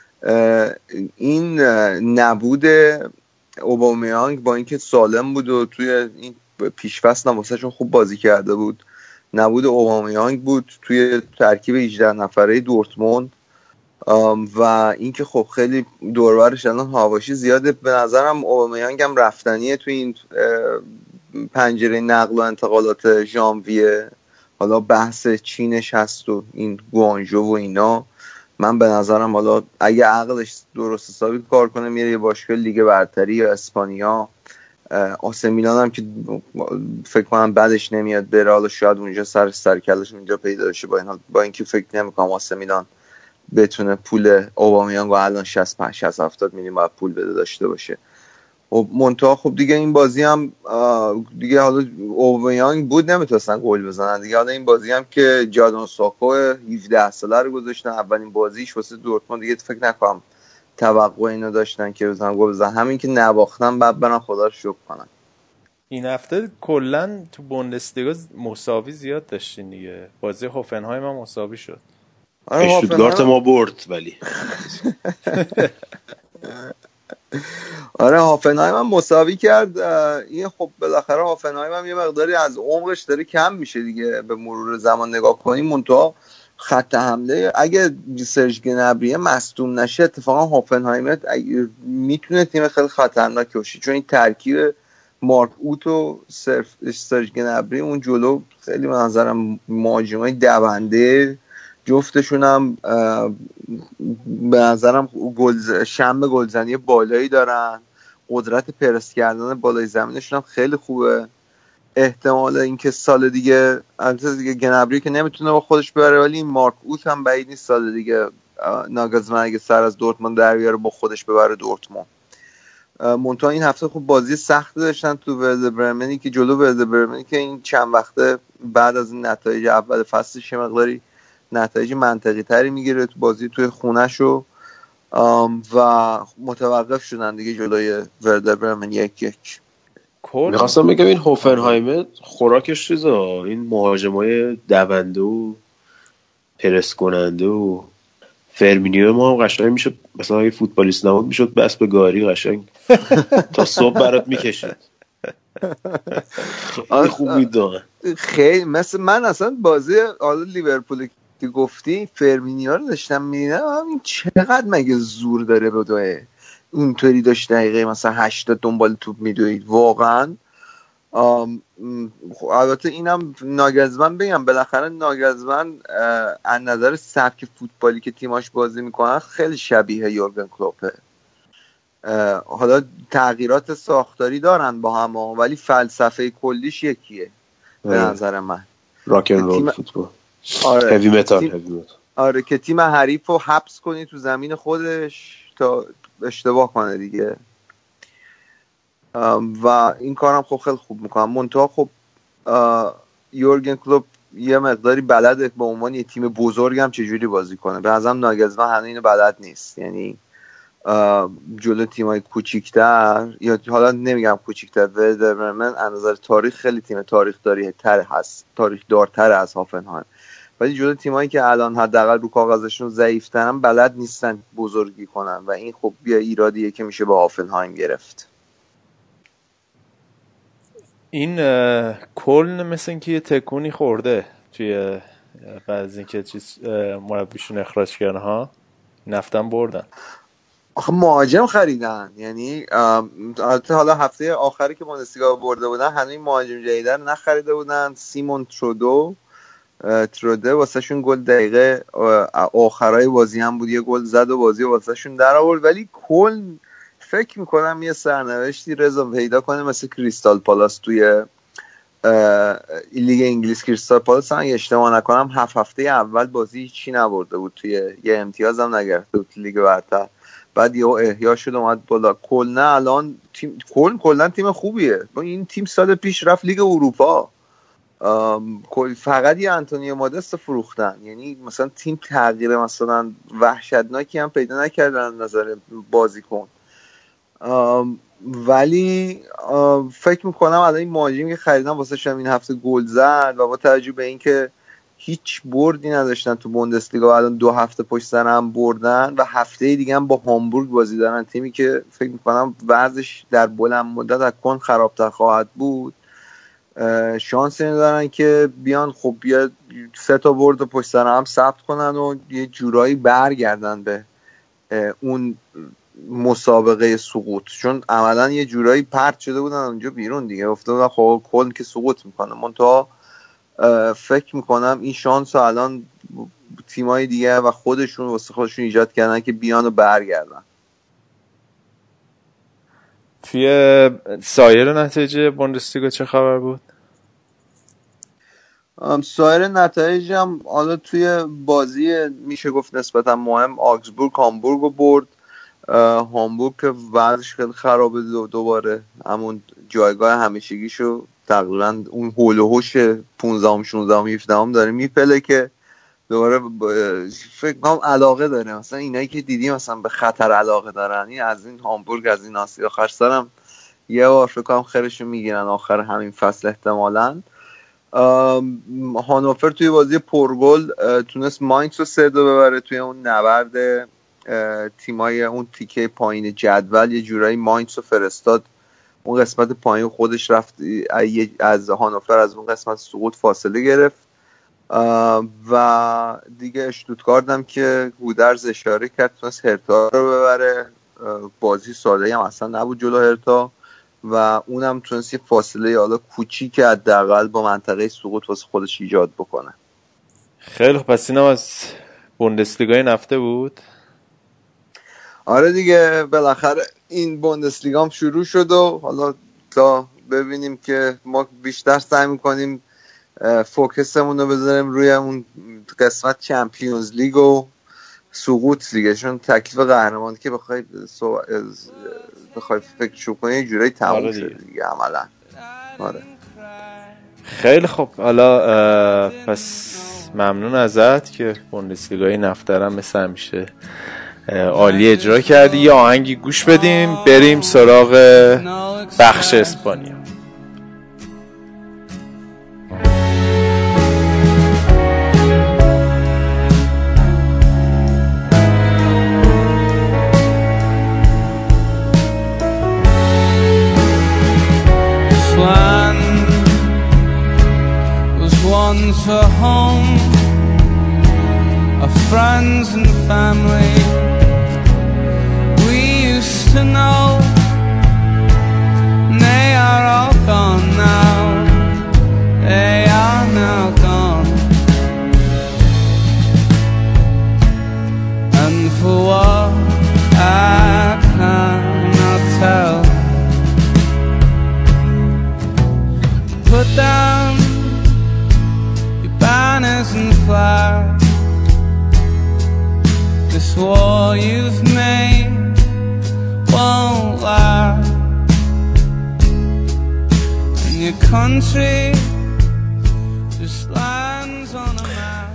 این نبود اوبامیانگ با اینکه سالم بود و توی این پیش‌فصل واسهشون خوب بازی کرده بود، نبود اوبامیانگ بود توی ترکیب 18 نفره دورتموند و اینکه خب خیلی دوربرش الان حواشی زیاده. به نظرم اوبامیانگ هم رفتنیه توی این پنجره نقل و انتقالات ژانویه. حالا بحث چینش هست و این گوانژو و اینا، من به نظرم حالا اگه عقلش درست حسابی کار کنه میره یه باشگاه لیگ برتری یا اسپانیا. آسه میلان هم که فکر کنم بعدش نمیاد بره، حالا شاید اونجا سرکلش اونجا پیدا بشه. با اینکه فکر نمیکنم آسه میلان بتونه پول اوبامیانگ الان 65-70 میلیون باید پول بده داشته باشه. خب منتها خب دیگه این بازی هم دیگه حالا اوبامیانگ بود نمیتونستن گل بزنن دیگه. حالا این بازی هم که جادون ساکو 17 ساله رو گذاشتن اولین بازیش واسه دورتموند، دیگه فکر نکنم توقع اینو داشتن که بزنن گل بزنن، همین که نواختن بعد برن خدا رو شکر کنن. این هفته کلا تو بوندسلیگا مساوی زیاد داشتین دیگه. بازی هوفنهایم هم مساوی شد. آره اشتوتگارت ما برد ولی آره هافنهایم هم مساوی کرد. این خب بالاخره هافنهایم هم یه مقداری از عمرش داره کم میشه دیگه به مرور زمان نگاه کنیم. منتها خط حمله اگه سرژ گنبری مصدوم نشه اتفاقا هافنهایم میتونه تیم خیلی خطرناکی باشه، چون این ترکیب مارک اوت و سرژ گنبری اون جلو خیلی به نظرم مهاجمای دونده، جفتشون هم به نظرم شم گلزنی بالایی دارن، قدرت پرس کردن بالای زمینشون هم خیلی خوبه. احتمال اینکه سال دیگه البته دیگه گنبری که نمیتونه با خودش ببره، ولی این مارک اوت هم بعید نیست سال دیگه ناگلزمن اگه سر از دورتموند در بیاره با خودش ببره دورتموند. منتها این هفته خب بازی سختی داشتن تو ورده برمنی که جلو ورده برمنی که این چند وقته بعد از این نتایج اول فصلش مقداری نتایج منطقی تری میگیره تو بازی توی خونه‌شو و متوقف شدن دیگه جلوی ورده برمن 1-1. میخواستم بگم این هوفنهایم خوراکش چیزا این مهاجمای دونده و پرس کننده و فرمینیو ما هم قشنگ میشه مثلا اگه فوتبالیست نبود میشد بس به گاری قشنگ تا صبح برات میکشید. خوبی داره خیلی مثل من اصلا بازی لیورپول که گفتی فرمینیو رو داشتم می‌دیدم این چقدر مگه زور داره بدوه اونطوری داشت دقیقه مثلا 80 دنبال توپ میدوید واقعا. البته اینم ناگزمن بگم بالاخره ناگزمن از نظر سبک فوتبالی که تیماش بازی میکنن خیلی شبیه یورگن کلوپه. حالا تغییرات ساختاری دارن با هم ولی فلسفه کلیش یکیه به نظر من. راک اند رول فوتبال. آره هیوی متال. آره که تیم حریف رو حبس کنی تو زمین خودش تا اشتباه کنه دیگه و این کارم خب خیلی خوب میکنم. منتها خب یورگن کلوپ یه مقداری بلده به عنوان یه تیم بزرگ هم چجوری بازی کنه. به نظرم ناگزمن هنوز اینو بلد نیست، یعنی جلو تیمای کوچیک‌تر یا حالا نمیگم کوچیک‌تر، ورده برمن از نظر تاریخ خیلی تیم تاریخ دارتر از هافنهایم، ولی جلو تیمایی که الان حداقل رو کاغذشون ضعیف‌ترن بلد نیستن بزرگی کنن و این خب بیا ایرادیه که میشه به هافنهایم گرفت. این کلن مثل اینکه یه تکونی خورده توی بعضی اینکه چیز مربیشون اخراج کردن ها، نفتن بردن. آخه مهاجم خریدن، یعنی حالا هفته آخری که بوندسلیگا برده بودن هنوز مهاجم جدید نخریده بودن. سیمون تروده واسه شون گل دقیقه آخرای بازی هم بود، یه گل زد و بازی واسه شون در آورد. ولی کل فکر میکنم یه سرنوشتی رضا پیدا کنه مثل کریستال پالاس توی لیگ انگلیس. کریستال پالاس هم اشتباه نکنم 7 هفته اول بازی چی نبرده بود، توی یه امتیاز هم نگرفته بود لیگ برتر، بعد یهو احیا شد اومد بالا. کلن الان کلا تیم خوبیه. این تیم سال پیش رفت لیگ اروپا، فقط یه انتونیو مودست فروختن، یعنی مثلا تیم تغییر مثلا وحشتناکی هم پیدا نکردن نظر بازیکن. ولی فکر میکنم الان این مهاجمی که خریدن واسه شم این هفته گل زد و با توجه به اینکه هیچ بردی نداشتن تو بوندسلیگا الان 2 هفته پشت سر هم بردن و هفته دیگه هم با هامبورگ بازی دارن، تیمی که فکر میکنم وضعش در بلند مدت از کن خرابتر خواهد بود. شانس این دارن که بیان خب بیا 3 تا برد پشت سر هم ثبت کنن و یه جورایی برگردن به اون مسابقه سقوط، چون عملا یه جورایی پرت شده بودن اونجا بیرون دیگه، افتاده بودن خب کل که سقوط میکنه. منتها فکر میکنم این شانس رو الان تیمای دیگه و خودشون واسه خودشون ایجاد کردن که بیان و برگردن. توی سایر نتایج بوندسلیگا چه خبر بود؟ سایر نتایج هم حالا توی بازی میشه گفت نسبتا مهم آگزبورگ هامبورگ رو برد. هامبورگ که وضعش خیلی خرابه دوباره همون جایگاه همیشگیشو تقریبا اون هول و هوش 15 16 17 داره میپله که دوباره فکر کنم علاقه داره، مثلا اینایی که دیدی مثلا به خطر علاقه دارن. این از این هامبورگ از این آسیا آخر سرم یه بار فکر کنم خیرشو میگیرن آخر همین فصل احتمالاً. هانوفر توی بازی پرگل تونست ماینکس رو 3-2 ببره توی اون نبرد تیمای اون تیکه پایین جدول. یه جورایی ماینکس رو فرستاد اون قسمت پایین، خودش رفت از هانوفر از اون قسمت سقوط فاصله گرفت و دیگه اشتوتگارت هم که گودرز اشاره کرد تونست هرتا رو ببره. بازی ساده هم اصلا نبود جلو هرتا و اونم تونست یه فاصله حالا کوچیک حداقل با منطقه سقوط واسه خودش ایجاد بکنه. خیلی خب، پس اینم از بوندسلیگای نفته بود. آره دیگه بالاخره این بوندسلیگا هم شروع شد و حالا تا ببینیم که ما بیشتر سعی می‌کنیم فوکسمون رو بذاریم روی اون قسمت چمپیونز لیگ و سقوط دیگه، چون تکلیف قهرمانی که بخوای فکر کنی یه جورایی تموم شده دیگه عملا. آره خیلی خب، حالا پس ممنون ازت که بوندسلیگای نفترم مثل همیشه عالی اجرا کردی. یه آهنگی گوش بدیم بریم سراغ بخش اسپانیا. Fly friends and family we used to know, they are all gone now, they are now gone. And for what I cannot tell, put down your banners and flags. This war you've made won't last, and your country just lands on a map.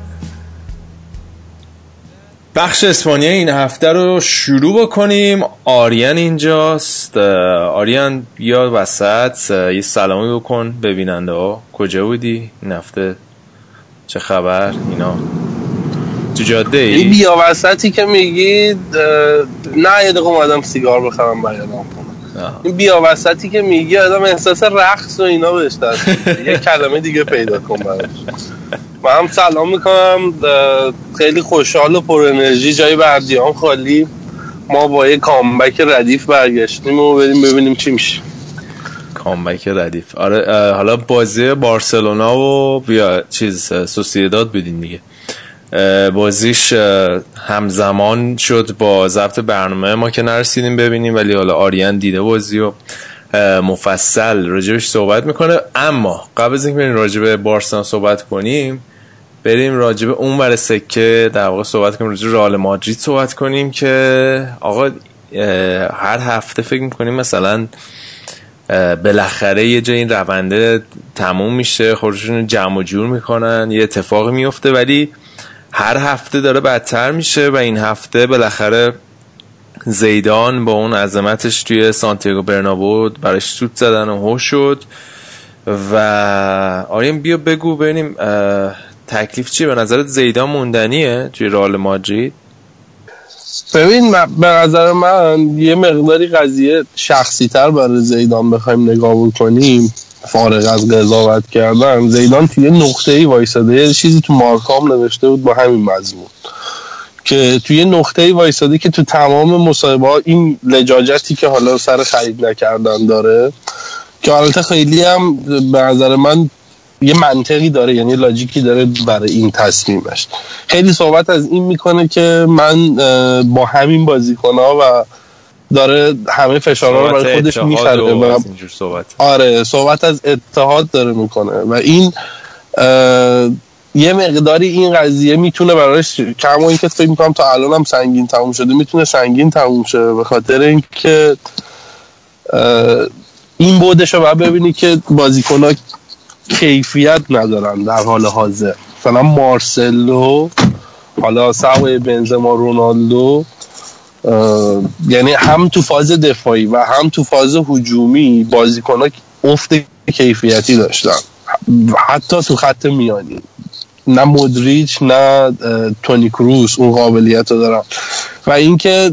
بخش اسپانیا این هفته رو شروع بکنیم. آریان اینجاست. آریان بیا وسط یه سلامی بکن به بیننده ها. کجا بودی این هفته؟ چه خبر؟ اینا تو جاده ای؟ این بیا وسطی که میگید نه یه دقیقه اومدم سیگار بخرم برگردم کنم. این بیا وسطی که میگی آدم احساس رقص و اینا بهش دست یه کلمه دیگه پیدا کن براش. من هم سلام میکنم، خیلی خوشحال و پر انرژی، جای بردیام خالی، ما با یه کامبک ردیف برگشتیم و بریم ببینیم چی میشه. کامبک ردیف. آره حالا بازی بارسلونا و بیا سوسییداد بودین دیگه. بازیش همزمان شد با ضبط برنامه ما که نرسیدیم ببینیم، ولی حالا آریان دیده بازی و مفصل راجبش صحبت میکنه. اما قبل از اینکه بریم راجب بارسلونا صحبت کنیم، بریم راجب اون ور سکه در واقع صحبت کنیم، راجب رئال مادرید صحبت کنیم که آقا هر هفته فکر میکنیم مثلا بالاخره یه جای این رونده تموم میشه، خودشون جمع و جور میکنن، یه اتفاقی میفته، ولی هر هفته داره بدتر میشه و این هفته بالاخره زیدان با اون عظمتش توی سانتیاگو برنابو براش سوت زدن و هوش شد. و آریم بیا بگو ببینیم تکلیف چیه؟ به نظرت زیدان موندنیه توی رئال مادرید؟ ببین به نظر من یه مقداری قضیه شخصی تر برای زیدان بخوایم نگاه بکنیم، فارغ از قضاوت کردن، زیدان توی نقطه‌ای وایساده. یه چیزی تو مارکام نوشته بود با همین مضمون که توی نقطه‌ای وایساده که تو تمام مصاحبه‌ها این لجاجتی که حالا سر خرید نکردن داره، که البته خیلی هم به نظر من یه منطقی داره، یعنی لاجیکی داره برای این تصمیمش. خیلی صحبت از این میکنه که من با همین بازیکن‌ها و داره همه فشارها رو برای خودش میخره. آره صحبت از اتحاد داره میکنه و این یه مقداری این قضیه میتونه برایش کما این که فکر میکنم تا الان هم سنگین تموم شده، میتونه سنگین تموم شه، به خاطر اینکه این بودش رو باید ببینی که بازیکن‌ها کیفیت ندارن در حال حاضر. مثلا مارسلو، حالا سوای بنزما، رونالدو، یعنی هم تو فاز دفاعی و هم تو فاز هجومی بازیکن‌ها افت کیفیتی داشتن، حتی تو خط میانی. نه مودریچ نه تونی کروس اون قابلیت رو دارن. و اینکه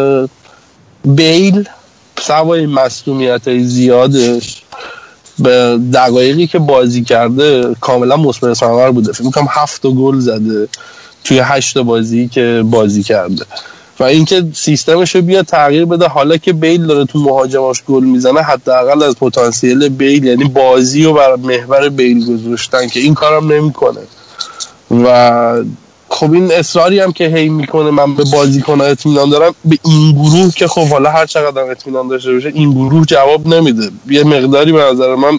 بیل سوای مصدومیت‌های زیادش به دقایقی که بازی کرده کاملا مثمر ثمر بوده. فکر می‌کنم 7 گل زده توی 8 بازی که بازی کرده. و اینکه سیستمش رو بیا تغییر بده، حالا که بیل داره تو مهاجماش گل میزنه، حداقل از پتانسیل بیل، یعنی بازی رو بر محور بیل گذاشتن که این کارم نمیکنه. و خب این اصراری هم که هی میکنه من به بازیکن‌ها اطمینان دارم، به این گروه که خب حالا هر چقدر اطمینان داشته باشه این گروه جواب نمیده. یه مقداری به نظر من،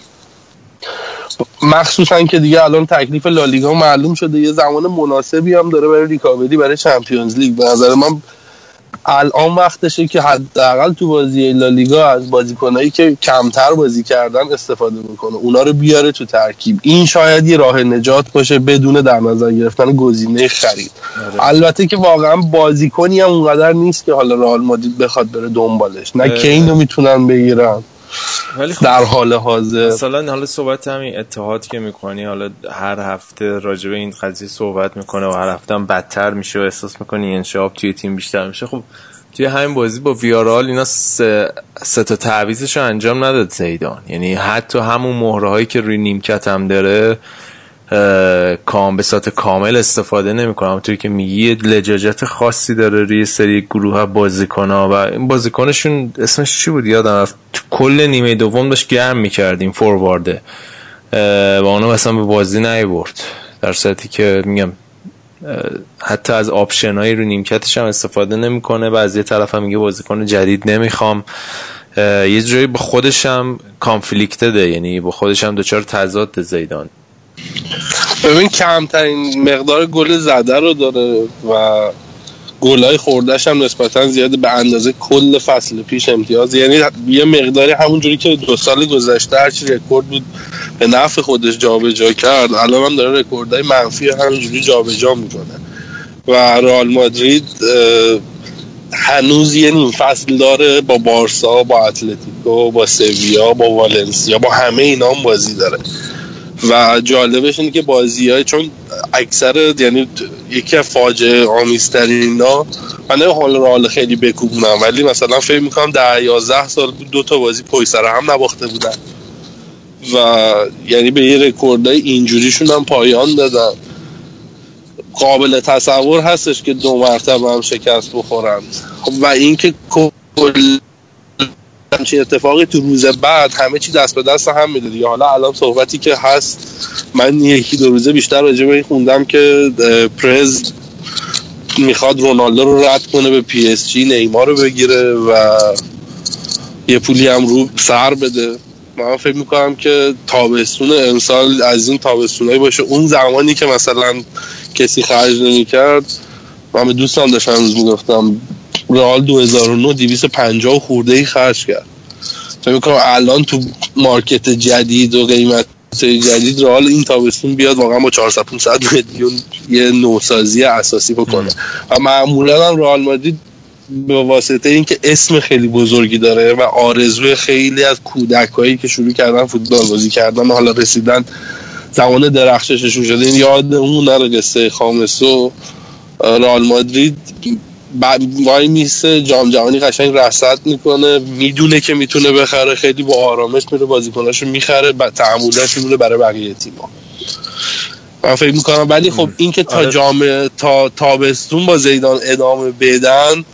مخصوصا که دیگه الان تکلیف لالیگا معلوم شده، یه زمان مناسبی هم داره برای ریکاوری برای چمپیونز لیگ. به نظر من الان وقتشه که حداقل تو بازی لالیگا از بازیکنایی که کمتر بازی کردن استفاده میکنه، اونا رو بیاره تو ترکیب. این شاید یه راه نجات باشه بدون در نظر گرفتن گزینه خرید. البته که واقعا بازیکنی هم اونقدر نیست که حالا رئال مادرید بخواد بره دنبالش، نه کینو میتونن بگیرن در حال حاضر. مثلا حالا صحبت همین اتحاد که میکنی، حالا هر هفته راجع به این قضیه صحبت میکنه و هر هفته هم بدتر میشه و احساس میکنی انشعاب توی تیم بیشتر میشه. خب توی همین بازی با ویارال اینا سه تا تعویضش رو انجام نداد زیدان، یعنی حتی همون مهره هایی که روی نیمکت هم داره به صورت کامل استفاده نمیکنه. همونطوری که میگی لجاجت خاصی داره روی سری گروه بازیکن‌ها و این بازیکنشون اسمش چی بود یادم رفت، کل نیمه دوم داشت گرم می‌کرد این فوروارده و اونو مثلا به بازی نیورد، در صورتی که میگم حتی از آپشنایی رو نیمکتش هم استفاده نمیکنه و از یه طرف هم میگه بازیکن جدید نمیخوام. یه جایی با خودش هم کانفلیکتده، یعنی با خودش هم دچار تضاد زیدان. ببین کمترین مقدار گل زده رو داره و گلای خوردهش هم نسبتا زیاده به اندازه کل فصل پیش امتیاز، یعنی یه مقداری همونجوری که 2 سال گذشته هرچی رکورد بود به نفع خودش جابجا کرد، الان هم داره رکوردهای منفی همونجوری جابجا میکنه و رئال مادرید هنوز یه نیم فصل داره با بارسا، با اتلتیکو، با سویا، با والنسیا، با همه اینا هم بازی داره و جالبش اینه که بازی‌های چون اکثر یعنی یکی از فاجعه آمیزترین اینا، من حال خیلی بکوبونم ولی مثلا فکر میکنم 10-11 سال 2 تا بازی پشت سر هم نباخته بودن و یعنی به یه رکوردای اینجوریشون هم پایان دادن. قابل تصور هستش که 2 مرتبه هم شکست بخورن و اینکه کل همچین اتفاقی تو روز بعد همه چی دست به دست هم میده دیگه. حالا الان صحبتی که هست، من 1-2 روزه بیشتر راجع به این خوندم که پرز میخواد رونالدو رو رد کنه به پی اس جی، نیمار رو بگیره و یه پولی هم رو سر بده. من فکر میکنم که تابستون امسال از این تابستونایی باشه، اون زمانی که مثلا کسی خرج نمی‌کرد. من به دوستان داشتم روز میگفتم رئال 2009 250 خورده‌ای خرج کرد. فکر می‌کنم الان تو مارکت جدید و قیمت جدید رئال این تابستون بیاد واقعا با 400-500 میلیون یه نوسازی اساسی بکنه و معمولا هم رئال مادرید به واسطه اینکه اسم خیلی بزرگی داره و آرزوی خیلی از کودکایی که شروع کردن فوتبال بازی کردن حالا رسیدن زمان درخشششون شده، این یاد اون نره قصه خامسو، رئال مادرید وای میسه جام جهانی قشنگ رصد میکنه، میدونه که میتونه بخره، خیلی با آرامش میره بازیکناشو میخره، تعاملش میره برای بقیه تیم‌ها. من فکر میکنم ولی خب این که تا تابستون با زیدان ادامه بدن،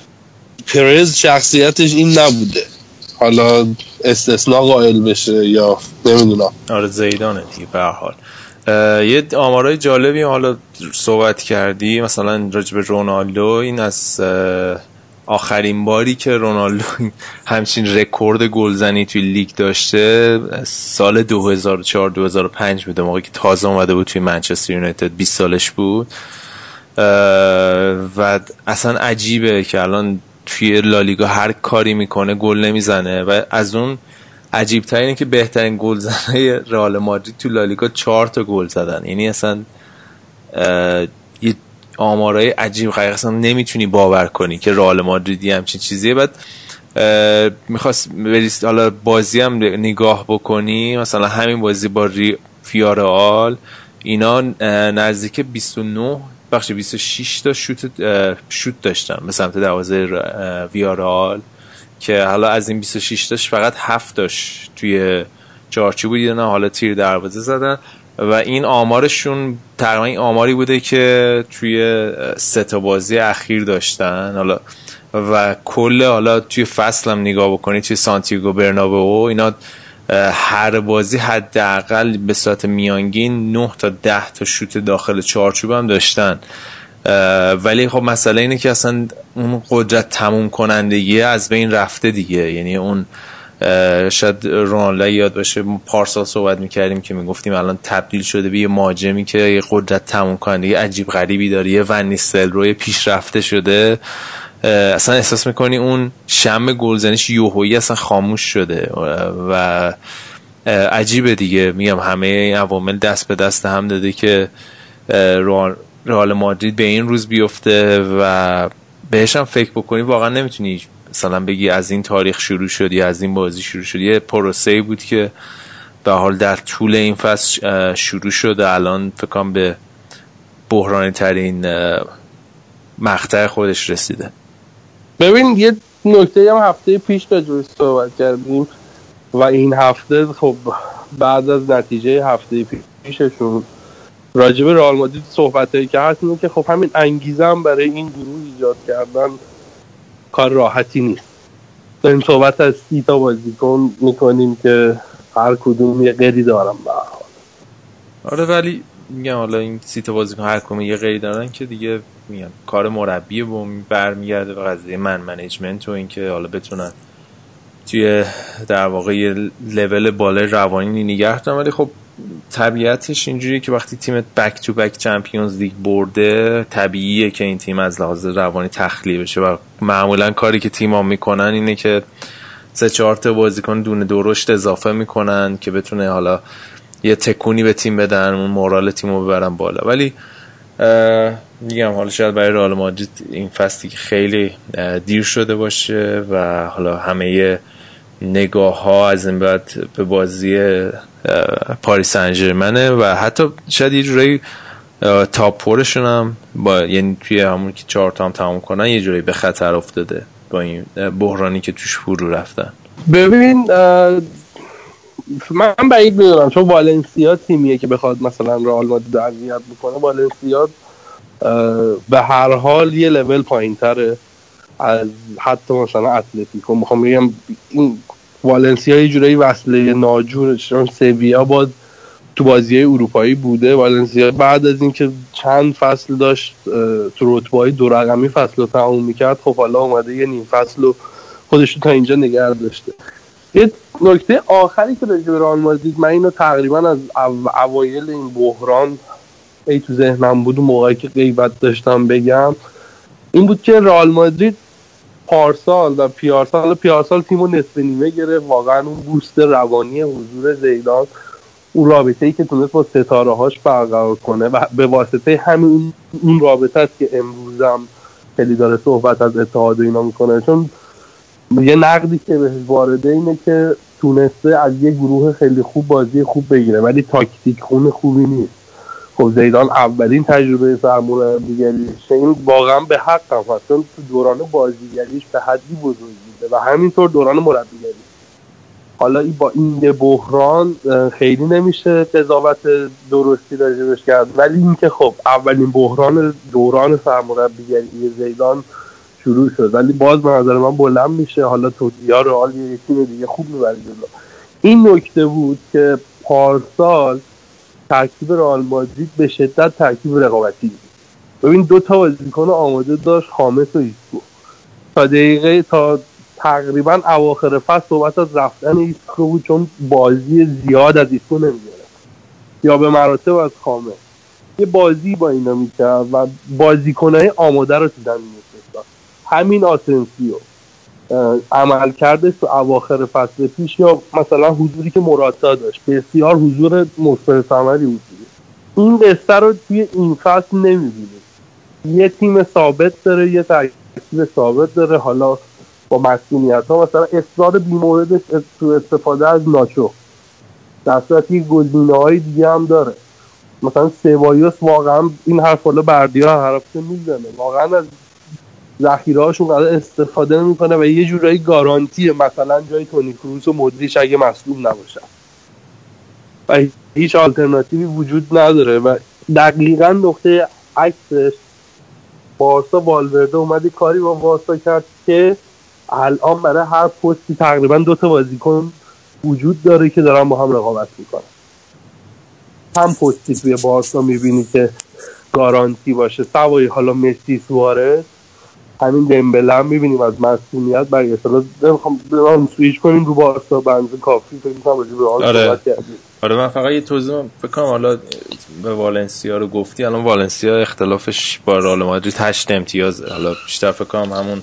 پرز شخصیتش این نبوده، حالا استثناء قائل بشه یا نمیدونم. آره زیدانه دیگه. به هر حال یه آمارای جالبی حالا صحبت کردی مثلا راجع به رونالدو، این از آخرین باری که رونالدو همچین رکورد گلزنی توی لیگ داشته سال 2004-2005 بوده، موقعی که تازه اومده بود توی منچستر یونایتد، 20 سالش بود و اصلا عجیبه که الان توی لالیگا هر کاری میکنه گل نمیزنه و از اون عجیب تر اینه که بهترین گلزنای رئال مادرید تو لالیگا 4 تا گل زدن. یعنی اصلا یه آمارای عجیب، اصلا نمیتونی باور کنی که رئال مادریدی همچین چیزیه. بعد میخواست حالا بازی هم نگاه بکنی، مثلا همین بازی با ویارئال اینا نزدیک 26 تا شوت داشتن به سمت دروازه ویارئال که حالا از این 26 تاش فقط 7 تاش توی چارچوب بود، نه حالا تیر دروازه زدن و این آمارشون تقریبا این آماری بوده که توی 3 تا بازی اخیر داشتن. حالا و کل حالا توی فصل هم نگاه بکنی توی سانتیاگو برنابئو اینا هر بازی حداقل به صورت میانگین 9 تا 10 تا شوت داخل چارچوب هم داشتن، ولی خب مسئله اینه که اصلا اون قدرت تموم کنندگی از بین رفته دیگه. یعنی اون شاید رونالدو یاد باشه پارسال صحبت میکردیم که میگفتیم الان تبدیل شده به یه مهاجمی که یه قدرت تموم کنندگی عجیب غریبی داره، یه ون نیستلروی پیشرفته شده، اصلا احساس میکنی اون شم گلزنیش یوهویی اصلا خاموش شده و عجیبه دیگه. میگم همه این عوامل دست به دست هم داده که رئال مادرید به این روز بیفته و بهش هم فکر بکنی واقعا نمیتونی مثلا بگی از این تاریخ شروع شد یا از این بازی شروع شد. یه پروسه‌ای بود که به حال در طول این فصل شروع شده، الان فکر کنم به بحرانی ترین مقطع خودش رسیده. ببین یه نکته هم هفته پیش راجعش صحبت کردیم و این هفته خب بعد از نتیجه هفته پیششون راجب رئال مادرید صحبتایی که هست اینه که خب همین انگیزه هم برای این گروه ایجاد کردن کار راحتی نیست. داریم صحبت از 30 تا بازیکن میکنیم که هر کدوم یه قیدی دارن به هر حال. آره ولی میگم حالا این 30 تا بازیکن هر کدوم یه قیدی دارن که دیگه میگم کار مربی برمیگرده به قضیه منیجمنت و اینکه حالا بتونن توی در واقع یه لول بالای روانی نگه دارن. ولی خب طبیعتش اینجوریه که وقتی تیمت بک تو بک چمپیونز لیگ برده طبیعیه که این تیم از لحاظ روانی تخلیه بشه و معمولا کاری که تیم‌ها میکنن اینه که 3-4 تا بازیکن دونه درشت اضافه میکنن که بتونه حالا یه تکونی به تیم بدن، اون مورال تیمو ببرن بالا. ولی میگم حالا شاید برای رئال مادرید این فصلی که خیلی دیر شده باشه و حالا همه نگاه ها از این بعد به بازی پاریس سن ژرمنه و حتی شاید یه جورایی تاپ فورشون هم یعنی توی همون که 4 تا هم تمام کنن یه جورایی به خطر افتاده با این بحرانی که توش فرو رفتن. ببین من بعید میدونم چون والنسیا تیمیه که بخواد مثلا رئال مادرید اذیت بکنه. والنسیا به هر حال یه لول پایین‌تره از حتی مثلا اتلتیکو. میخوام بگم این والنسیا یه جورایی وصله ناجور، چون سویا باز تو بازی‌های اروپایی بوده. والنسیا بعد از اینکه چند فصل داشت تو رتبه‌های 2 رقمی فصل رو تموم می‌کرد، خب حالا اومده یه نیم فصل رو خودش رو تا اینجا نگه داشته. یه نکته آخری که راجع به رئال مادرید، من اینو تقریبا از اوایل این بحران ای تو ذهنم بود و موقعی که غیبت داشتم بگم، این بود که رئال مادرید پارسال و پیارسال تیمو نصف نیمه گرفت. واقعا اون بوست روانی حضور زیدان، اون رابطه‌ای که تونست با ستاره‌هاش برقرار کنه و به واسطه همین اون رابطه است که امروز هم خیلی داره صحبت از اتحاد و اینا میکنه. چون یه نقدی که بهش وارده اینه که تونسته از یه گروه خیلی خوب بازی خوب بگیره ولی تاکتیک خون خوبی نیست. خب زیدان اولین تجربه سرمربیگریش، این واقعا به حق هم هست، چون تو دوران بازیگریش به حدی بزرگ بوده و همینطور دوران مربیگری. حالا با این بحران خیلی نمیشه قضاوت درستی راجبش کرد، ولی اینکه خب اولین بحران دوران سرمربیگری زیدان شروع شد، ولی باز به نظر من بلند میشه. حالا تو یا رئال یه تیم دیگه خوب میبره جلو. این نکته بود که پارسال ترکیب رئال مادرید به شدت ترکیب رقابتی بود. ببین 2 تا بازیکن آماده داشت، خامس و ایسکو. تا تقریبا اواخر فصل صحبت از رفتن ایسکو بود چون بازی زیاد از ایسکو نمیگرفت یا به مراتب از خامس. یه بازی با اینا میکرد و بازیکنای آماده رو دیدن میفرستاد. همین آسنسیو عمل کردش تو اواخر فصل پیش یا مثلا حضوری که مراتا داشت بسیار حضور مثبت ثمری بود. این قصه رو توی این فصل نمیبینید. یه تیم ثابت داره، یه ترکیب ثابت داره، حالا با مسئولیت ها مثلا اصرار بی‌موردش تو استفاده از ناچو، در صورتی گزینه های دیگه هم داره. مثلا سبایوس واقعا این حرف حالا بردیا حرفه میزنه، واقعا از ذخیره‌هاشون قرار استفاده نمی‌کنه و یه جورایی گارانتیه مثلا جای تونی کروس و مودریچ اگه مصدوم نباشن و هیچ آلترناتیوی وجود نداره. و دقیقاً نقطه عکسش بارسا والورده اومد کاری با بارسا کرد که الان برای هر پستی تقریباً 2 تا بازیکن وجود داره که دارن با هم رقابت میکنن. هم پستی توی بارسا میبینی که گارانتی باشه، سوای حالا مسی سوارز، همین دمبله هم میبینیم از مسئولیت برگشت. حالا نمیخوام سویچ کنیم رو بارسا، بنظر کافی فکر میکنم راجع به حال صحبت کردیم. آره من فقط یه توضیح بکنم. حالا به والنسیا رو گفتی، الان والنسیا اختلافش با رئال مادرید 8 امتیازه. حالا بیشتر فکر کنم همون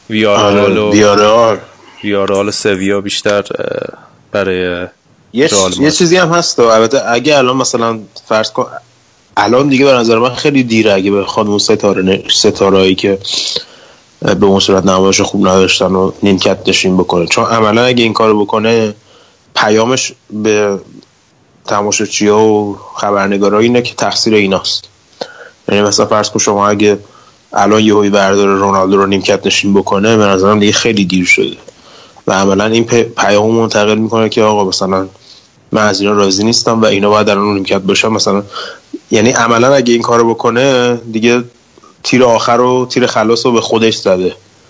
ویارال و سویا بیشتر برای یه چیزی هم هست. البته اگه الان مثلا فرض کن الان دیگه به نظر من خیلی دیره اگه به خانم ستارهایی که به اون صورت نمایش خوب نداشتن و نیمکت نشین بکنه، چون عملا اگه این کارو بکنه پیامش به تماشاچی‌ها و خبرنگارا اینه که تقصیر ایناست. یعنی مثلا فرض کن شما اگه الان یهویی بردار رونالدو رو نیمکت نشین بکنه، به نظرم دیگه خیلی دیر شده و عملا این پیامو منتقل میکنه که آقا مثلا من از اینا راضی نیستم و اینا باید الان نیمکت باشن. مثلا یعنی عملا اگه این کارو بکنه دیگه تیر آخر و تیر خلاص رو به خودش زده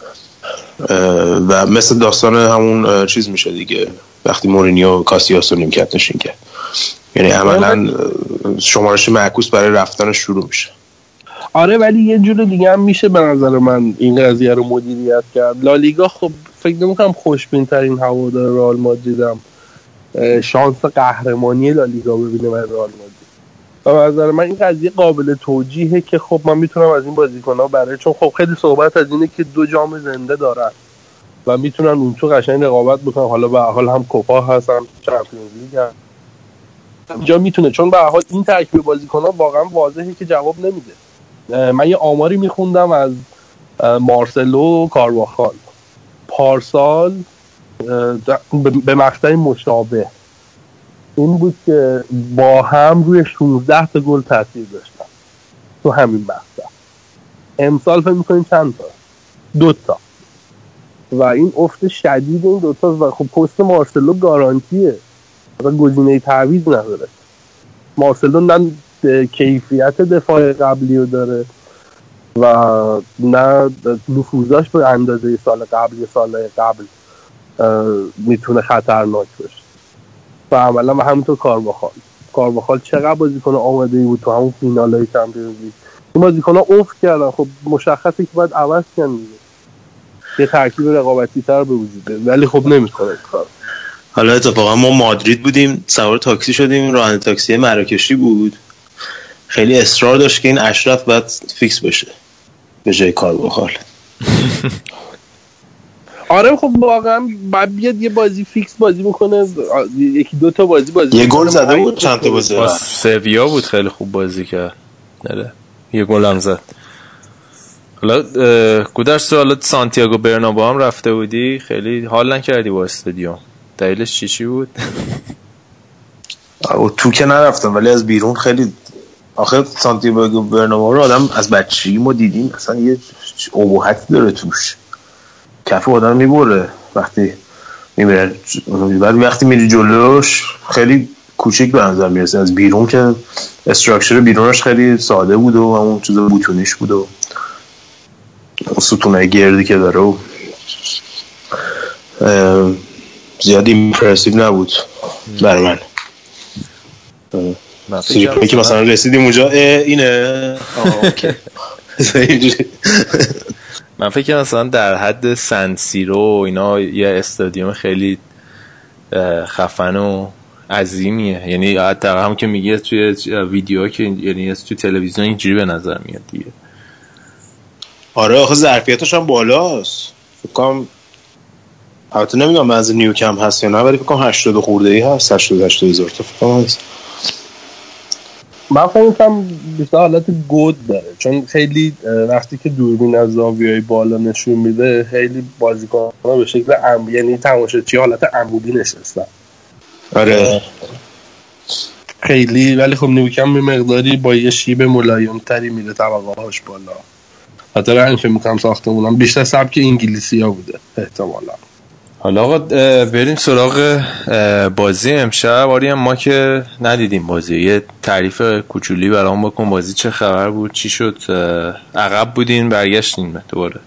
و مثل داستان همون چیز میشه دیگه وقتی مورینیو کاسیاس رو نیمکت نشین کرد. یعنی عملا شمارش معکوس برای رفتنش شروع میشه. آره ولی یه جور دیگه هم میشه به نظر من این قضیه رو مدیریت کرد. لالیگا خب فکر نمی‌کنم خوشبین ترین هوادار رئال مادریدم شانس قهرمانی لالیگا ببینه من رئال مادرید و به نظر من این قضیه قابل توجیهه که خب من میتونم از این بازیکن‌ها برای چون خب خیلی صحبت از اینه که 2 جام زنده دارن و میتونن اون تو قشنگ رقابت بکنن. حالا به هر حال هم کوپا هست هم چمپیونز لیگ هست اینجا میتونه، چون به هر حال این ترکیب بازیکن‌ها واقعا واضحه که جواب نمیده. من یه آماری میخوندم از مارسلو و کارواخال پارسال به مقطع مشابه این بود که با هم روی 16 تا گل تاثیر داشتن تو همین مقطع. امسال فکر می‌کنین چند تا؟ 2 تا و این افت شدید این 2 تا و خب پست مارسلو گارانتیه و گزینه تعویض نداره. مارسلو نه کیفیت دفاع قبلی رو داره و نه نفوذش به اندازه سال قبل میتونه خطرناک باشه و عملا و همینطور کارواخال چقدر بازیکن آماده ای بود تو همون فینالای چمپیونز لیگ. این بازیکن‌ها افت کردن، خب مشخصه که باید عوض کنن دیگه، یه ترکیب رقابتی تر به وجود بیاد ولی خب نمی‌کنه کار. حالا اتفاقا ما مادرید بودیم، سوار تاکسی شدیم، راننده تاکسی مراکشی بود، خیلی اصرار داشت که این اشرف باید فیکس بشه به جای کارواخال. آره خب واقعا بعد بیاد یه بازی فیکس بازی میکنه، 1-2 تا بازی یه گل زده بود، چند تا بازی با سویا بود، خیلی خوب بازی کرد. نه یه گل هم زد. حالا گودرز تو حالا سانتیاگو برنابو هم رفته بودی، خیلی حال نکردی با استادیوم، دلیلش چی بود؟ تو که نرفتم ولی از بیرون خیلی، آخه سانتیاگو برنابو رو آدم از بچگی ما دیدیم، اصلا یه ابهتی داره توش، کف آدم میبره وقتی میبره، بعد وقتی میری جلوش خیلی کوچیک به نظر میرسه از بیرون، که استراکچر بیرونش خیلی ساده بود و همون چیز بوتونیش بود و ستونای گردی که داره و زیاد ایمپرسیو نبود برای من. سریپایی که مثلا رسیدیم اونجا اینه اوکی. من فکر کنم مثلا در حد سن سیرو و اینا یه استادیوم خیلی خفن و عظیمیه، یعنی حتی هم که میگه توی ویدیوها که یعنی توی تلویزیون اینجوری به نظر میاد دیگه. آره آخه ظرفیتش هم بالاست، فکر کنم البته نمیدونم از نیوکم هست یا نه ولی فکر کنم 80 خورده‌ای هست، 80,000 تا فکر کنم هست. من فهمیدم بیشتر حالت گود داره، چون خیلی وقتی که دوربین از زاویه‌های بالا نشون میده خیلی بازیکن‌ها به شکل یعنی تماشاچی حالت عمودی نشستن. آره خیلی، ولی خب نیوکم به مقداری با یه شیب ملایم تری میره طبقه‌هاش بالا، خاطر همین فکر می‌کنم ساختمونم بیشتر سبک انگلیسی‌ها بوده احتمالاً. حالا آقا بریم سراغ بازی امشب. آریم ما که ندیدیم بازی، یه تعریف کوچولی برام بکن، بازی چه خبر بود، چی شد، عقب بودین برگشتین دوباره؟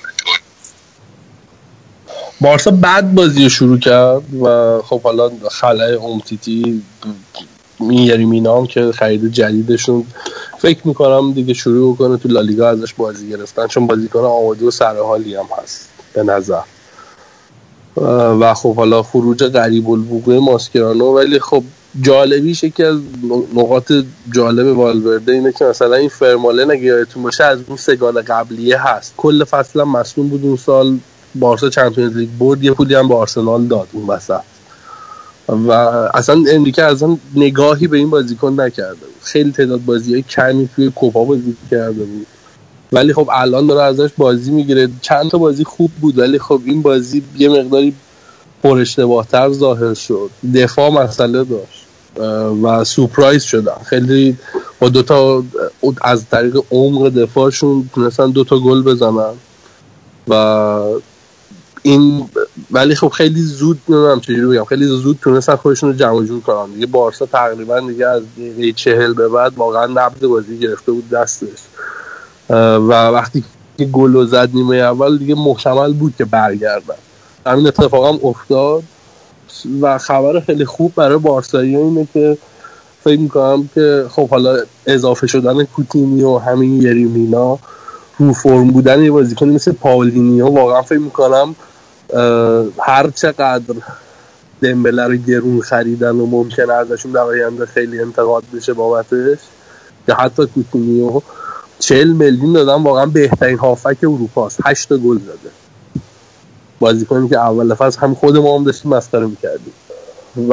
بارسا بعد بازی رو شروع کرد و خب حالا خلای اومتیتی مینا هم که خرید جدیدشون فکر میکنم دیگه شروع کنه تو لالیگا ازش بازی گرفتن، چون بازیکن آماده و سرحالی هم هست به نظر. و خب حالا خروج غریب الوقوع ماسکرانو، ولی خب جالبیش یکی از نقاط جالب والورده اینه که مثلا این فرمالن اگه یادتون باشه از اون 3 گل قبلیه هست، کل فصل هم مصدوم بود اون سال، بارسا چمپیونز لیگ برد، یه پولی هم به آرسنال داد اون وسط و اصلا انریکه اصلا نگاهی به این بازیکن نکرده بود، خیلی تعداد بازی‌های کمی توی کوپا بازی کرده بود ولی خب الان داره ازش بازی میگیره. چند تا بازی خوب بود ولی خب این بازی یه مقداری پر اشتباه‌تر ظاهر شد، دفاع مسئله داشت و سورپرایز شدن خیلی با 2 تا از طریق عمق دفاعشون تونستن 2 تا گل بزنن و این ولی خب خیلی زود نمیدونم چجوری بگم، خیلی زود تونستن خودشون رو جمع جور کنن دیگه. بارسا تقریبا دیگه از دقیقه 40 به بعد واقعا نبض بازی گرفته بود دستش و وقتی که گل زد نیمه اول دیگه محتمل بود که برگردن. همین اتفاق هم افتاد و خبر خیلی خوب برای بارسایی‌ها اینه که فکر می‌کنم که خب حالا اضافه شدن کوتینیو و همین یریمینا رو فرم بودن یه بازیکن مثل پاولینیو واقعا فکر می‌کنم هر چقدر دمبله رو گرون خریدن و ممکنه ازشون در آینده خیلی انتقاد بشه بابتش، یا حتی کوتینیو 40 میلیون دادن، واقعا بهترین هافک اروپا است. 8 گل زده، بازیکنی که اول فصل هم خود ما هم داشتیم مسخره می‌کردیم. و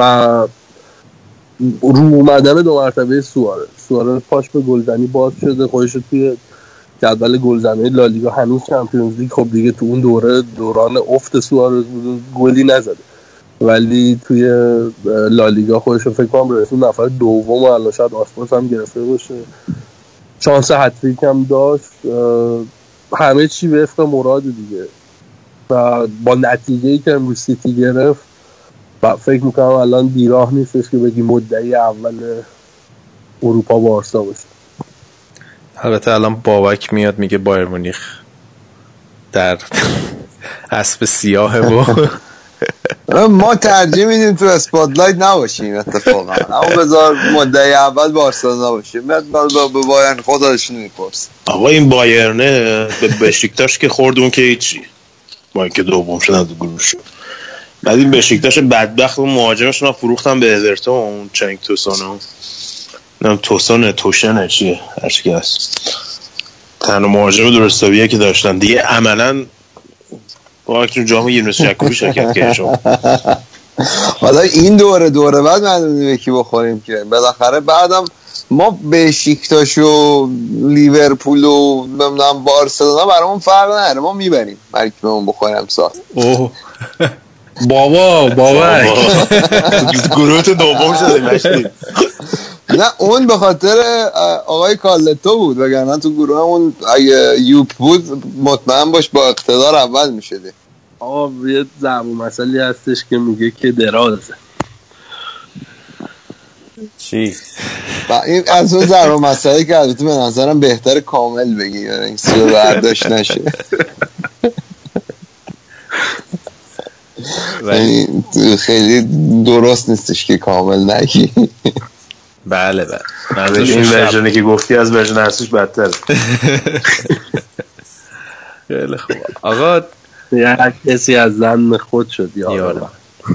رو اومدن 2 مرتبه سوارز پاش به گلزنی باز شده، خودش رو توی جدول گلزنی لالیگا هنوز چمپیونز لیگ خب دیگه تو اون دوران افت سوارز بود گلی نزده، ولی توی لالیگا خودش رو فکر کنم رسون نفر دوم و الان شاید آسپاس هم گرفته باشه. شانس هتریک هم داشت، همه چی به وفق مراد دیگه و با نتیجه‌ای که امروز سیتی گرفت و فکر میکنم الان بیراه نیستش که بگی مدعی اول اروپا بارسا باشه. البته الان بابک میاد میگه بایر مونیخ در اسب سیاهه و ما ترجیح میدیم تو اسپاتلایت نباشیم اتفاقا، اما بذار مدعی اول بارسلونا باشیم، بعد به بایرن خودشون میپرس. آقا این بایرنه به بشیکتاش که خوردون که هیچی، با اینکه دوم شدن تو گروه شد، بعد این بشیکتاش بدبخت و مهاجمشون فروختن به اورتون، چنگ توسانو نم توشنه چیه هرچی که هست، تنها مهاجم درستابیه که داشتن دیگه. عملا با اکنون جام یونس جکوبی شرکت کرد شما. حالا این دوره بعد معلومه یکی بخوریم که بالاخره بعدم ما بشیکتاش و لیورپول و نمیدونم بارسلونا برامون فرق نداره، ما میبریم مرکبمون بخوریم امسال. اوه بابا گروه دوم شدیم. نه اون به خاطر آقای کالتو بود، وگرنه تو گروه اون اگه یوپ بود مطمئن باش با اقتدار اول میشده. آقا یه ضرب مسئله هستش که میگه که درازه. چی؟ این از اون ضرب مسئله که البته به نظرم بهتر کامل بگی، این سیو برداشت نشه. خیلی درست نیستش که کامل نگی. بله این ورژنی که گفتی از ورژن اصلیش بدتره. خیلی خوب آقا، یه کسی از زن خود شد یارم.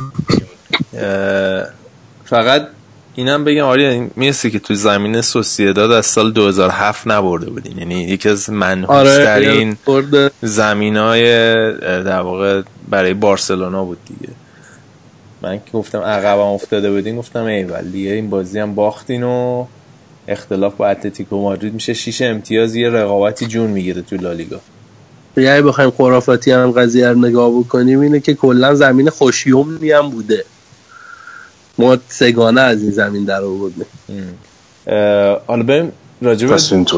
فقط اینم بگم آره میرسی که تو زمین سوسییداد از سال 2007 نبرده بودین، یعنی یکی از منحوس‌ترین زمینای در واقع برای بارسلونا بود دیگه. من که گفتم عقبم افتاده بودین گفتم ایول دیگه این بازی هم باختین و اختلاف با اتلتیکو مادرید میشه 6 امتیاز، یه رقابتی جون میگیره تو لالیگا. یعنی بخوایم خرافاتی هم قضیه رو نگاه بکنیم اینه که کلا زمین خوشیومنی هم بوده، ما سگانه از این زمین در آوردیم. حالا بریم راجب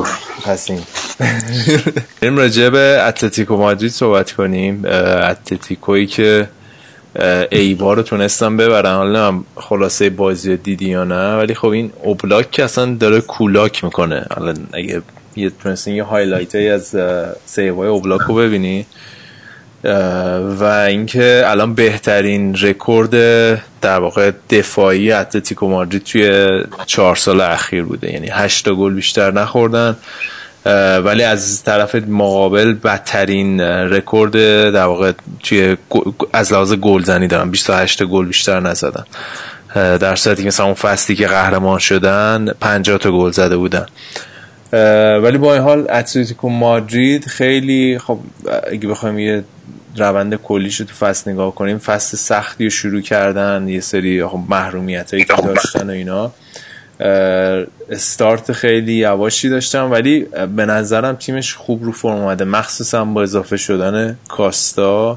بریم راجب اتلتیکو مادرید صحبت کنیم. اتلتیکویی که ایبار رو تونستن ببرن، حالا هم خلاصه بازی دیدی یا نه، ولی خب این اوبلاک که اصلا داره کولاک میکنه. حالا اگه تونستین یه هایلایت هایی از سیوهای اوبلاک رو ببینی و اینکه الان بهترین رکورد در واقع دفاعی اتلتیکو مادرید توی 4 سال اخیر بوده، یعنی 8 گل بیشتر نخوردن، ولی از طرف مقابل بدترین رکورد در واقع توی از لحاظ گلزنی دارن، 28 گل بیشتر نزدن، در صورتی که مثلا اون فصلی که قهرمان شدن 50 تا گل زده بودن. ولی با این حال اتلتیکو مادرید خیلی خب اگه بخوایم یه روند کلیش رو تو فصل نگاه کنیم، فصل سختی رو شروع کردن، یه سری محرومیتایی که داشتن و اینا، استارت خیلی یواشی داشتن، ولی به نظرم تیمش خوب رو فرم اومده، مخصوصا با اضافه شدن کاستا.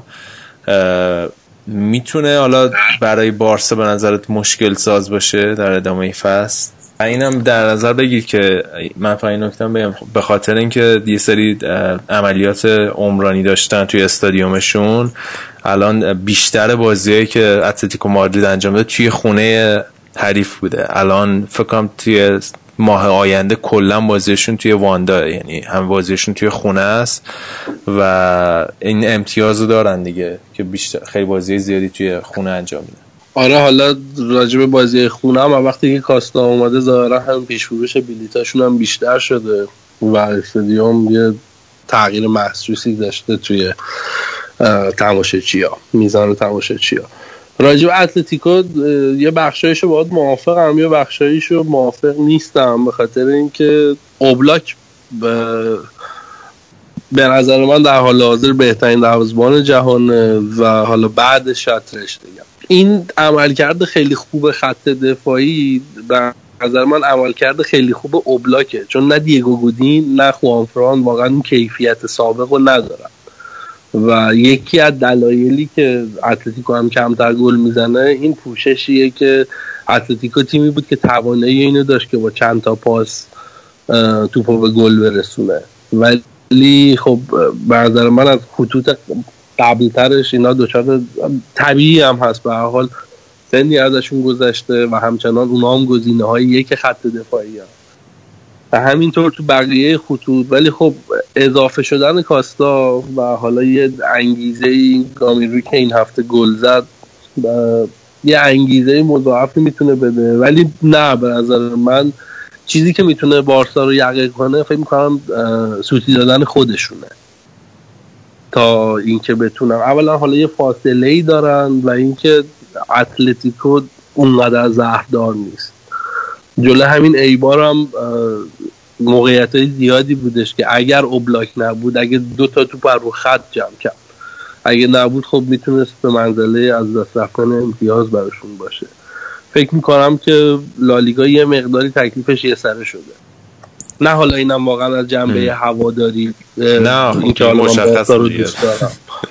میتونه حالا برای بارسا به نظرت مشکل ساز باشه در ادامه فصل؟ اینم در نظر بگیر که من فقط این نکته بگم به خاطر اینکه یه سری عملیات عمرانی داشتن توی استادیومشون، الان بیشتر بازیایی که اتلتیکو مادرید انجام داد توی خونه حریف بوده. الان فکر کنم توی ماه آینده کلا بازیشون توی واندا، یعنی هم بازیشون توی خونه است و این امتیازو دارن دیگه که بیشتر خیلی بازی زیادی توی خونه انجام میدن. آره حالا راجب بازی خونه هم وقتی که کاستا اومده ظاهرا هم پیش فروش بلیتاشون هم بیشتر شده و استادیوم یه تغییر محسوسی داشته توی تماشاچی‌ها، میزان تماشاچی‌ها. راجب اتلتیکو یه بخشایشو باید موافقم، یه بخشایشو موافق نیستم، به خاطر اینکه اوبلاک به نظر من در حال حاضر بهترین دروازه‌بان جهان و حالا بعدش شاید تر اشتگن. این عملکرد خیلی خوب خط دفاعی به نظر من عملکرد خیلی خوب اوبلاکه، چون نه دیگو گودین نه خوان فران واقعا این کیفیت سابق رو ندارن و یکی از دلایلی که اتلتیکو هم کمتر گل میزنه این پوششیه که اتلتیکو تیمی بود که توانایی اینو داشت که با چند تا پاس توپو به گل برسونه، ولی خب به نظر من از خطوط قبلترش اینا دچار طبیعی هم هست، به هر حال سنی ازشون گذشته و همچنان اونا هم گزینه‌های یک خط دفاعی هم و همینطور تو بقیه خطوط. ولی خب اضافه شدن کاستا و حالا یه انگیزه این گامیروی که این هفته گل زد یه انگیزه مضاعفی میتونه بده، ولی نه به نظر من چیزی که میتونه بارسا رو یقه کنه فکر میکنم سوتی دادن خودشونه تا اینکه بتونن اولا حالا یه فاصله‌ای دارن و اینکه اتلتیکو اونقدر زهردار نیست. جلو همین ایبار هم موقعیت‌های زیادی بودش که اگر اوبلاک نبود، اگه 2 تا توپ رو خط جمع کرد، اگه نبود خب میتونست به منزله از دست رفتن امتیاز براشون باشه. فکر میکنم که لالیگا یه مقداری تکلیفش یه سره شده. نه حالا اینم واقعا از جنبه هواداری، نه این که مشخص رو دوست دارم.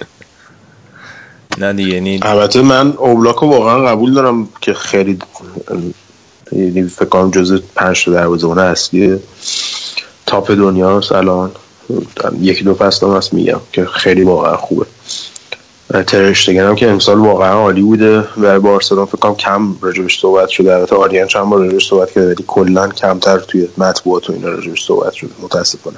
نه دیگه یعنی البته من اوبلاکو واقعا قبول دارم که خیلی فکر کنم جزو 5 تا دروازه‌بان اصلی تاپ دنیاست الان. 1-2 فصل هم هست میگم که خیلی واقعا خوبه. تر اشتگن هم که امسال واقعا عالی بوده و بارسلون فکر کنم کم راجبش صحبت شده. البته آریان چند بار راجبش صحبت کرده ولی کلا کمتر توی مطبوعات و اینا راجبش صحبت شده متاسفانه.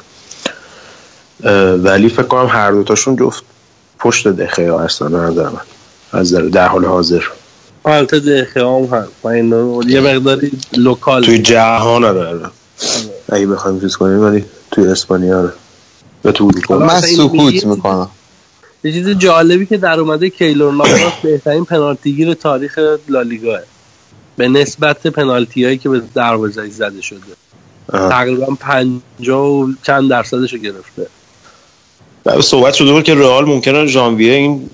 ولی فکر کنم هر دوتاشون جفت پشت دخیا هستن به نظر من از در حال حاضر. البته دخیا هم هست و این یه مقداری لوکال توی جهان آره اگه بخوایم چیز کنیم، ولی توی اسپانیا آره و تو اروپا من سکوت میکنم. یه چیز جالبی که در اومده کیلور نواس بهترین پنالتیگیر تاریخ لالیگاه به نسبت پنالتیایی که به دروازه زده شده. تقریبا 50 و چند درصدشو گرفته. بعد صحبت شده بود که رئال ممکنه ژانویه این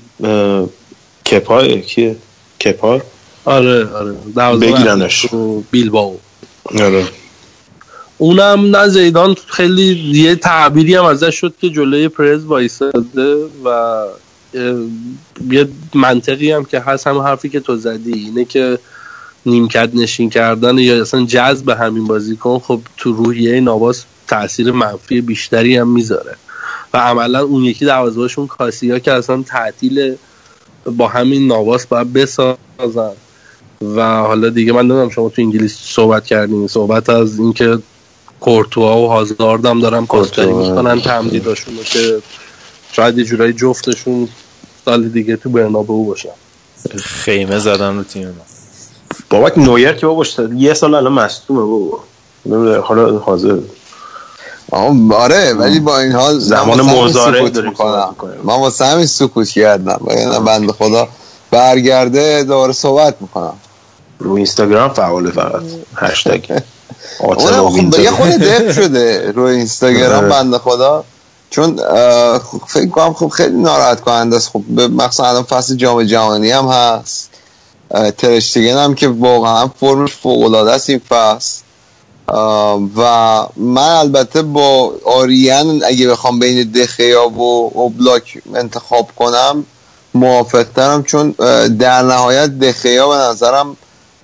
کیه آره بگیرنش بیلبائو. آره اونم نه زیدان خیلی یه تعبیری هم ازش شد که جلوی پرز وایساده و یه منطقی هم که هست، هم حرفی که تو زدی اینه که نیمکت نشین کردن یا اصلا جذب همین بازیکن خب تو روحیه نواس تأثیر منفی بیشتری هم میذاره و عملا اون یکی دروازه‌بانشون کاسیا که اصلا تعطیل با همین نواس باید بسازن. و حالا دیگه من نمیدونم شما تو انگلیس صحبت کردین، صحبت از این که کورتوا و هازارد هم دارن پاسداری میکنن تمدیداشون رو که شاید یه جورایی جفتشون سال دیگه تو برنابئو باشن. خیمه زدن رو تیم ما. بابک نویر که بابا یه سال الان مصدومه بابا، نمیدونم حالا حاضر آره ولی با این حال زمان موزاره داریم من واسه همین سکوت کردم و بنده خدا برگرده دوباره صحبت میکنم. رو اینستاگرام فعاله فقط هشتگ خب یه خود دق شده رو اینستاگرام بنده خدا، چون فکر کنم خب خیلی ناراحت کننده است. خب مثلا الان فصل جام جهانی هم هست، تر اشتگن هم که واقعا فرمش فوق العاده است این فصل و من البته با آریان اگه بخوام بین دخیا و اوبلاک انتخاب کنم موافق ترم، چون در نهایت دخیا به نظرم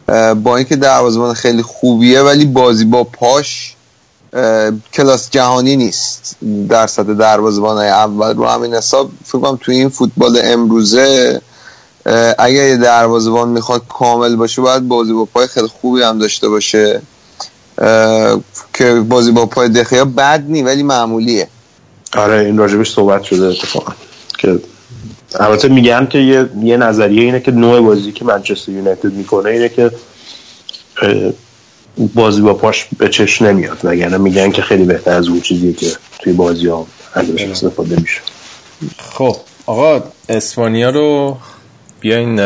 با اینکه دروازه‌بان خیلی خوبیه ولی بازی با پاش کلاس جهانی نیست در سطح دروازه‌بان‌های اول. رو همین حساب فکر کنم توی این فوتبال امروزه اگر یه دروازه‌بان میخواد کامل باشه باید بازی با پای خیلی خوبی هم داشته باشه که بازی با پای دخیا بد نی ولی معمولیه. آره این راجبش صحبت شده اتفاقا که البته میگن که یه نظریه اینه که نوع بازی که منچستر یونایتد میکنه اینه که بازی با پاش به چشم نمیاد وگرنه میگن که خیلی بهتر از اون چیزیه که توی بازی ها ازش استفاده میشه. خب آقا اسپانیا رو بیاین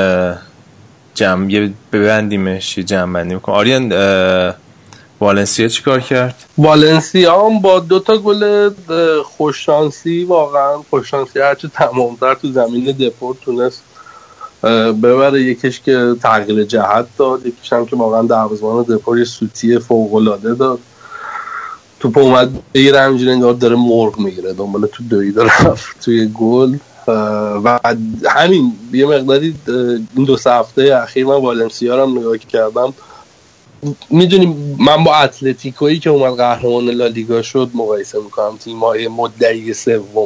جمع ببندیمش، جمع بندی میکنم. آریان والنسیا چی کار کرد؟ والنسیا هم با 2 گل خوششانسی، واقعا خوششانسی هرچه تمام‌تر تو زمین دپورت تونست ببره. یکیش که تغییر جهت داد، یکیش هم که واقعا دروازه‌بان دپورت یه سوتی فوق‌العاده داد. توپ اومد بگیره همینجوری انگار داره مرغ میگیره دنبال تو دوید رفت توی گل. و همین یه مقداری این 2 هفته اخیر من والنسیا رو هم نگاه کردم. میدونیم من با اتلتیکویی که اومد قهرمان لالیگا شد مقایسه میکنم، تیم‌های مدعی سوم.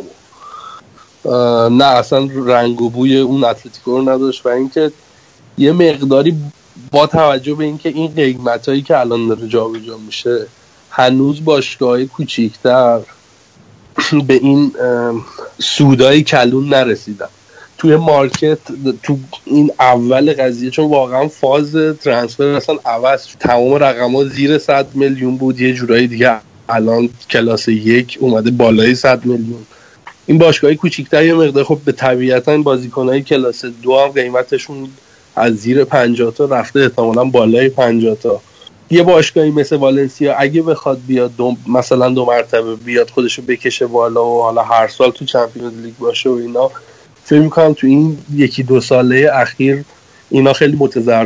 نه اصلا رنگ و بوی اون اتلتیکو رو نداشت و اینکه یه مقداری با توجه به اینکه این قیمتایی که الان داره جابجا میشه هنوز باشگاه‌های کوچیک‌تر به این سودای کلون نرسیدن توی مارکت تو این اول قضیه، چون واقعا فاز ترانسفر اصلا عوض شد. تمام رقم‌ها زیر 100 میلیون بود، یه جورایی دیگه الان کلاس 1 اومده بالای 100 میلیون. این باشگاهی کوچیک‌تر یه مقدار خب به طبیعتاً این بازیکن‌های کلاس 2 هم قیمتشون از زیر 50 تا رفته احتمالاً بالای 50 تا. یه باشگاهی مثل والنسیا اگه بخواد بیاد مثلا 2 مرتبه بیاد خودشو بکشه بالا و حالا هر سال تو چمپیونز لیگ باشه و اینا، فکر می‌کنم تو این 1-2 ساله اخیر اینا خیلی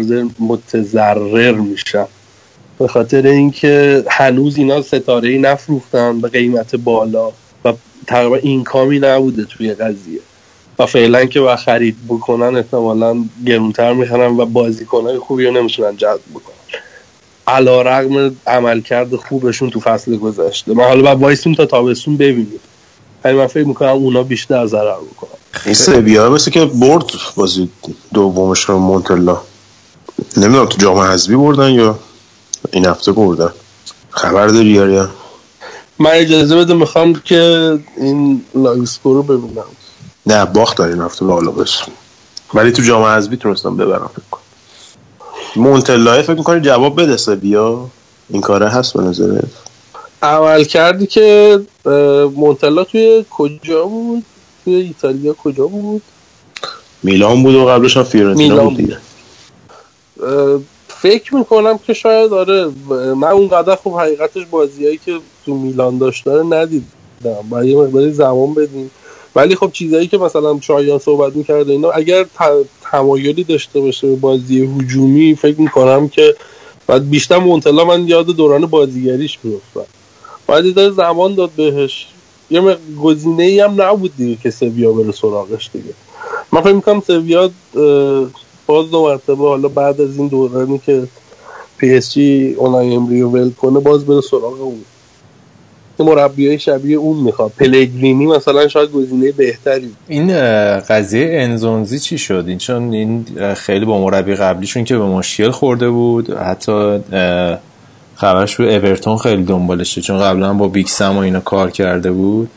متضرر میشن به خاطر اینکه هنوز اینا ستاره‌ای نفروختن به قیمت بالا و تقریبا اینکامی نبوده توی قضیه و فعلا که با خرید بکنن احتمالاً گرونتر میخرن و بازیکنای خوبی رو نمیتونن جذب بکنن علیرغم عملکرد خوبشون تو فصل گذشته. ما حالا باید وایسیم تا تابستون ببینیم، ولی من فکر میکنم اونا بیشتر ضرر بکنن. این سویا مثل که برد بازی دومش رو مونتلا، نمیدونم تو جام حذفی بردن یا این هفته بردن، خبر داری یا؟ من اجازه بده میخوام که این لایو اسکور رو ببینم. نه باخت داری این هفته بالا بس، ولی تو جام حذفی تونستم ببرم. فکر کنم مونتلا فکر میکنی جواب بده سویا این کاره هست به نظرت؟ اول کردی که مونتلا توی کجا بود؟ توی ایتالیا کجا بود؟ میلان بود و قبلش هم فیورنتینا بود دیگه. فکر میکنم که شاید آره. من اونقدر خوب حقیقتش بازیایی که تو میلان داشته رو ندیدم، باید یه مقداری زمان بدیم. ولی خب چیزایی که مثلا شایان صحبت میکرده اینا اگر تمایلی داشته باشه به بازی هجومی فکر میکنم که بعد بیشتر مونتلا من یاد دوران بازیگریش میفتم، باید داره زمان داد بهش. یه گزینه‌ای هم نبود دیگه که سویا بره سراغش دیگه. من فکر میکنم سویا باز 2 مرتبه حالا بعد از این دورانی که پی اس جی اونای امری رو ول کنه باز بره سراغ اون. مربیای شبیه اون میخواد. پلگرینی مثلا شاید گزینه بهتری. این قضیه انزونزی چی شد؟ این چون این خیلی با مربی قبلیشون که به مشکل خورده بود، حتی خبرش رو اورتون خیلی دنبالشه چون قبلا با بیکسم و اینا کار کرده بود،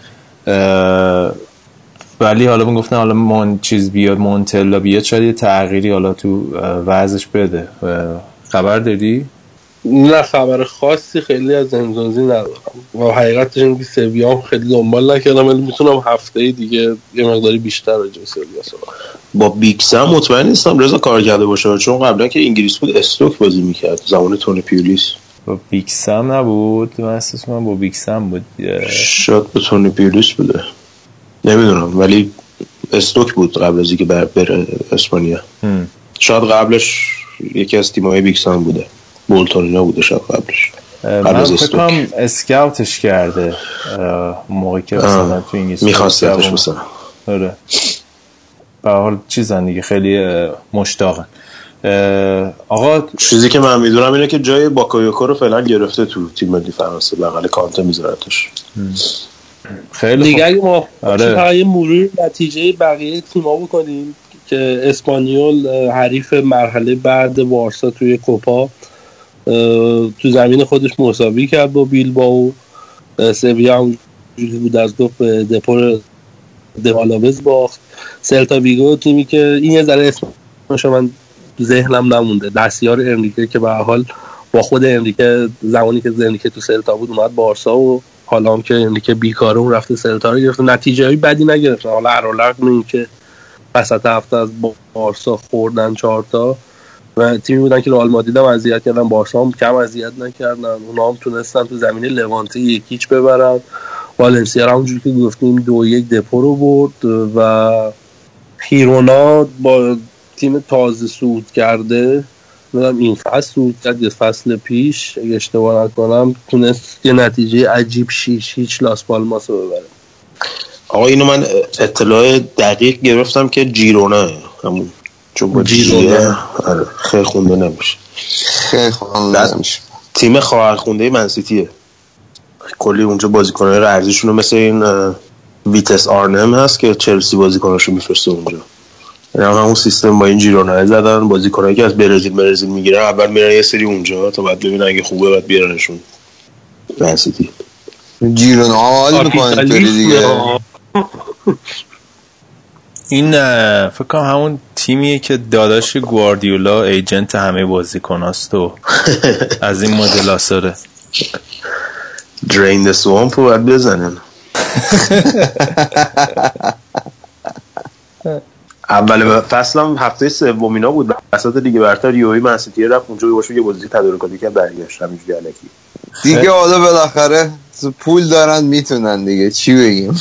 ولی حالا من گفتن حالا چیز بیاد مونتلا بیاد شاید یه تغییری حالا تو وضعش بده. خبر داری؟ نه خبر خاصی خیلی از انزونزی ندارم و حقیقتش این که سویا خیلی دنبال نکردم، ولی میتونم هفته دیگه یه مقداری بیشتر راجع به سویا صحبت. با بیکسم مطمئن نیستم رضا کار کرده باشه چون قبلا که انگلیس بود استوک بازی میکرد زمان تونی پیولیس. با بیکسم نبود؟ من احساس می‌کنم با بیکسم بود. شاید با تونی پیولیس بوده نمیدونم، ولی استوک بود قبل از اینکه بره اسپانیا. شاید قبلش یکی از تیم‌های بیکسام بوده، بولتون اینا بوده شاید قبلش. من فکر کنم اسکاوتش کرده موقعی که مثلا تو انگلیس می‌خواستش مثلا. آره. به حال چیزن دیگه خیلی مشتاقن. آقا چیزی که من میدونم اینه که جای باکایوکو رو فعلا گرفته تو تیم ملی فرانسه، بغل کانته میذارتش. خیلی دیگه اگه ما آره. مرور نتیجه بقیه تیم‌ها بکنیم که اسپانیول حریف مرحله بعد وارسا توی کوپا تو زمین خودش مساوی کرد با بیلبائو. سویا هم جوری بود از دو به دپور دوالاوز باخت. سلتا ویگو تیمی که این یه ذره اسمش من ذهنم نمونده، دستیار انریکه که به هر حال با خود انریکه زمانی که انریکه تو سلتا بود اومد بارسا و حالا هم که انریکه بیکاره اون رفته سلتا رو گرفت. نتیجه‌ای بدی نگرفتن، حالا علی‌رغم اینکه وسط هفته از بارسا خوردن 4 تا و تیمی بودن که رئال مادرید هم اذیت کردن، بارسا هم کم اذیت نکردن، اونا هم تونستن تو زمین لوانته 1-0 ببرن. والنسیا هم اونجوری که گفتیم 2-1 دپو رو برد و هیرونا با تیم تازه صعود کرده، میدونم این فصل صعود کرد یا فصل پیش اگه اشتباه نکنم، تونست یه نتیجه عجیب 6-0 لاس پالماس رو ببره. آقا اینو من اطلاع دقیق گرفتم که جیرونا همون چون با جیرونا خیلی خونده نمیشه، خیلی خونده نمیشه. تیم خواهر خونده منسیتیه، کلی اونجا بازیکنای ارزششون رو مثل این ویتس آرنم هست که چلسی بازیکناشو میفرسته اونجا. یعنی همون سیستم با این جیرونا زدن، بازیکنایی که از برزیل میگیرن اول میرن یه سری اونجا تا بعد ببینن اگه خوبه بعد بیارنشون منسیتی. جیرونا حال میکنه اینطوری دیگه. این فکر کنم همون تیمیه که داداش گواردیولا ایجنت همه بازیکناست و از این مدل آثاره. درین د سوامپ رو باید بزنن. اول فصل هم هفته سومینا بود وسط لیگ برتر یوهی منسیتی رفت اونجا باشه یه بازی تدارکاتی که برگشت همینجوری الکی دیگه. حالا بالاخره پول دارن میتونن دیگه، چی بگیم.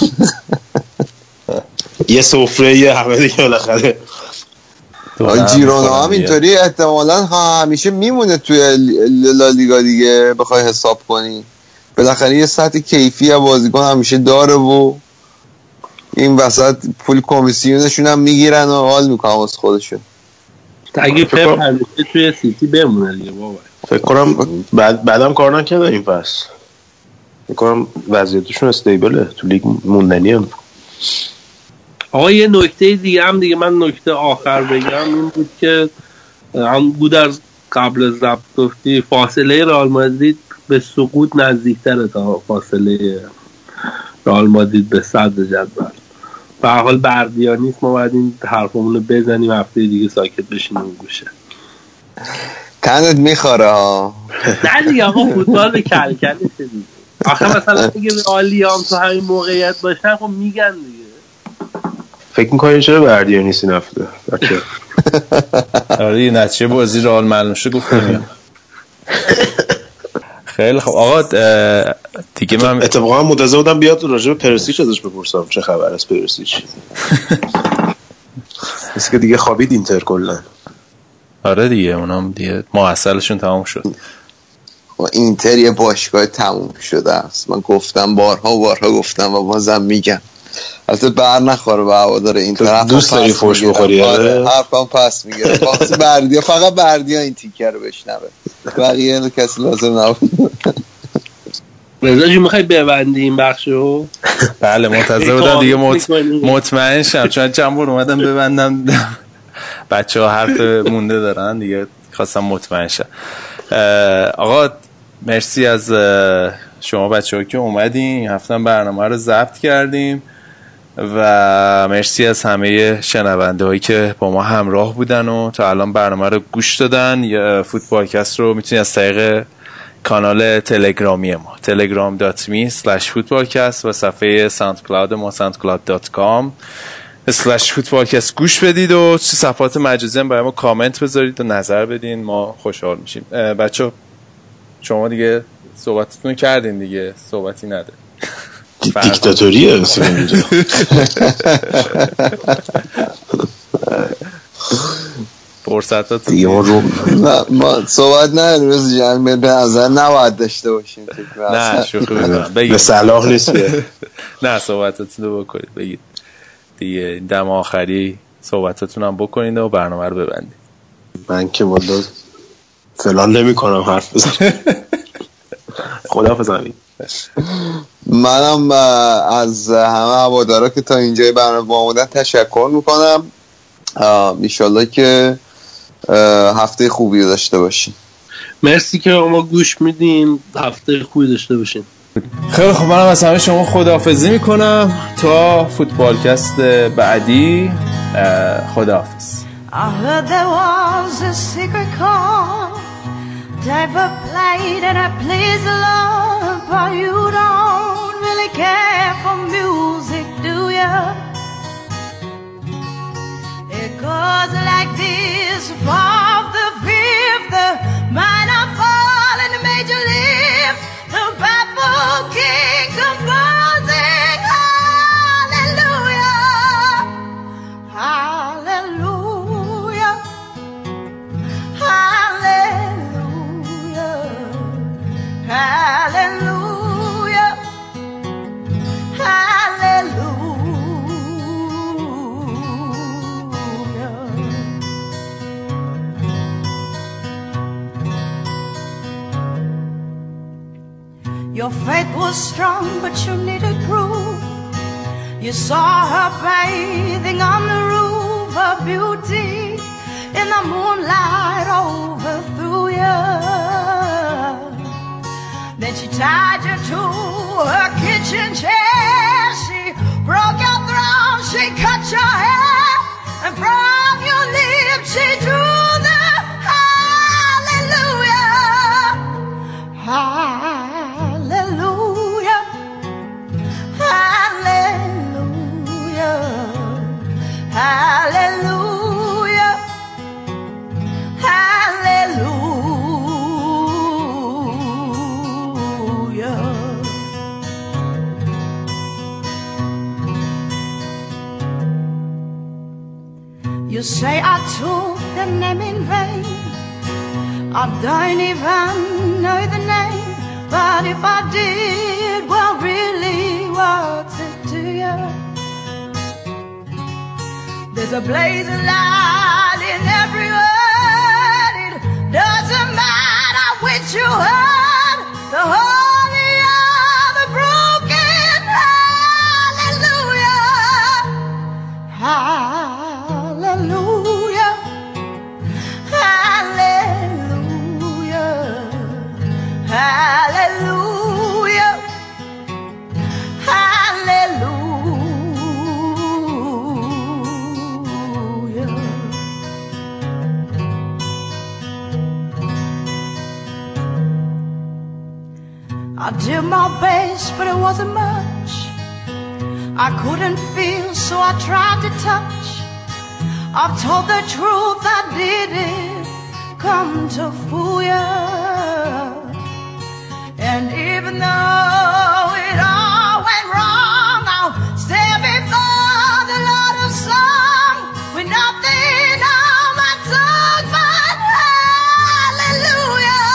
یه سفره یه همه دیگه بالاخره. جیرونا هم اینطوری احتمالاً همیشه میمونه توی لالیگا دیگه، بخوای حساب کنی بالاخره یه سطح کیفی بازیکن همیشه داره و این وسط پول کمیسیونشون هم میگیرن و حال میکنم از خودشون. اگه پپ همیشه توی سیتی بمونه دیگه بابا. فکر کنم بعدم کار نکردن این فصل، فکر کنم وضعیتشون استیبله تو لیگ موندنی هم. آقا یه نکته دیگه هم دیگه من نکته آخر بگم این بود که هم بود از قبل از ضبط گفتی فاصله رئال مادرید به سقوط نزدیکتره تا فاصله رئال مادرید به صدر جدول. به هر حال بردیا نیست، ما باید این حرفمون رو بزنیم هفته دیگه ساکت بشینیم اون گوشه. تنت میخوره ها. نه دیگه آقا فوتبال به کلکل دیگه. آخه مثلا اگه رئالی هم تو همین موقعیت باشن خب میگن دیگه. فکر می‌کنی چرا بردیا نیست این هفته؟ آره نتیجه بازی رئال معلوم شد گفتم. خیلی خب آقا دیگه من اتفاقا منتظر بودم بیاد راجع به پرسیچ ازش بپرسم چه خبر از پرسیچ. مثل که دیگه خوابید اینتر کلا. آره دیگه اونام دیگه محصلشون تمام شد. اینتر یه باشگاه تموم شده است. من گفتم بارها گفتم و بازم میگم. البته بر نخوره به هوادار اینتر. دوست داری فوش بخوری؟ آره حرفم پس میگیره. واسه بردیا فقط بردیا این تیکر رو بشنوه. بقیه کسی لازم نبود. رضا جون میخوای ببندی این بخشو؟ بله منتظر بودم دیگه مطمئن شم چون چند بار اومدم ببندم بچه‌ها حرف مونده دارن دیگه خواستم مطمئن شم. آقا مرسی از شما بچه‌ها که اومدین این هفته برنامه رو ضبط کردیم و مرسی از همه شنونده‌هایی که با ما همراه بودن و تا الان برنامه رو گوش دادن. یا فوتبالکست رو میتونید از طریق کانال تلگرامی ما telegram.me/footballcast و صفحه ساوندکلاود ما soundcloud.com/footballcast گوش بدید و چه صفحات مجازی هم برای ما کامنت بذارید و نظر بدین، ما خوشحال میشیم. بچه شما دیگه صحبتتون کردین دیگه، صحبتی نده. دیکتاتوریه مثلا اینجا. فرصتات دیگه ما صحبت نداریم روز جان به نظر نباید داشته باشیم. نه شوخی می‌کنم به صلاح نیست. نه صحبتاتون رو بکنید بگید دیگه دم آخری صحبتاتون هم بکنید و برنامه رو ببندید. من که والا فلان نمی کنم حرف بزنم. خداحافظ امین. منم از همه هوادارا که تا اینجای برنامه با بودن تشکر میکنم. انشالله که هفته خوبی داشته باشین. مرسی که ما گوش میدین. هفته خوبی داشته باشین. خیلی خب، منم از همه شما خداحافظی میکنم تا فوتبالکست بعدی. خداحافظ. I heard there was a secret chord Diver played and I please the Lord, but you don't really care for music, do ya? It goes like this: fourth, the fifth, the minor fall and the major lift, the baffled king composing hallelujah, hallelujah, hallelujah, hallelujah, hallelujah. Your faith was strong, but you needed proof. You saw her bathing on the roof, her beauty in the moonlight overthrew you. Then she tied you to her kitchen chair. She broke your throat, she cut your hair, and from your lips she drew the hallelujah, hallelujah, hallelujah, hallelujah, hallelujah. You say I took the name in vain, I don't even know the name, but if I did, well really what's it to you? There's a blazing light in every word. It doesn't matter which you heard. The holy of the broken. Hallelujah, hallelujah, hallelujah, hallelujah, hallelujah. I did my best, but it wasn't much. I couldn't feel, so I tried to touch. I've told the truth, I didn't come to fool ya. And even though it all went wrong, I'll stand before the Lord of song with nothing on my tongue but hallelujah,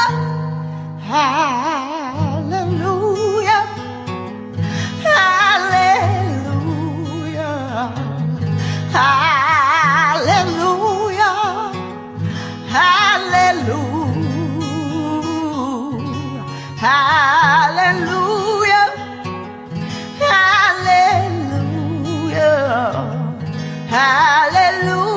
hallelujah, hallelujah, hallelujah, hallelujah, hallelujah, hallelujah, hallelujah.